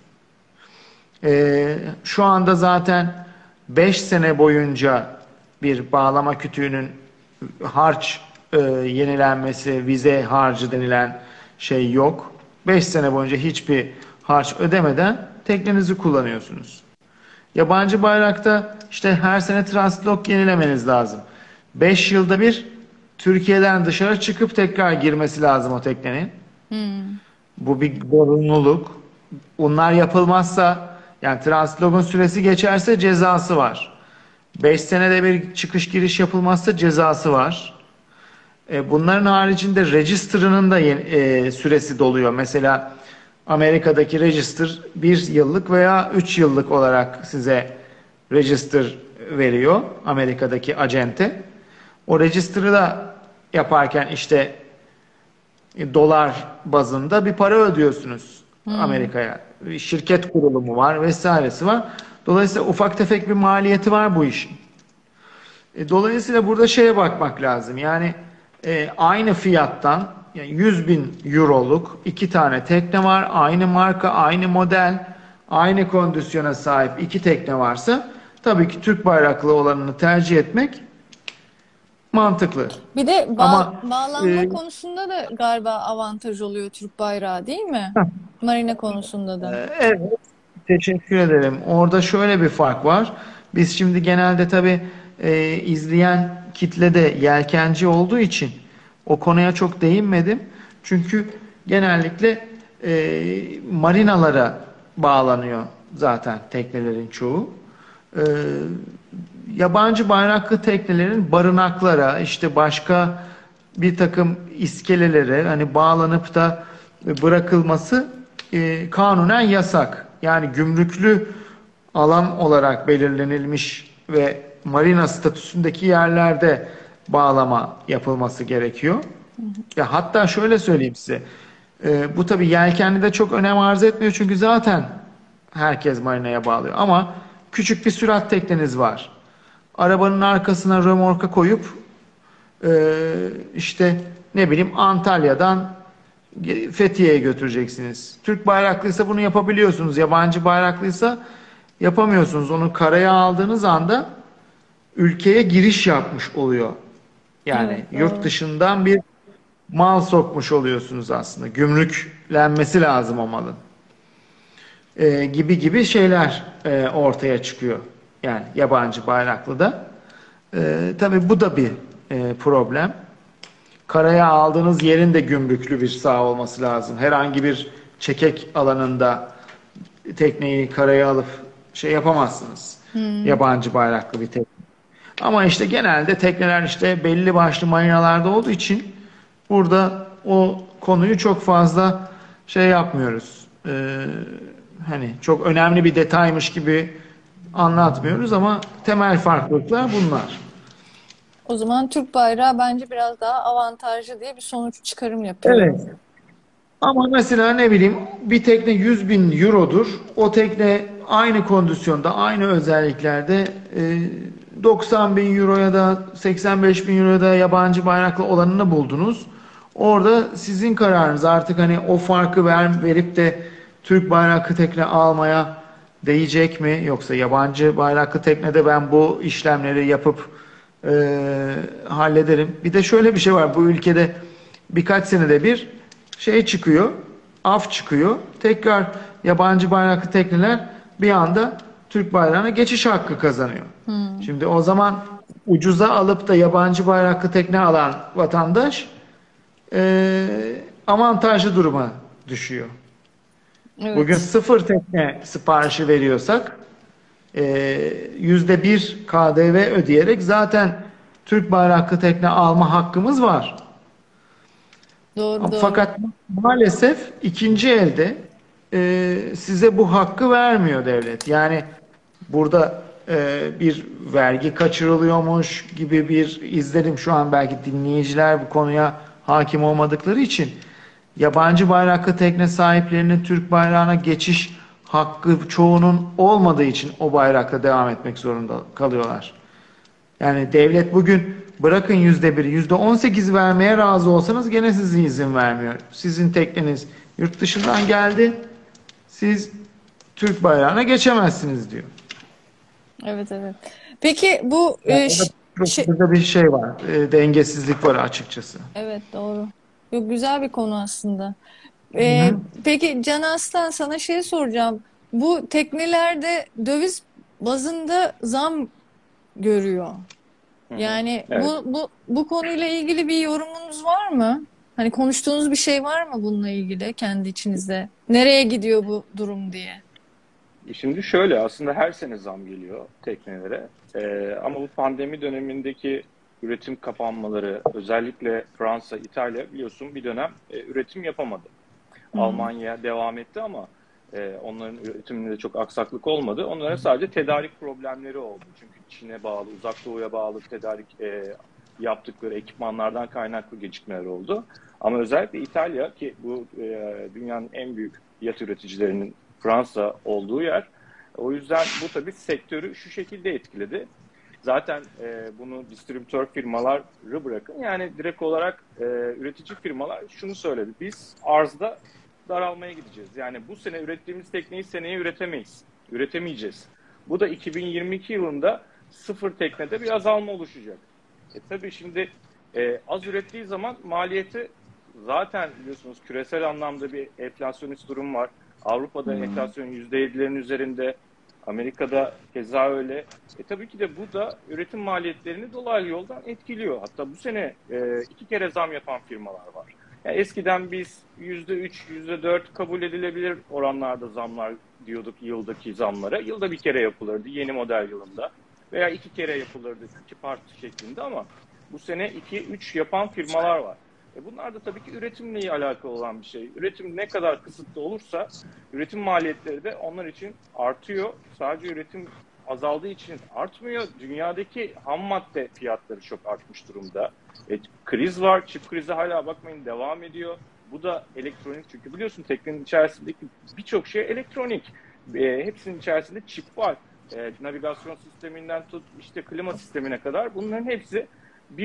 Ee, şu anda zaten beş sene boyunca bir bağlama kütüğünün harç e, yenilenmesi, vize harcı denilen şey yok. beş sene boyunca hiçbir harç ödemeden teknenizi kullanıyorsunuz. Yabancı bayrakta işte her sene translok yenilemeniz lazım. beş yılda bir Türkiye'den dışarı çıkıp tekrar girmesi lazım o teknenin. Hmm. Bu bir zorunluluk. Bunlar yapılmazsa yani translogun süresi geçerse cezası var. beş senede bir çıkış giriş yapılmazsa cezası var. E, bunların haricinde register'ının da yeni- e, süresi doluyor. Mesela Amerika'daki register bir yıllık veya üç yıllık olarak size register veriyor Amerika'daki acente. O register'ı da yaparken işte e, dolar bazında bir para ödüyorsunuz Hmm. Amerika'ya. Şirket kurulumu var vesairesi var. Dolayısıyla ufak tefek bir maliyeti var bu işin. E, dolayısıyla burada şeye bakmak lazım. Yani e, aynı fiyattan yani yüz bin euroluk iki tane tekne var. Aynı marka, aynı model, aynı kondisyona sahip iki tekne varsa tabii ki Türk bayraklı olanını tercih etmek mantıklı. Bir de bağ- Ama bağlanma e, konusunda da galiba avantaj oluyor Türk bayrağı, değil mi? Marina konusunda da. evet, teşekkür ederim. Orada şöyle bir fark var. Biz şimdi genelde tabii e, izleyen kitle de yelkenci olduğu için o konuya çok değinmedim. Çünkü genellikle e, marinalara bağlanıyor zaten teknelerin çoğu. E, Yabancı bayraklı teknelerin barınaklara, işte başka bir takım iskelelere hani bağlanıp da bırakılması e, kanunen yasak. Yani gümrüklü alan olarak belirlenilmiş ve marina statüsündeki yerlerde bağlama yapılması gerekiyor. Ya hatta şöyle söyleyeyim size. E, bu tabii yelkenli de çok önem arz etmiyor çünkü zaten herkes marinaya bağlıyor. Ama küçük bir sürat tekneniz var. Arabanın arkasına römorka koyup Ee, işte ne bileyim Antalya'dan Fethiye'ye götüreceksiniz. Türk bayraklıysa bunu yapabiliyorsunuz. Yabancı bayraklıysa yapamıyorsunuz. Onu karaya aldığınız anda ülkeye giriş yapmış oluyor. Evet, Yani yurt doğru. dışından bir mal sokmuş oluyorsunuz aslında. Gümrüklenmesi lazım o malın. Ee, gibi gibi şeyler e, ortaya çıkıyor. Yani yabancı bayraklı da. Ee, tabii bu da bir e, problem. Karaya aldığınız yerin de gümrüklü bir saha olması lazım. Herhangi bir çekek alanında tekneyi karaya alıp şey yapamazsınız. Hmm. Yabancı bayraklı bir tekne. Ama işte genelde tekneler işte belli başlı marinalarda olduğu için burada o konuyu çok fazla şey yapmıyoruz. Ee, hani çok önemli bir detaymış gibi anlatmıyoruz ama temel farklılıklar bunlar. O zaman Türk bayrağı bence biraz daha avantajlı diye bir sonuç çıkarım yapıyorum. Evet. Ama mesela ne bileyim bir tekne yüz bin eurodur. O tekne aynı kondisyonda, aynı özelliklerde e, doksan bin euro ya da seksen beş bin euro da yabancı bayraklı olanını buldunuz. Orada sizin kararınız artık hani o farkı ver, verip de Türk bayraklı tekne almaya değecek mi? Yoksa yabancı bayraklı teknede ben bu işlemleri yapıp e, hallederim. Bir de şöyle bir şey var. Bu ülkede birkaç senede bir şey çıkıyor, af çıkıyor. Tekrar yabancı bayraklı tekneler bir anda Türk bayrağına geçiş hakkı kazanıyor. Hmm. Şimdi o zaman ucuza alıp da yabancı bayraklı tekne alan vatandaş eee, avantajlı duruma düşüyor. Bugün Evet. sıfır tekne siparişi veriyorsak eee, yüzde bir K D V ödeyerek zaten Türk bayraklı tekne alma hakkımız var. Doğru doğru. Fakat maalesef ikinci elde e, size bu hakkı vermiyor devlet. Yani burada e, bir vergi kaçırılıyormuş gibi bir izlenim şu an belki dinleyiciler bu konuya hakim olmadıkları için yabancı bayraklı tekne sahiplerinin Türk bayrağına geçiş hakkı çoğunun olmadığı için o bayrakla devam etmek zorunda kalıyorlar. Yani devlet bugün bırakın yüzde biri, yüzde on sekiz vermeye razı olsanız gene size izin vermiyor. Sizin tekneniz yurt dışından geldi, siz Türk bayrağına geçemezsiniz diyor. Evet evet. Peki bu Yani e, orada ş- çok şey, burada bir şey var, e, dengesizlik var açıkçası. evet doğru. Yok, güzel bir konu aslında. Hı E, hı. peki Can Aslan, sana şey soracağım. Bu teknelerde döviz bazında zam görüyor. Hı hı. Yani Evet. bu bu bu konuyla ilgili bir yorumunuz var mı? Hani konuştuğunuz bir şey var mı bununla ilgili kendi içinizde? Nereye gidiyor bu durum diye? Şimdi şöyle aslında her sene zam geliyor teknelere. Ee, ama bu pandemi dönemindeki üretim kapanmaları özellikle Fransa, İtalya biliyorsun bir dönem e, üretim yapamadı. Hmm. Almanya devam etti ama e, onların üretiminde de çok aksaklık olmadı. Onlara sadece tedarik problemleri oldu. Çünkü Çin'e bağlı, Uzak Doğu'ya bağlı tedarik e, yaptıkları ekipmanlardan kaynaklı gecikmeler oldu. Ama özellikle İtalya ki bu e, dünyanın en büyük yat üreticilerinin Fransa olduğu yer. O yüzden bu tabii sektörü şu şekilde etkiledi. Zaten e, bunu distribütör firmaları bırakın. Yani direkt olarak e, üretici firmalar şunu söyledi. Biz arzda daralmaya gideceğiz. Yani bu sene ürettiğimiz tekneyi seneye üretemeyiz. Üretemeyeceğiz. Bu da iki bin yirmi iki yılında sıfır teknede bir azalma oluşacak. E tabii şimdi e, az ürettiği zaman maliyeti zaten biliyorsunuz küresel anlamda bir enflasyonist durum var. Avrupa'da Hmm. enflasyon yüzde yedilerin üzerinde. Amerika'da keza öyle. E tabii ki de bu da üretim maliyetlerini dolaylı yoldan etkiliyor. Hatta bu sene e, iki kere zam yapan firmalar var. Yani eskiden biz yüzde üç, yüzde dört kabul edilebilir oranlarda zamlar diyorduk yıldaki zamlara. Yılda bir kere yapılırdı yeni model yılında. Veya iki kere yapılırdı iki part şeklinde ama bu sene iki üç yapan firmalar var. E bunlar da tabii ki üretimle alakalı olan bir şey. Üretim ne kadar kısıtlı olursa üretim maliyetleri de onlar için artıyor. Sadece üretim azaldığı için artmıyor. Dünyadaki ham madde fiyatları çok artmış durumda. E, kriz var. Çip krizi hala bakmayın devam ediyor. Bu da elektronik çünkü biliyorsun teknenin içerisindeki birçok şey elektronik. E, hepsinin içerisinde çip var. E, navigasyon sisteminden tut işte klima sistemine kadar bunların hepsi bir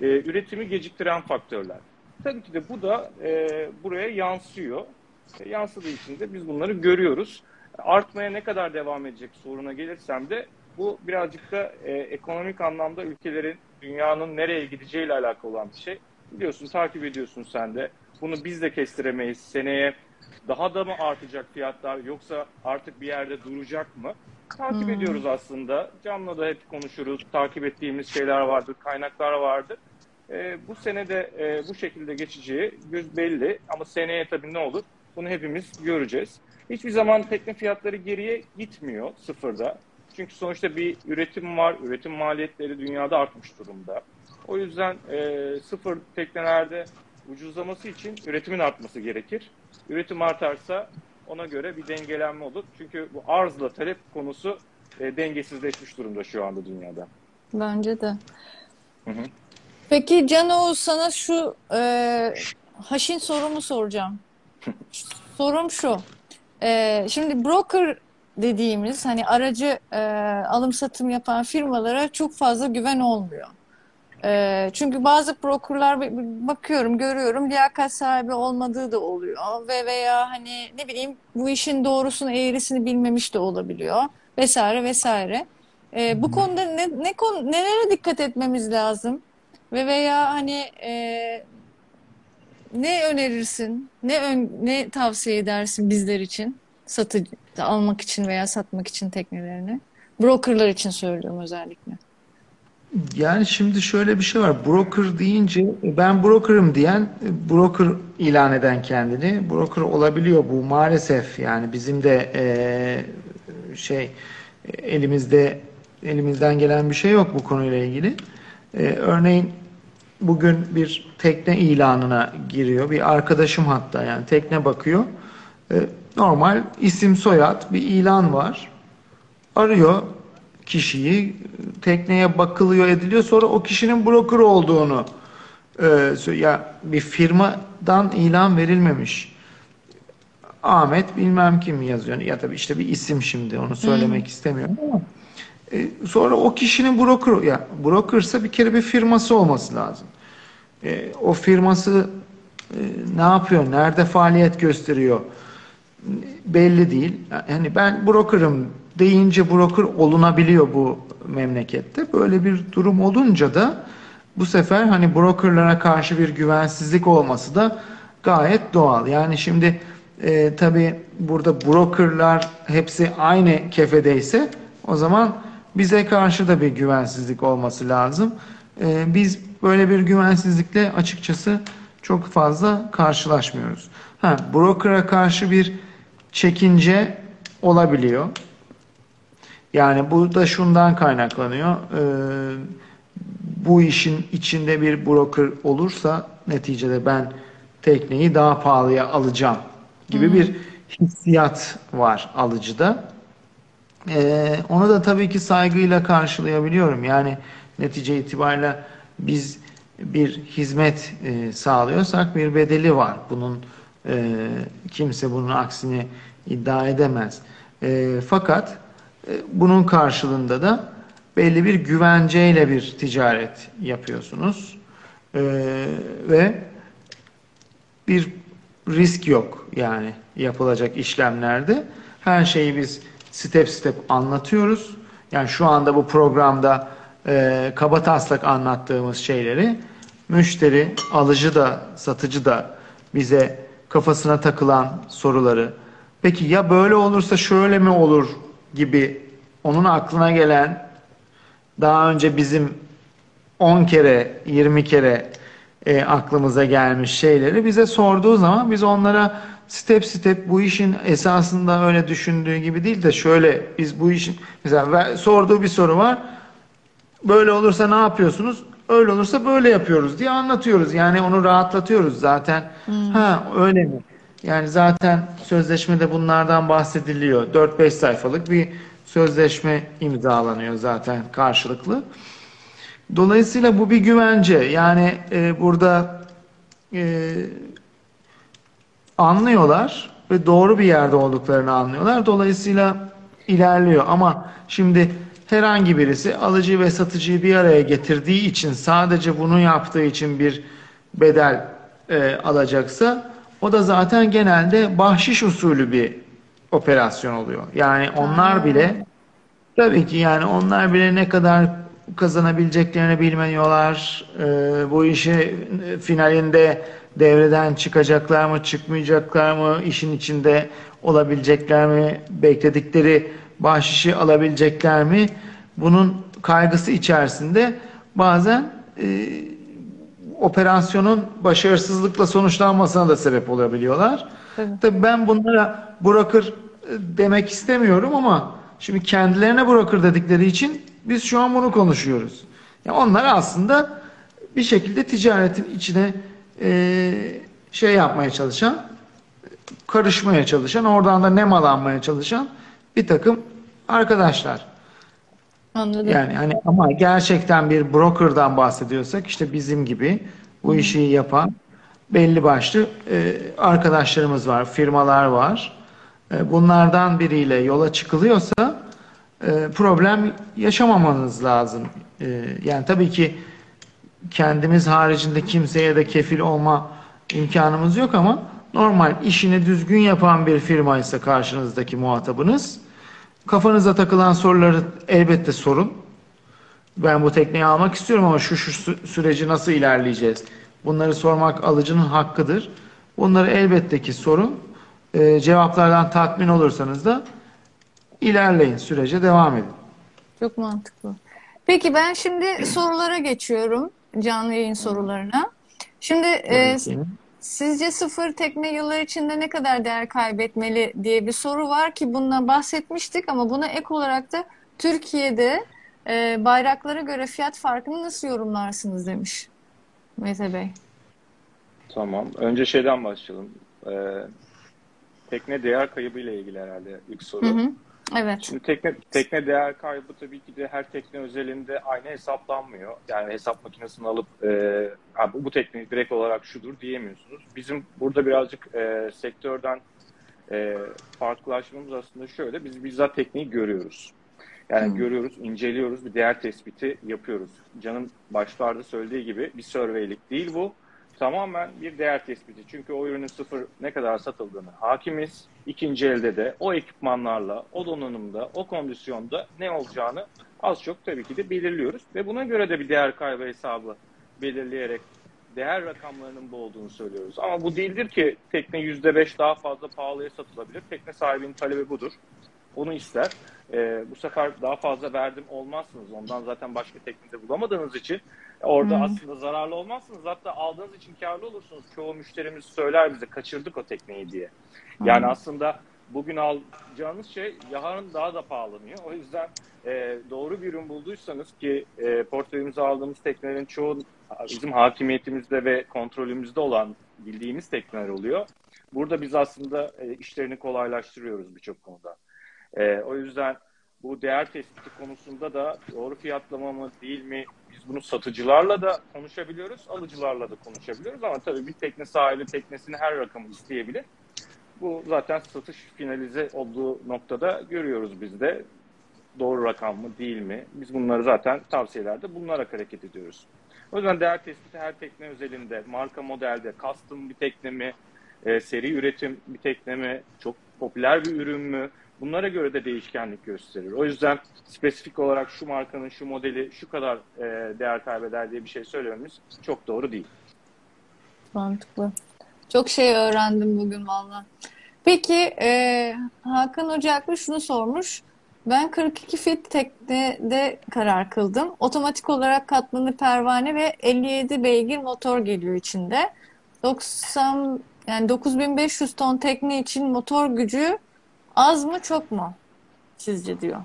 e, üretimi geciktiren faktörler. Tabii ki de bu da e, buraya yansıyor. E, yansıdığı için de biz bunları görüyoruz. Artmaya ne kadar devam edecek soruna gelirsem de bu birazcık da e, ekonomik anlamda ülkelerin, dünyanın nereye gideceğiyle alakalı olan bir şey. Biliyorsun, takip ediyorsun sen de. Bunu biz de kestiremeyiz. Seneye daha da mı artacak fiyatlar, yoksa artık bir yerde duracak mı? Takip Hmm. ediyoruz aslında. Can'la da hep konuşuruz. Takip ettiğimiz şeyler vardır, kaynaklar vardır. E, bu sene de e, bu şekilde geçeceği göz belli. Ama seneye tabii ne olur? Bunu hepimiz göreceğiz. Hiçbir zaman tekne fiyatları geriye gitmiyor sıfırda. Çünkü sonuçta bir üretim var. Üretim maliyetleri dünyada artmış durumda. O yüzden e, sıfır teknelerde ucuzlaması için üretimin artması gerekir. Üretim artarsa ona göre bir dengelenme olur. Çünkü bu arzla talep konusu e, dengesizleşmiş durumda şu anda dünyada. Bence de. Hı hı. Peki Can Oğuz, sana şu e, haşin sorumu soracağım. Sorum şu. E, şimdi broker dediğimiz hani aracı e, alım satım yapan firmalara çok fazla güven olmuyor. E, çünkü bazı brokerlar bakıyorum, görüyorum, liyakat sahibi olmadığı da oluyor ve veya hani ne bileyim bu işin doğrusunu eğrisini bilmemiş de olabiliyor vesaire vesaire. E, bu konuda ne, ne konu, nelere dikkat etmemiz lazım ve veya hani e, ne önerirsin, ne ön, ne tavsiye edersin bizler için satıcı almak için veya satmak için teknelerini? Brokerlar için söylüyorum özellikle. Yani şimdi şöyle bir şey var. Broker deyince ben broker'ım diyen, broker ilan eden kendini, broker olabiliyor bu maalesef. Yani bizim de eee, şey elimizde elimizden gelen bir şey yok bu konuyla ilgili. Eee, örneğin bugün bir tekne ilanına giriyor. Bir arkadaşım hatta, yani tekne bakıyor. Eee, normal isim soyad bir ilan var. Arıyor kişiyi, tekneye bakılıyor ediliyor, sonra o kişinin broker olduğunu e, sö- ya bir firmadan ilan verilmemiş. Ahmet bilmem kim yazıyor ya, tabii işte bir isim, şimdi onu söylemek istemiyorum ama e, sonra o kişinin broker, ya brokersa bir kere bir firması olması lazım. E, o firması e, ne yapıyor, nerede faaliyet gösteriyor belli değil. Yani ben broker'ım deyince broker olunabiliyor bu memlekette. Böyle bir durum olunca da bu sefer hani brokerlara karşı bir güvensizlik olması da gayet doğal. Yani şimdi e, tabii burada brokerlar hepsi aynı kefedeyse o zaman bize karşı da bir güvensizlik olması lazım. E, biz böyle bir güvensizlikle açıkçası çok fazla karşılaşmıyoruz. Ha, broker'a karşı bir çekince olabiliyor. Yani bu da şundan kaynaklanıyor. Ee, bu işin içinde bir broker olursa neticede ben tekneyi daha pahalıya alacağım gibi bir hissiyat var alıcıda. Ee, onu da tabii ki saygıyla karşılayabiliyorum. Yani netice itibariyle biz bir hizmet e, sağlıyorsak bir bedeli var. Bunun e, kimse bunun aksini iddia edemez. E, fakat e, bunun karşılığında da belli bir güvenceyle bir ticaret yapıyorsunuz. E, ve bir risk yok yani yapılacak işlemlerde. Her şeyi biz step step anlatıyoruz. Yani şu anda bu programda e, kabataslak anlattığımız şeyleri müşteri, alıcı da satıcı da bize kafasına takılan soruları, peki ya böyle olursa şöyle mi olur gibi, onun aklına gelen, daha önce bizim on kere yirmi kere e, aklımıza gelmiş şeyleri bize sorduğu zaman biz onlara step step, bu işin esasında öyle düşündüğü gibi değil de şöyle, biz bu işin mesela sorduğu bir soru var, böyle olursa ne yapıyorsunuz, öyle olursa böyle yapıyoruz diye anlatıyoruz. Yani onu rahatlatıyoruz zaten. Hmm. Ha öyle mi? Yani zaten sözleşmede bunlardan bahsediliyor. dört beş sayfalık bir sözleşme imzalanıyor zaten karşılıklı. Dolayısıyla bu bir güvence. Yani e, burada e, anlıyorlar ve doğru bir yerde olduklarını anlıyorlar. Dolayısıyla ilerliyor. Ama şimdi herhangi birisi alıcı ve satıcıyı bir araya getirdiği için, sadece bunu yaptığı için bir bedel e, alacaksa, o da zaten genelde bahşiş usulü bir operasyon oluyor. Yani onlar Ha, bile, tabii ki yani onlar bile ne kadar kazanabileceklerini bilmiyorlar. Ee, bu işi finalinde devreden çıkacaklar mı, çıkmayacaklar mı, işin içinde olabilecekler mi, bekledikleri bahşişi alabilecekler mi? Bunun kaygısı içerisinde bazen e, operasyonun başarısızlıkla sonuçlanmasına da sebep olabiliyorlar. tabii. Tabii ben bunlara bırakır e, demek istemiyorum ama şimdi kendilerine bırakır dedikleri için biz şu an bunu konuşuyoruz. Ya onlar aslında bir şekilde ticaretin içine e, şey yapmaya çalışan, karışmaya çalışan, oradan da nemalanmaya çalışan bir takım arkadaşlar. Anladım. Yani hani ama gerçekten bir broker'dan bahsediyorsak, işte bizim gibi Hı bu hı. işi yapan belli başlı e, arkadaşlarımız var, firmalar var. E, bunlardan biriyle yola çıkılıyorsa e, problem yaşamamanız lazım. E, yani tabii ki kendimiz haricinde kimseye de kefil olma imkanımız yok ama normal işini düzgün yapan bir firma ise karşınızdaki muhatabınız, kafanıza takılan soruları elbette sorun. Ben bu tekneyi almak istiyorum ama şu şu sü- süreci nasıl ilerleyeceğiz? Bunları sormak alıcının hakkıdır. Bunları elbette ki sorun. Ee, cevaplardan tatmin olursanız da ilerleyin, sürece devam edin. Çok mantıklı. Peki ben şimdi sorulara geçiyorum. Canlı yayın sorularına. Şimdi Tabii e, ki. sizce sıfır tekne yıllar içinde ne kadar değer kaybetmeli diye bir soru var ki bundan bahsetmiştik ama buna ek olarak da Türkiye'de e, bayraklara göre fiyat farkını nasıl yorumlarsınız demiş Mete Bey. Tamam. Önce şeyden başlayalım. Ee, tekne değer kaybı ile ilgili herhalde ilk Hı soru. hı. Evet. Şimdi tekne tekne değer kaybı tabii ki de her tekne özelinde aynı hesaplanmıyor. Yani hesap makinesini alıp e, abi bu tekne direkt olarak şudur diyemiyorsunuz. Bizim burada birazcık e, sektörden e, farklılaşmamız aslında şöyle. Biz bizzat tekneyi görüyoruz. Yani Hı. görüyoruz, inceliyoruz, bir değer tespiti yapıyoruz. Can'ın başlarda söylediği gibi bir surveylik değil bu. Tamamen bir değer tespiti. Çünkü o ürünün sıfır ne kadar satıldığını hakimiz. İkinci elde de o ekipmanlarla, o donanımda, o kondisyonda ne olacağını az çok tabii ki de belirliyoruz. Ve buna göre de bir değer kaybı hesabı belirleyerek değer rakamlarının bu olduğunu söylüyoruz. Ama bu değildir ki tekne yüzde beş daha fazla pahalıya satılabilir. Tekne sahibinin talebi budur. Onu ister. Ee, bu sefer daha fazla verdim olmazsınız. Ondan zaten başka teknikte bulamadığınız için orada Hı. aslında zararlı olmazsınız. Hatta aldığınız için karlı olursunuz. Çoğu müşterimiz söyler bize kaçırdık o tekneyi diye. Yani Hı. aslında bugün alacağınız şey yarın daha da pahalanıyor. O yüzden e, doğru bir ürün bulduysanız ki e, portföyümüze aldığımız teknelerin çoğu bizim hakimiyetimizde ve kontrolümüzde olan bildiğimiz tekneler oluyor. Burada biz aslında e, işlerini kolaylaştırıyoruz birçok konuda. Ee, o yüzden bu değer tespiti konusunda da doğru fiyatlama mı değil mi? Biz bunu satıcılarla da konuşabiliyoruz, alıcılarla da konuşabiliyoruz ama tabii bir tekne sahibi teknesini her rakamı isteyebilir. Bu zaten satış finalize olduğu noktada görüyoruz biz de. Doğru rakam mı değil mi? Biz bunları zaten tavsiyelerde bulunarak hareket ediyoruz. O yüzden değer tespiti her tekne özelinde, marka modelde, custom bir tekne mi, e, seri üretim bir tekne mi, çok popüler bir ürün mü? Bunlara göre de değişkenlik gösterir. O yüzden spesifik olarak şu markanın şu modeli şu kadar e, değer kaybeder diye bir şey söylememiz çok doğru değil. Mantıklı. Çok şey öğrendim bugün valla. Peki e, Hakan Ocaklı şunu sormuş. Ben kırk iki fit teknede karar kıldım. Otomatik olarak katlanır pervane ve elli yedi beygir motor geliyor içinde. doksan yani dokuz bin beş yüz ton tekne için motor gücü az mı çok mu sizce diyor.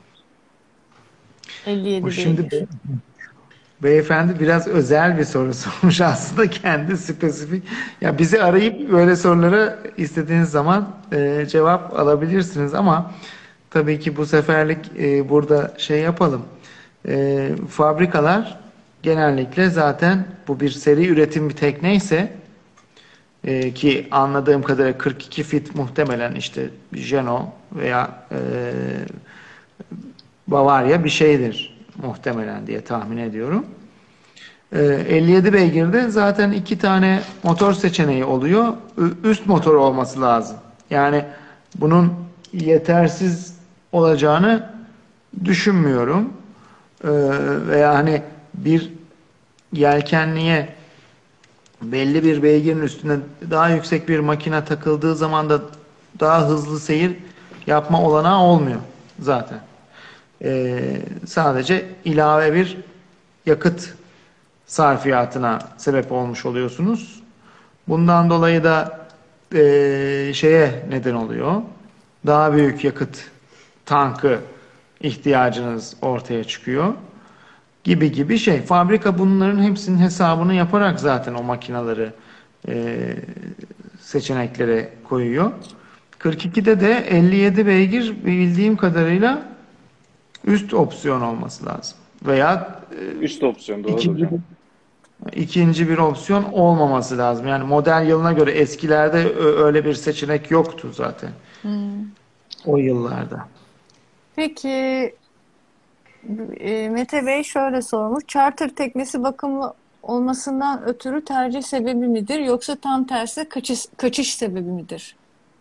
O elli yedi şimdi beygir. be- beyefendi biraz özel bir soru sormuş, aslında kendi spesifik. Ya bizi arayıp böyle sorulara istediğiniz zaman e, cevap alabilirsiniz ama tabii ki bu seferlik e, burada şey yapalım. E, fabrikalar genellikle, zaten bu bir seri üretim bir tekne ise, e, ki anladığım kadarıyla kırk iki fit muhtemelen işte Jeno veya e, Bavarya bir şeydir muhtemelen diye tahmin ediyorum. Ee, elli yedi beygirde zaten iki tane motor seçeneği oluyor. Ü- Üst motor olması lazım. Yani bunun yetersiz olacağını düşünmüyorum. Ee, veya hani bir yelkenliğe belli bir beygirin üstüne daha yüksek bir makine takıldığı zaman da daha hızlı seyir yapma olanağı olmuyor zaten. Ee, sadece ilave bir yakıt sarfiyatına sebep olmuş oluyorsunuz. Bundan dolayı da eee, şeye neden oluyor. Daha büyük yakıt tankı ihtiyacınız ortaya çıkıyor. Gibi gibi şey. Fabrika bunların hepsinin hesabını yaparak zaten o makineleri eee seçeneklere koyuyor. kırk ikide de elli yedi beygir bildiğim kadarıyla üst opsiyon olması lazım. Veya Üst opsiyon doğru ikinci hocam. ikinci bir opsiyon olmaması lazım. Yani model yılına göre eskilerde ö- öyle bir seçenek yoktu zaten Hmm. o yıllarda. Peki e, Mete Bey şöyle sormuş. Charter teknesi bakımlı olmasından ötürü tercih sebebi midir yoksa tam tersi kaçış, kaçış sebebi midir?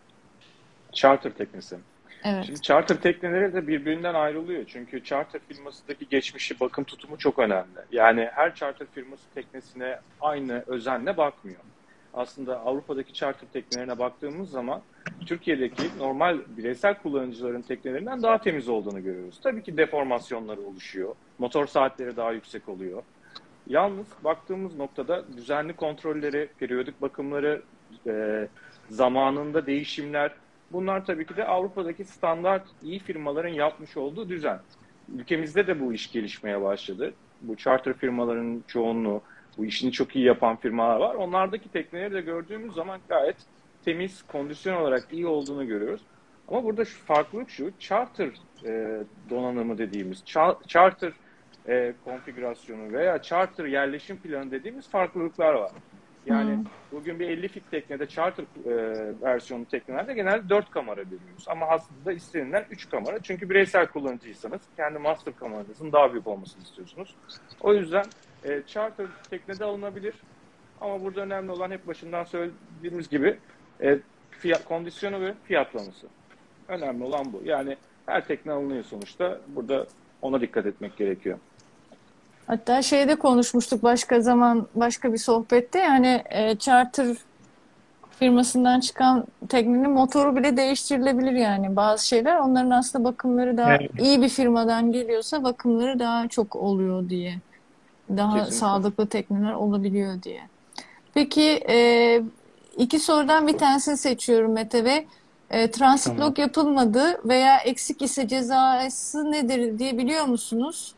Charter teknesi. Şimdi Evet. charter tekneleri de birbirinden ayrılıyor. Çünkü charter firmasındaki geçmişi, bakım tutumu çok önemli. Yani her charter firması teknesine aynı özenle bakmıyor. Aslında Avrupa'daki charter teknelerine baktığımız zaman Türkiye'deki normal bireysel kullanıcıların teknelerinden daha temiz olduğunu görüyoruz. Tabii ki deformasyonları oluşuyor. Motor saatleri daha yüksek oluyor. Yalnız baktığımız noktada düzenli kontrolleri, periyodik bakımları, e, zamanında değişimler, bunlar tabii ki de Avrupa'daki standart iyi firmaların yapmış olduğu düzen. Ülkemizde de bu iş gelişmeye başladı. Bu charter firmaların çoğunluğu, bu işini çok iyi yapan firmalar var. Onlardaki tekneleri de gördüğümüz zaman gayet temiz, kondisyon olarak iyi olduğunu görüyoruz. Ama burada şu farklılık şu, charter e, donanımı dediğimiz, cha- charter e, konfigürasyonu veya charter yerleşim planı dediğimiz farklılıklar var. Yani Hmm. bugün bir elli fit teknede charter e, versiyonu teknelerde genelde dört kamera biliyoruz. Ama aslında istenilen üç kamera. Çünkü bireysel kullanıcıysanız kendi master kameranızın daha büyük olmasını istiyorsunuz. O yüzden e, charter teknede alınabilir. Ama burada önemli olan hep başından söylediğimiz gibi e, fiyat, kondisyonu ve fiyatlaması. Önemli olan bu. Yani her tekne alınıyor sonuçta. Burada ona dikkat etmek gerekiyor. Hatta şeyde konuşmuştuk başka zaman başka bir sohbette yani e, charter firmasından çıkan teknenin motoru bile değiştirilebilir yani bazı şeyler onların aslında bakımları daha Evet. iyi bir firmadan geliyorsa bakımları daha çok oluyor diye daha Kesinlikle. sağlıklı tekneler olabiliyor diye. Peki e, iki sorudan bir tanesini seçiyorum Mete Bey. E, transit Tamam. log yapılmadı veya eksik ise cezası nedir diye biliyor musunuz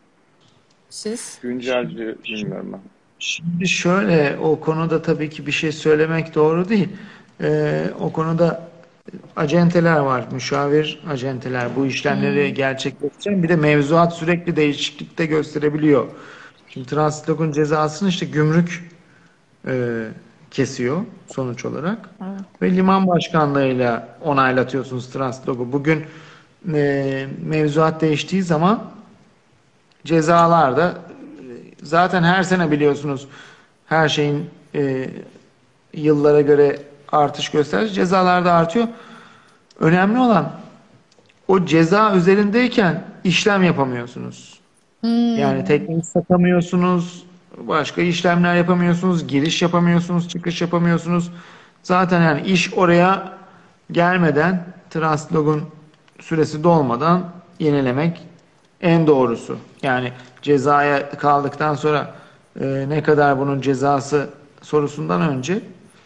siz? Güncelci bilmiyorum ben. Şimdi şöyle o konuda tabii ki bir şey söylemek doğru değil. Ee, o konuda acenteler var, müşavir acenteler bu işlemleri Hmm. gerçekleştiren bir de mevzuat sürekli değişiklikte gösterebiliyor. Şimdi Transit Log'un cezasını işte gümrük e, kesiyor sonuç olarak. Evet. Ve liman başkanlığıyla onaylatıyorsunuz Transit Log'u. Bugün e, mevzuat değiştiği zaman cezalar da e, zaten her sene biliyorsunuz her şeyin e, yıllara göre artış gösterisi cezalar da artıyor. Önemli olan o ceza üzerindeyken işlem yapamıyorsunuz. Yani Hmm. tekniği satamıyorsunuz, başka işlemler yapamıyorsunuz, giriş yapamıyorsunuz, çıkış yapamıyorsunuz. Zaten yani iş oraya gelmeden, Translog'un süresi dolmadan yenilemek en doğrusu. Yani cezaya kaldıktan sonra e, ne kadar bunun cezası sorusundan önce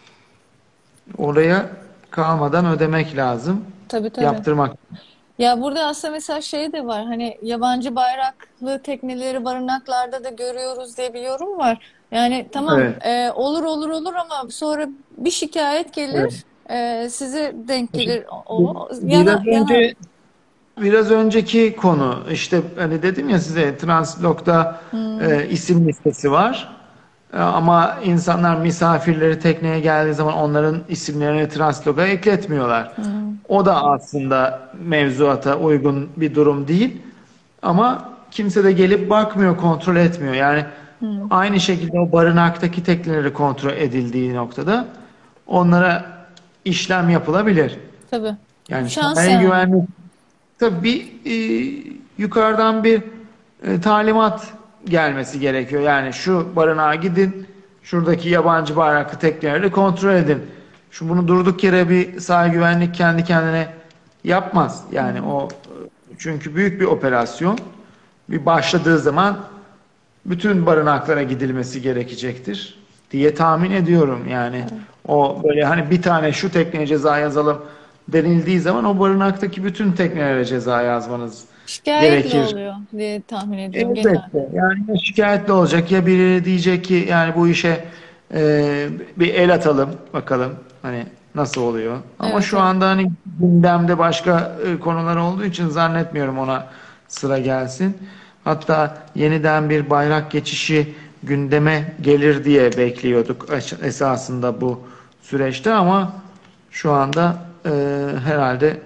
oraya kalmadan ödemek lazım, Tabii tabii. yaptırmak. Ya burada aslında mesela şey de var hani yabancı bayraklı tekneleri barınaklarda da görüyoruz diye bir yorum var. Yani tamam Evet, e, olur olur olur ama sonra bir şikayet evet. gelir e, size denk Şimdi gelir o yana biraz yanar. önce Biraz önceki konu işte hani dedim ya size Translog'da Hmm, e, isim listesi var. E, ama insanlar misafirleri tekneye geldiği zaman onların isimlerini Translog'a ekletmiyorlar. hmm. O da aslında mevzuata uygun bir durum değil. ama kimse de gelip bakmıyor, kontrol etmiyor. Yani aynı şekilde o barınaktaki tekneleri kontrol edildiği noktada onlara işlem yapılabilir. Tabii. Yani Şans sanayi yani. güvenlik tabii bir e, yukarıdan bir e, talimat gelmesi gerekiyor. Yani şu barınağa gidin, şuradaki yabancı bayraklı tekneleri kontrol edin. Şu bunu durduk yere bir sahil güvenlik kendi kendine yapmaz. Yani o e, çünkü büyük bir operasyon. Bir başladığı zaman bütün barınaklara gidilmesi gerekecektir diye tahmin ediyorum. Yani o böyle hani bir tane şu tekneye ceza yazalım denildiği zaman o barınaktaki bütün teknelere ceza yazmanız Şikayetle gerekir. oluyor diye tahmin ediyorum genelde. Elbette. Yani ya şikayetli olacak ya biri diyecek ki yani bu işe e, bir el atalım bakalım hani nasıl oluyor. Ama Evet, şu evet. anda hani gündemde başka e, konular olduğu için zannetmiyorum ona sıra gelsin. Hatta yeniden bir bayrak geçişi gündeme gelir diye bekliyorduk es- esasında bu süreçte ama şu anda e, herhalde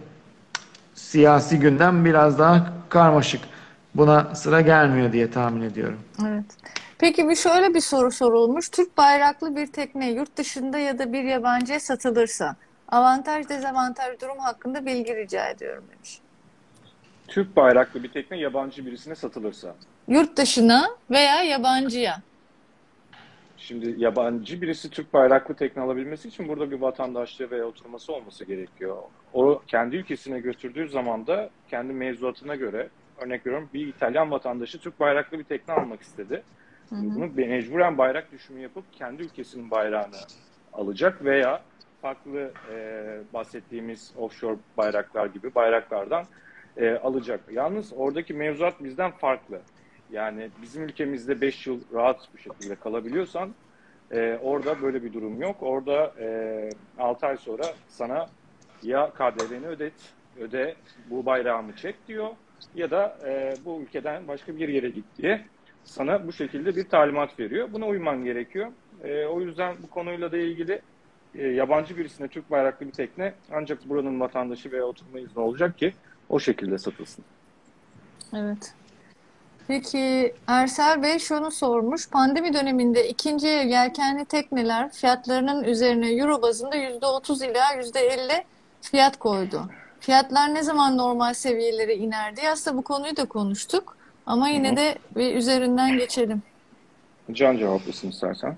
siyasi gündem biraz daha karmaşık. Buna sıra gelmiyor diye tahmin ediyorum. Evet. Peki bir şöyle bir soru sorulmuş. Türk bayraklı bir tekne yurt dışında ya da bir yabancıya satılırsa avantaj dezavantaj durum hakkında bilgi rica ediyorum demiş. Türk bayraklı bir tekne yabancı birisine satılırsa. Yurt dışına veya yabancıya. Şimdi yabancı birisi Türk bayraklı tekne alabilmesi için burada bir vatandaşlığı veya oturması olması gerekiyor. O kendi ülkesine götürdüğü zaman da kendi mevzuatına göre, örnek veriyorum, bir İtalyan vatandaşı Türk bayraklı bir tekne almak istedi. Hı Şimdi hı. bunu mecburen bayrak düşümü yapıp kendi ülkesinin bayrağını alacak veya farklı e, bahsettiğimiz offshore bayraklar gibi bayraklardan e, alacak. Yalnız oradaki mevzuat bizden farklı. Yani bizim ülkemizde beş yıl rahat bir şekilde kalabiliyorsan e, orada böyle bir durum yok. Orada e, altı ay sonra sana ya K D V'ni ödet, öde bu bayrağımı çek diyor ya da e, bu ülkeden başka bir yere git diye sana bu şekilde bir talimat veriyor. Buna uyman gerekiyor. E, o yüzden bu konuyla da ilgili e, yabancı birisine Türk bayraklı bir tekne ancak buranın vatandaşı veya oturma izni olacak ki o şekilde satılsın. Evet. Peki Ersel Bey şunu sormuş. Pandemi döneminde ikinci el yelkenli tekneler fiyatlarının üzerine euro bazında yüzde otuz ila yüzde elli fiyat koydu. Fiyatlar ne zaman normal seviyelere iner diye aslında bu konuyu da konuştuk. Ama Hı yine hı. de bir üzerinden geçelim. Can cevaplasın istersen.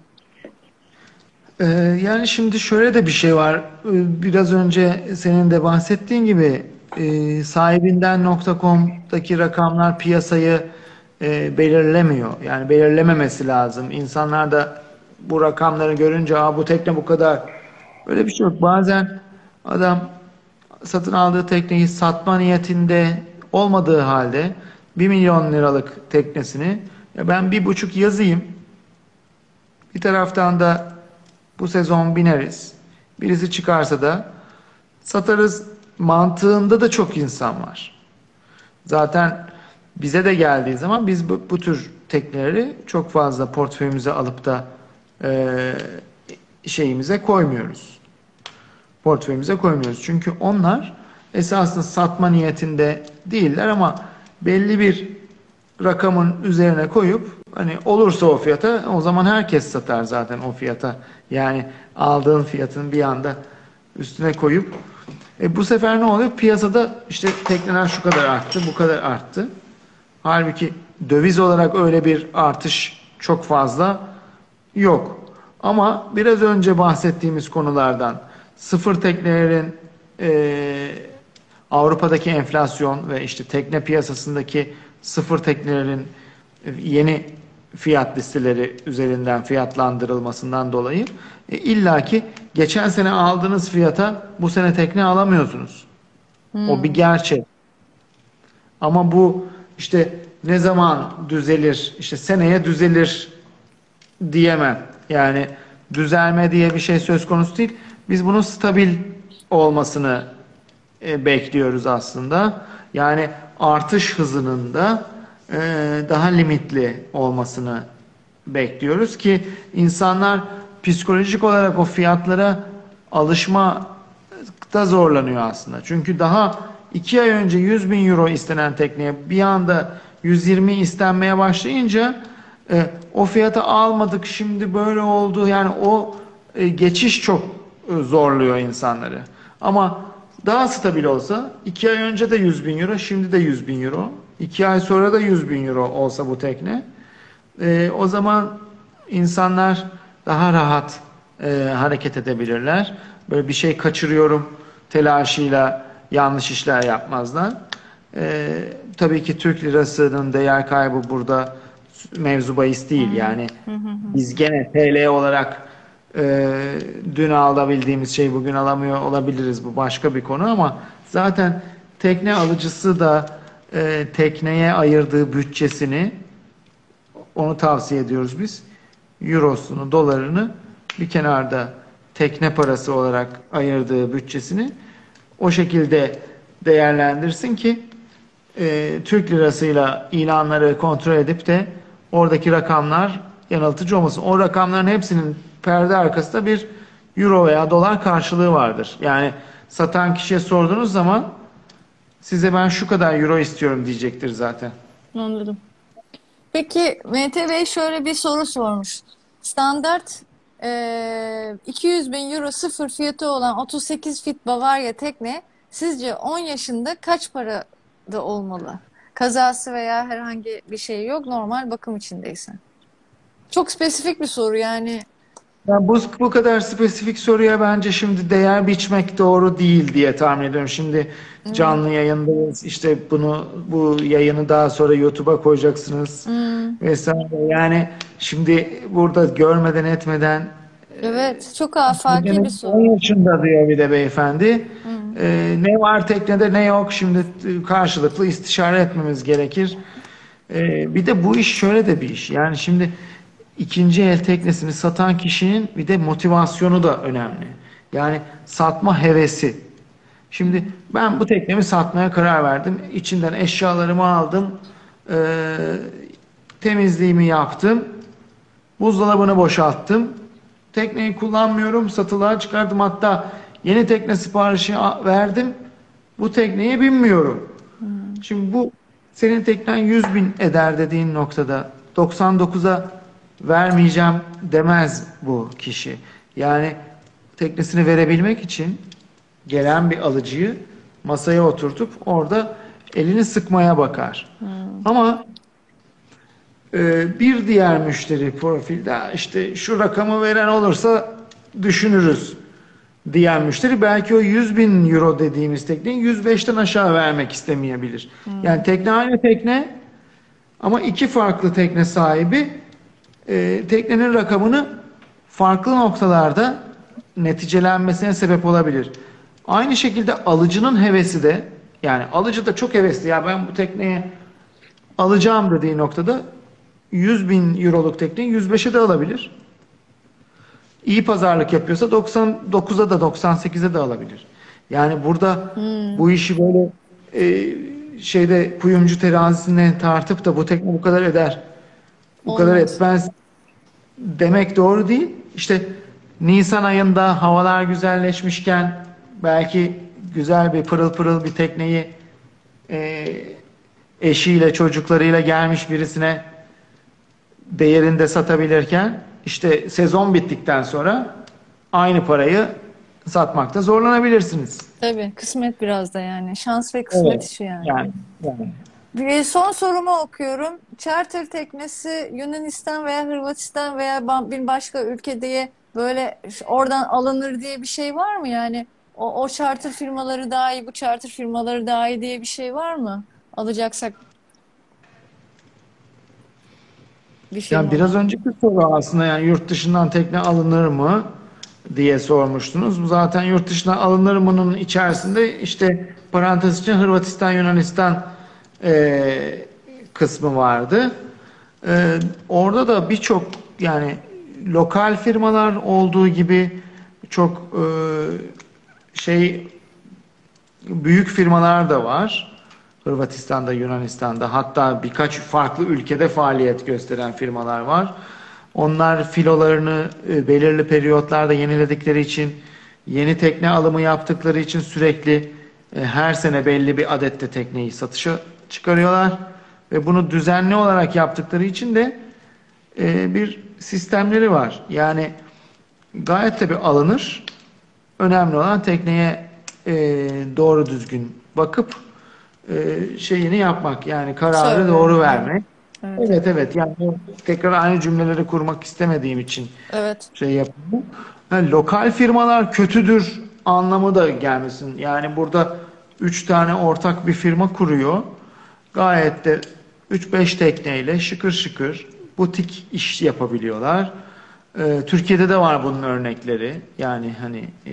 Ee, yani şimdi şöyle de bir şey var. Ee, Biraz önce senin de bahsettiğin gibi e, sahibinden nokta com'daki rakamlar piyasayı e, belirlemiyor. Yani belirlememesi lazım. İnsanlar da bu rakamları görünce Aa, bu tekne bu kadar. Öyle bir şey yok. Bazen adam satın aldığı tekneyi satma niyetinde olmadığı halde bir milyon liralık teknesini ya ben bir buçuk yazayım. Bir taraftan da bu sezon bineriz. Birisi çıkarsa da satarız mantığında da çok insan var. Zaten bize de geldiği zaman biz bu, bu tür tekneleri çok fazla portföyümüze alıp da e, şeyimize koymuyoruz. Portföyümüze koymuyoruz. Çünkü onlar esasında satma niyetinde değiller ama belli bir rakamın üzerine koyup hani olursa o fiyata o zaman herkes satar zaten o fiyata. Yani aldığın fiyatın bir anda üstüne koyup e bu sefer ne oluyor? Piyasada işte tekneler şu kadar arttı, bu kadar arttı. Halbuki döviz olarak öyle bir artış çok fazla yok. Ama biraz önce bahsettiğimiz konulardan sıfır teknelerin e, Avrupa'daki enflasyon ve işte tekne piyasasındaki sıfır teknelerin yeni fiyat listeleri üzerinden fiyatlandırılmasından dolayı e, illaki geçen sene aldığınız fiyata bu sene tekne alamıyorsunuz. O bir Hmm. gerçek. Ama bu işte ne zaman düzelir, işte seneye düzelir diyemem. Yani düzelme diye bir şey söz konusu değil. Biz bunun stabil olmasını e, bekliyoruz aslında. Yani artış hızının da e, daha limitli olmasını bekliyoruz ki insanlar psikolojik olarak o fiyatlara alışmakta zorlanıyor aslında. Çünkü daha iki ay önce yüz bin euro istenen tekneye bir anda yüz yirmi istenmeye başlayınca e, o fiyata almadık, şimdi böyle oldu. Yani o e, geçiş çok e, zorluyor insanları. Ama daha stabil olsa, iki ay önce de yüz bin euro, şimdi de yüz bin euro, iki ay sonra da yüz bin euro olsa bu tekne, e, o zaman insanlar daha rahat e, hareket edebilirler. Böyle bir şey kaçırıyorum telaşıyla yanlış işler yapmazlar. E, tabii ki Türk lirasının değer kaybı burada mevzu bahis değil. Yani biz gene T L olarak e, dün alabildiğimiz şeyi bugün alamıyor olabiliriz. Bu başka bir konu ama zaten tekne alıcısı da e, tekneye ayırdığı bütçesini, onu tavsiye ediyoruz biz, eurosunu, dolarını bir kenarda tekne parası olarak ayırdığı bütçesini o şekilde değerlendirsin ki e, Türk lirasıyla ilanları kontrol edip de oradaki rakamlar yanıltıcı olmasın. O rakamların hepsinin perde arkasında bir euro veya dolar karşılığı vardır. Yani satan kişiye sorduğunuz zaman size ben şu kadar euro istiyorum diyecektir zaten. Anladım. Peki M T Bey şöyle bir soru sormuş. Standart eee, iki yüz bin euro sıfır fiyatı olan otuz sekiz fit Bavaria tekne sizce on yaşında kaç parada olmalı? Kazası veya herhangi bir şey yok, normal bakım içindeysen. Çok spesifik bir soru yani. Ya bu, bu kadar spesifik soruya bence şimdi değer biçmek doğru değil diye tahmin ediyorum. Şimdi canlı yayındayız. İşte bunu, bu yayını daha sonra YouTube'a koyacaksınız Hmm, vesaire. Yani şimdi burada görmeden etmeden evet, çok afaki bir on soru. yaşında diyor bir de beyefendi. Hmm. Ee, ne var teknede ne yok, şimdi karşılıklı istişare etmemiz gerekir. Ee, bir de bu iş şöyle de bir iş. Yani şimdi ikinci el teknesini satan kişinin bir de motivasyonu da önemli. Yani satma hevesi. Şimdi ben bu teknemi satmaya karar verdim. İçinden eşyalarımı aldım. Ee, temizliğimi yaptım. Buzdolabını boşalttım. Tekneyi kullanmıyorum. Satılığa çıkardım. Hatta yeni tekne siparişi a- verdim. Bu tekneye binmiyorum. Şimdi bu senin teknen yüz bin eder dediğin noktada doksan dokuza vermeyeceğim demez bu kişi. Yani teknesini verebilmek için gelen bir alıcıyı masaya oturtup orada elini sıkmaya bakar. Ama e, bir diğer müşteri profilde işte şu rakamı veren olursa düşünürüz diyen müşteri belki o yüz bin euro dediğimiz tekneyi yüz beşten aşağı vermek istemeyebilir. Yani tekne aynı tekne ama iki farklı tekne sahibi e, teknenin rakamını farklı noktalarda neticelenmesine sebep olabilir. Aynı şekilde alıcının hevesi de, yani alıcı da çok hevesli, ya ben bu tekneye alacağım dediği noktada yüz bin euroluk tekneyi yüz beşe de alabilir. İyi pazarlık yapıyorsa doksan dokuza da doksan sekize de alabilir. Yani burada bu işi böyle e, şeyde kuyumcu terazisine tartıp da bu tekne bu kadar eder, bu kadar Olmaz. etmez demek doğru değil. İşte Nisan ayında havalar güzelleşmişken belki güzel bir pırıl pırıl bir tekneyi e, eşiyle çocuklarıyla gelmiş birisine değerinde satabilirken işte sezon bittikten sonra aynı parayı satmakta zorlanabilirsiniz. Tabii, kısmet biraz da yani. Şans ve kısmet Evet. işi yani. Yani, yani. Bir son sorumu okuyorum. Charter teknesi Yunanistan veya Hırvatistan veya ba- bir başka ülkede böyle ş- oradan alınır diye bir şey var mı? Yani o, o charter firmaları daha iyi, bu charter firmaları daha iyi diye bir şey var mı? Alacaksak bir Yani biraz firmadan. önceki soru aslında, yani yurt dışından tekne alınır mı diye sormuştunuz. Zaten yurt dışına alınır mı'nın içerisinde işte parantez için Hırvatistan, Yunanistan e, kısmı vardı. E, orada da birçok, yani lokal firmalar olduğu gibi çok e, şey büyük firmalar da var. Hırvatistan'da, Yunanistan'da, hatta birkaç farklı ülkede faaliyet gösteren firmalar var. Onlar filolarını e, belirli periyotlarda yeniledikleri için, yeni tekne alımı yaptıkları için sürekli e, her sene belli bir adette tekneyi satışa çıkarıyorlar ve bunu düzenli olarak yaptıkları için de e, bir sistemleri var. Yani gayet tabii alınır. Önemli olan tekneye e, doğru düzgün bakıp e, şeyini yapmak. Yani kararı Söylüyorum. doğru Evet. vermek. Evet, Evet, evet. evet, yani tekrar aynı cümleleri kurmak istemediğim için Evet. şey yapıyorum. Ha, lokal firmalar kötüdür anlamı da gelmesin. Yani burada üç tane ortak bir firma kuruyor. Gayet de üç beş tekneyle şıkır şıkır butik iş yapabiliyorlar. Ee, Türkiye'de de var bunun örnekleri. Yani hani e,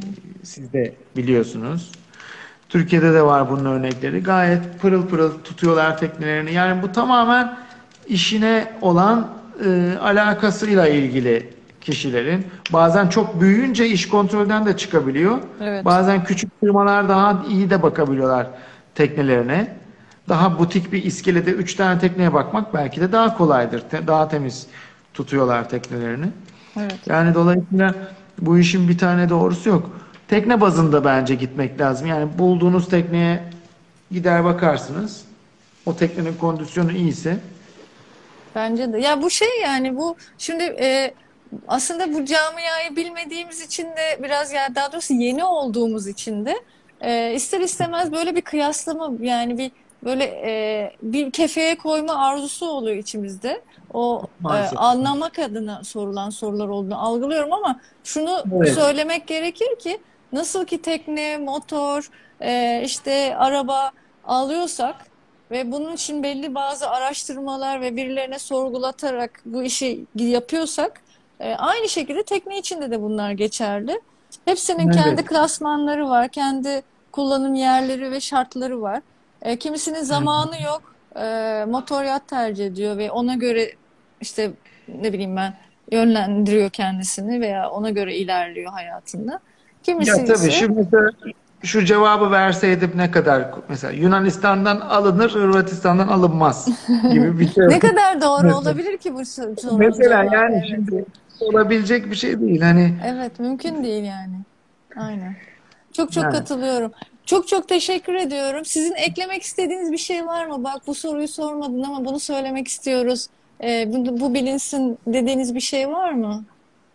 siz de biliyorsunuz. Türkiye'de de var bunun örnekleri. Gayet pırıl pırıl tutuyorlar teknelerini. Yani bu tamamen işine olan e, alakasıyla ilgili kişilerin. Bazen çok büyüyünce iş kontrolden de çıkabiliyor. Evet. Bazen küçük firmalar daha iyi de bakabiliyorlar teknelerine. Daha butik bir iskelede üç tane tekneye bakmak belki de daha kolaydır. Te- daha temiz tutuyorlar teknelerini. Evet. Yani dolayısıyla bu işin bir tane doğrusu yok. Tekne bazında bence gitmek lazım. Yani bulduğunuz tekneye gider bakarsınız. O teknenin kondisyonu iyiyse. Bence de. Ya bu şey yani bu şimdi e, aslında bu camiayı bilmediğimiz için de biraz ya daha doğrusu yeni olduğumuz için de e, ister istemez böyle bir kıyaslama yani bir böyle e, bir kefeye koyma arzusu oluyor içimizde. O e, Maalesef. anlamak adına sorulan sorular olduğunu algılıyorum ama şunu Evet. söylemek gerekir ki nasıl ki tekne, motor, e, işte araba alıyorsak ve bunun için belli bazı araştırmalar ve birilerine sorgulatarak bu işi yapıyorsak e, aynı şekilde tekne içinde de bunlar geçerli. Hepsinin kendi Evet. klasmanları var, kendi kullanım yerleri ve şartları var. E, kimisinin zamanı yok, e, motor yat tercih ediyor ve ona göre işte ne bileyim ben yönlendiriyor kendisini veya ona göre ilerliyor hayatında. Kimisi Ya tabii ise şu mesela şu cevabı verseydim ne kadar mesela Yunanistan'dan alınır, Hırvatistan'dan alınmaz gibi bir şey. ne kadar doğru Mesela, olabilir ki bu sorunun mesela cevabı? yani Evet. şimdi olabilecek bir şey değil. Hani Evet, mümkün değil yani. Aynen. Çok çok yani katılıyorum. Çok çok teşekkür ediyorum. Sizin eklemek istediğiniz bir şey var mı? Bak bu soruyu sormadın ama bunu söylemek istiyoruz. Ee, bu, bu bilinsin dediğiniz bir şey var mı?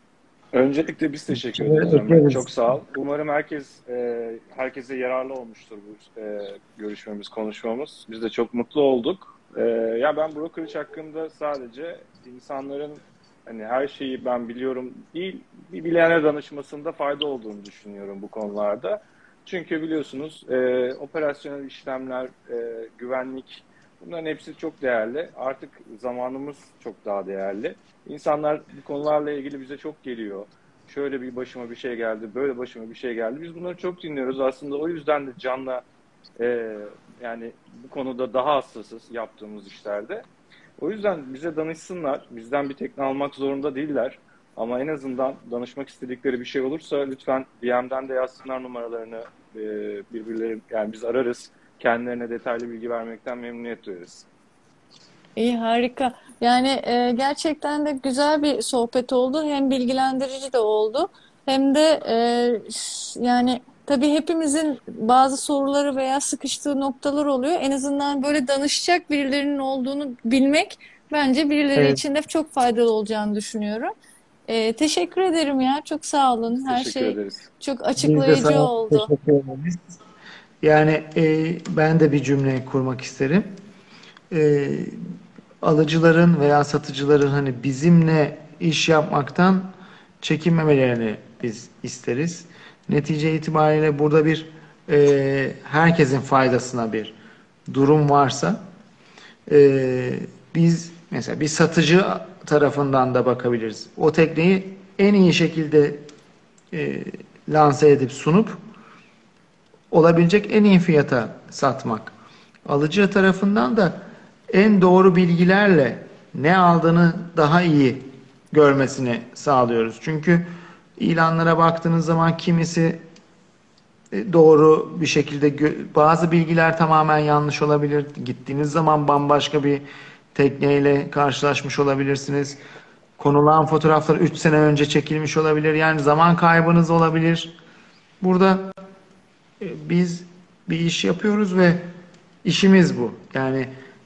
Öncelikle biz teşekkür şöyle ederiz Ömer. ekleriz. Çok sağ ol. Umarım herkes e, herkese yararlı olmuştur bu e, görüşmemiz, konuşmamız. Biz de çok mutlu olduk. E, ya ben brokerage hakkında sadece insanların hani her şeyi ben biliyorum değil, bir bilene danışmasında fayda olduğunu düşünüyorum bu konularda. Çünkü biliyorsunuz e, operasyonel işlemler, e, güvenlik bunların hepsi çok değerli. Artık zamanımız çok daha değerli. İnsanlar bu konularla ilgili bize çok geliyor. Şöyle bir başıma bir şey geldi, böyle başıma bir şey geldi. Biz bunları çok dinliyoruz. Aslında o yüzden de Can'la e, yani bu konuda daha hassasız yaptığımız işlerde. O yüzden bize danışsınlar. Bizden bir tekne almak zorunda değiller. Ama en azından danışmak istedikleri bir şey olursa lütfen D M'den de yazsınlar numaralarını. E, birbirleri yani biz ararız. Kendilerine detaylı bilgi vermekten memnuniyet duyarız. İyi, harika. Yani e, gerçekten de güzel bir sohbet oldu. Hem bilgilendirici de oldu. Hem de e, ş- yani tabii hepimizin bazı soruları veya sıkıştığı noktalar oluyor. En azından böyle danışacak birilerinin olduğunu bilmek bence birileri Evet, için de çok faydalı olacağını düşünüyorum. E, teşekkür ederim ya. Çok sağ olun. Biz Her teşekkür şey ederiz. çok biz de açıklayıcı sana oldu. teşekkür ederiz. Yani e, ben de bir cümle kurmak isterim. E, Alıcıların veya satıcıların hani bizimle iş yapmaktan çekinmemelerini biz isteriz. Netice itibariyle burada bir e, herkesin faydasına bir durum varsa e, biz mesela bir satıcı tarafından da bakabiliriz. O tekneyi en iyi şekilde e, lanse edip sunup olabilecek en iyi fiyata satmak. Alıcı tarafından da en doğru bilgilerle ne aldığını daha iyi görmesini sağlıyoruz. Çünkü ilanlara baktığınız zaman kimisi e, doğru bir şekilde bazı bilgiler tamamen yanlış olabilir. Gittiğiniz zaman bambaşka bir tekneyle karşılaşmış olabilirsiniz. Konulan fotoğraflar üç sene önce çekilmiş olabilir. Yani zaman kaybınız olabilir. Burada e, biz bir iş yapıyoruz ve işimiz bu. Yani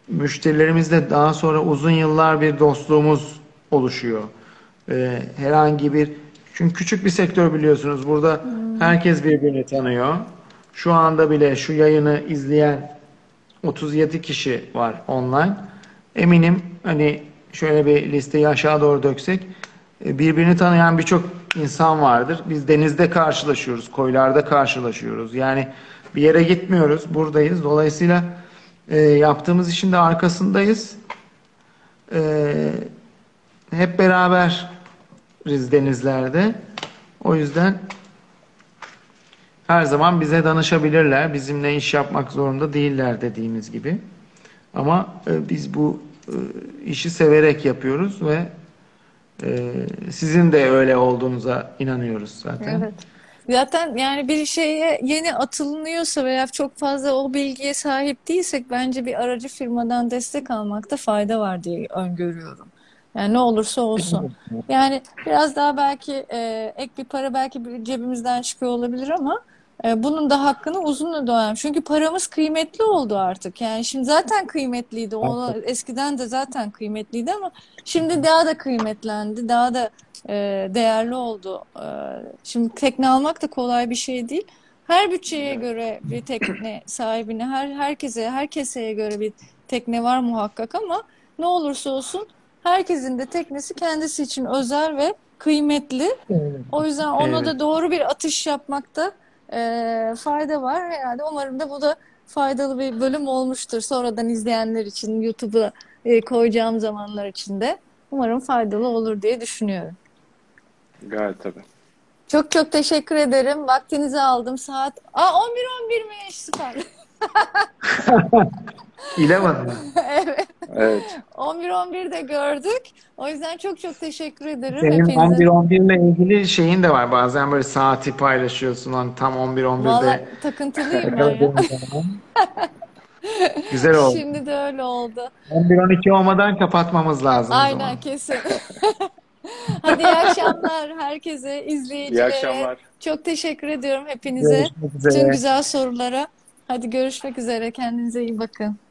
müşterilerimizle daha sonra uzun yıllar bir dostluğumuz oluşuyor. Ee, herhangi bir çünkü küçük bir sektör biliyorsunuz. Burada Hmm. herkes birbirini tanıyor. Şu anda bile şu yayını izleyen otuz yedi kişi var online. Eminim hani şöyle bir listeyi aşağı doğru döksek e, birbirini tanıyan birçok insan vardır. Biz denizde karşılaşıyoruz, koylarda karşılaşıyoruz. Yani bir yere gitmiyoruz, buradayız. Dolayısıyla e, yaptığımız işin de arkasındayız. E, hep beraberiz denizlerde. O yüzden her zaman bize danışabilirler. Bizimle iş yapmak zorunda değiller dediğimiz gibi. Ama e, biz bu e, işi severek yapıyoruz ve e, sizin de öyle olduğunuza inanıyoruz zaten. Evet. Zaten yani bir şeye yeni atılınıyorsa veya çok fazla o bilgiye sahip değilsek bence bir aracı firmadan destek almakta fayda var diye öngörüyorum. Yani ne olursa olsun. Yani biraz daha belki e, ek bir para belki bir cebimizden çıkıyor olabilir ama e, bunun da hakkını uzun ödemem. Çünkü paramız kıymetli oldu artık. Yani şimdi zaten kıymetliydi. O eskiden de zaten kıymetliydi ama şimdi daha da kıymetlendi. Daha da e, değerli oldu. E, şimdi tekne almak da kolay bir şey değil. Her bütçeye göre bir tekne sahibine, her herkese, her keseye göre bir tekne var muhakkak ama ne olursa olsun herkesin de teknesi kendisi için özel ve kıymetli. Evet. O yüzden ona Evet. da doğru bir atış yapmakta e, fayda var herhalde. Umarım da bu da faydalı bir bölüm olmuştur. Sonradan izleyenler için, YouTube'a e, koyacağım zamanlar için de umarım faydalı olur diye düşünüyorum. Gayet tabii. Çok çok teşekkür ederim. Vaktinizi aldım. Saat Aa, on bir on bir mi? Süper. İlevan mı? Evet. Evet. on bir on birde gördük. O yüzden çok çok teşekkür ederim Senin hepinize. on bir on bir ile ilgili şeyin de var. Bazen böyle saati paylaşıyorsun. Hani tam on bir on birde Valla takıntılıyım ben ya. yakaladığın zaman. Güzel oldu. Şimdi de öyle oldu. on bir on iki olmadan kapatmamız lazım o zaman. Aynen kesin. Hadi iyi akşamlar herkese, İyi izleyicilere. akşamlar. Çok teşekkür ediyorum hepinize. Görüşmek Bütün üzere. güzel sorulara. Hadi görüşmek üzere. Kendinize iyi bakın.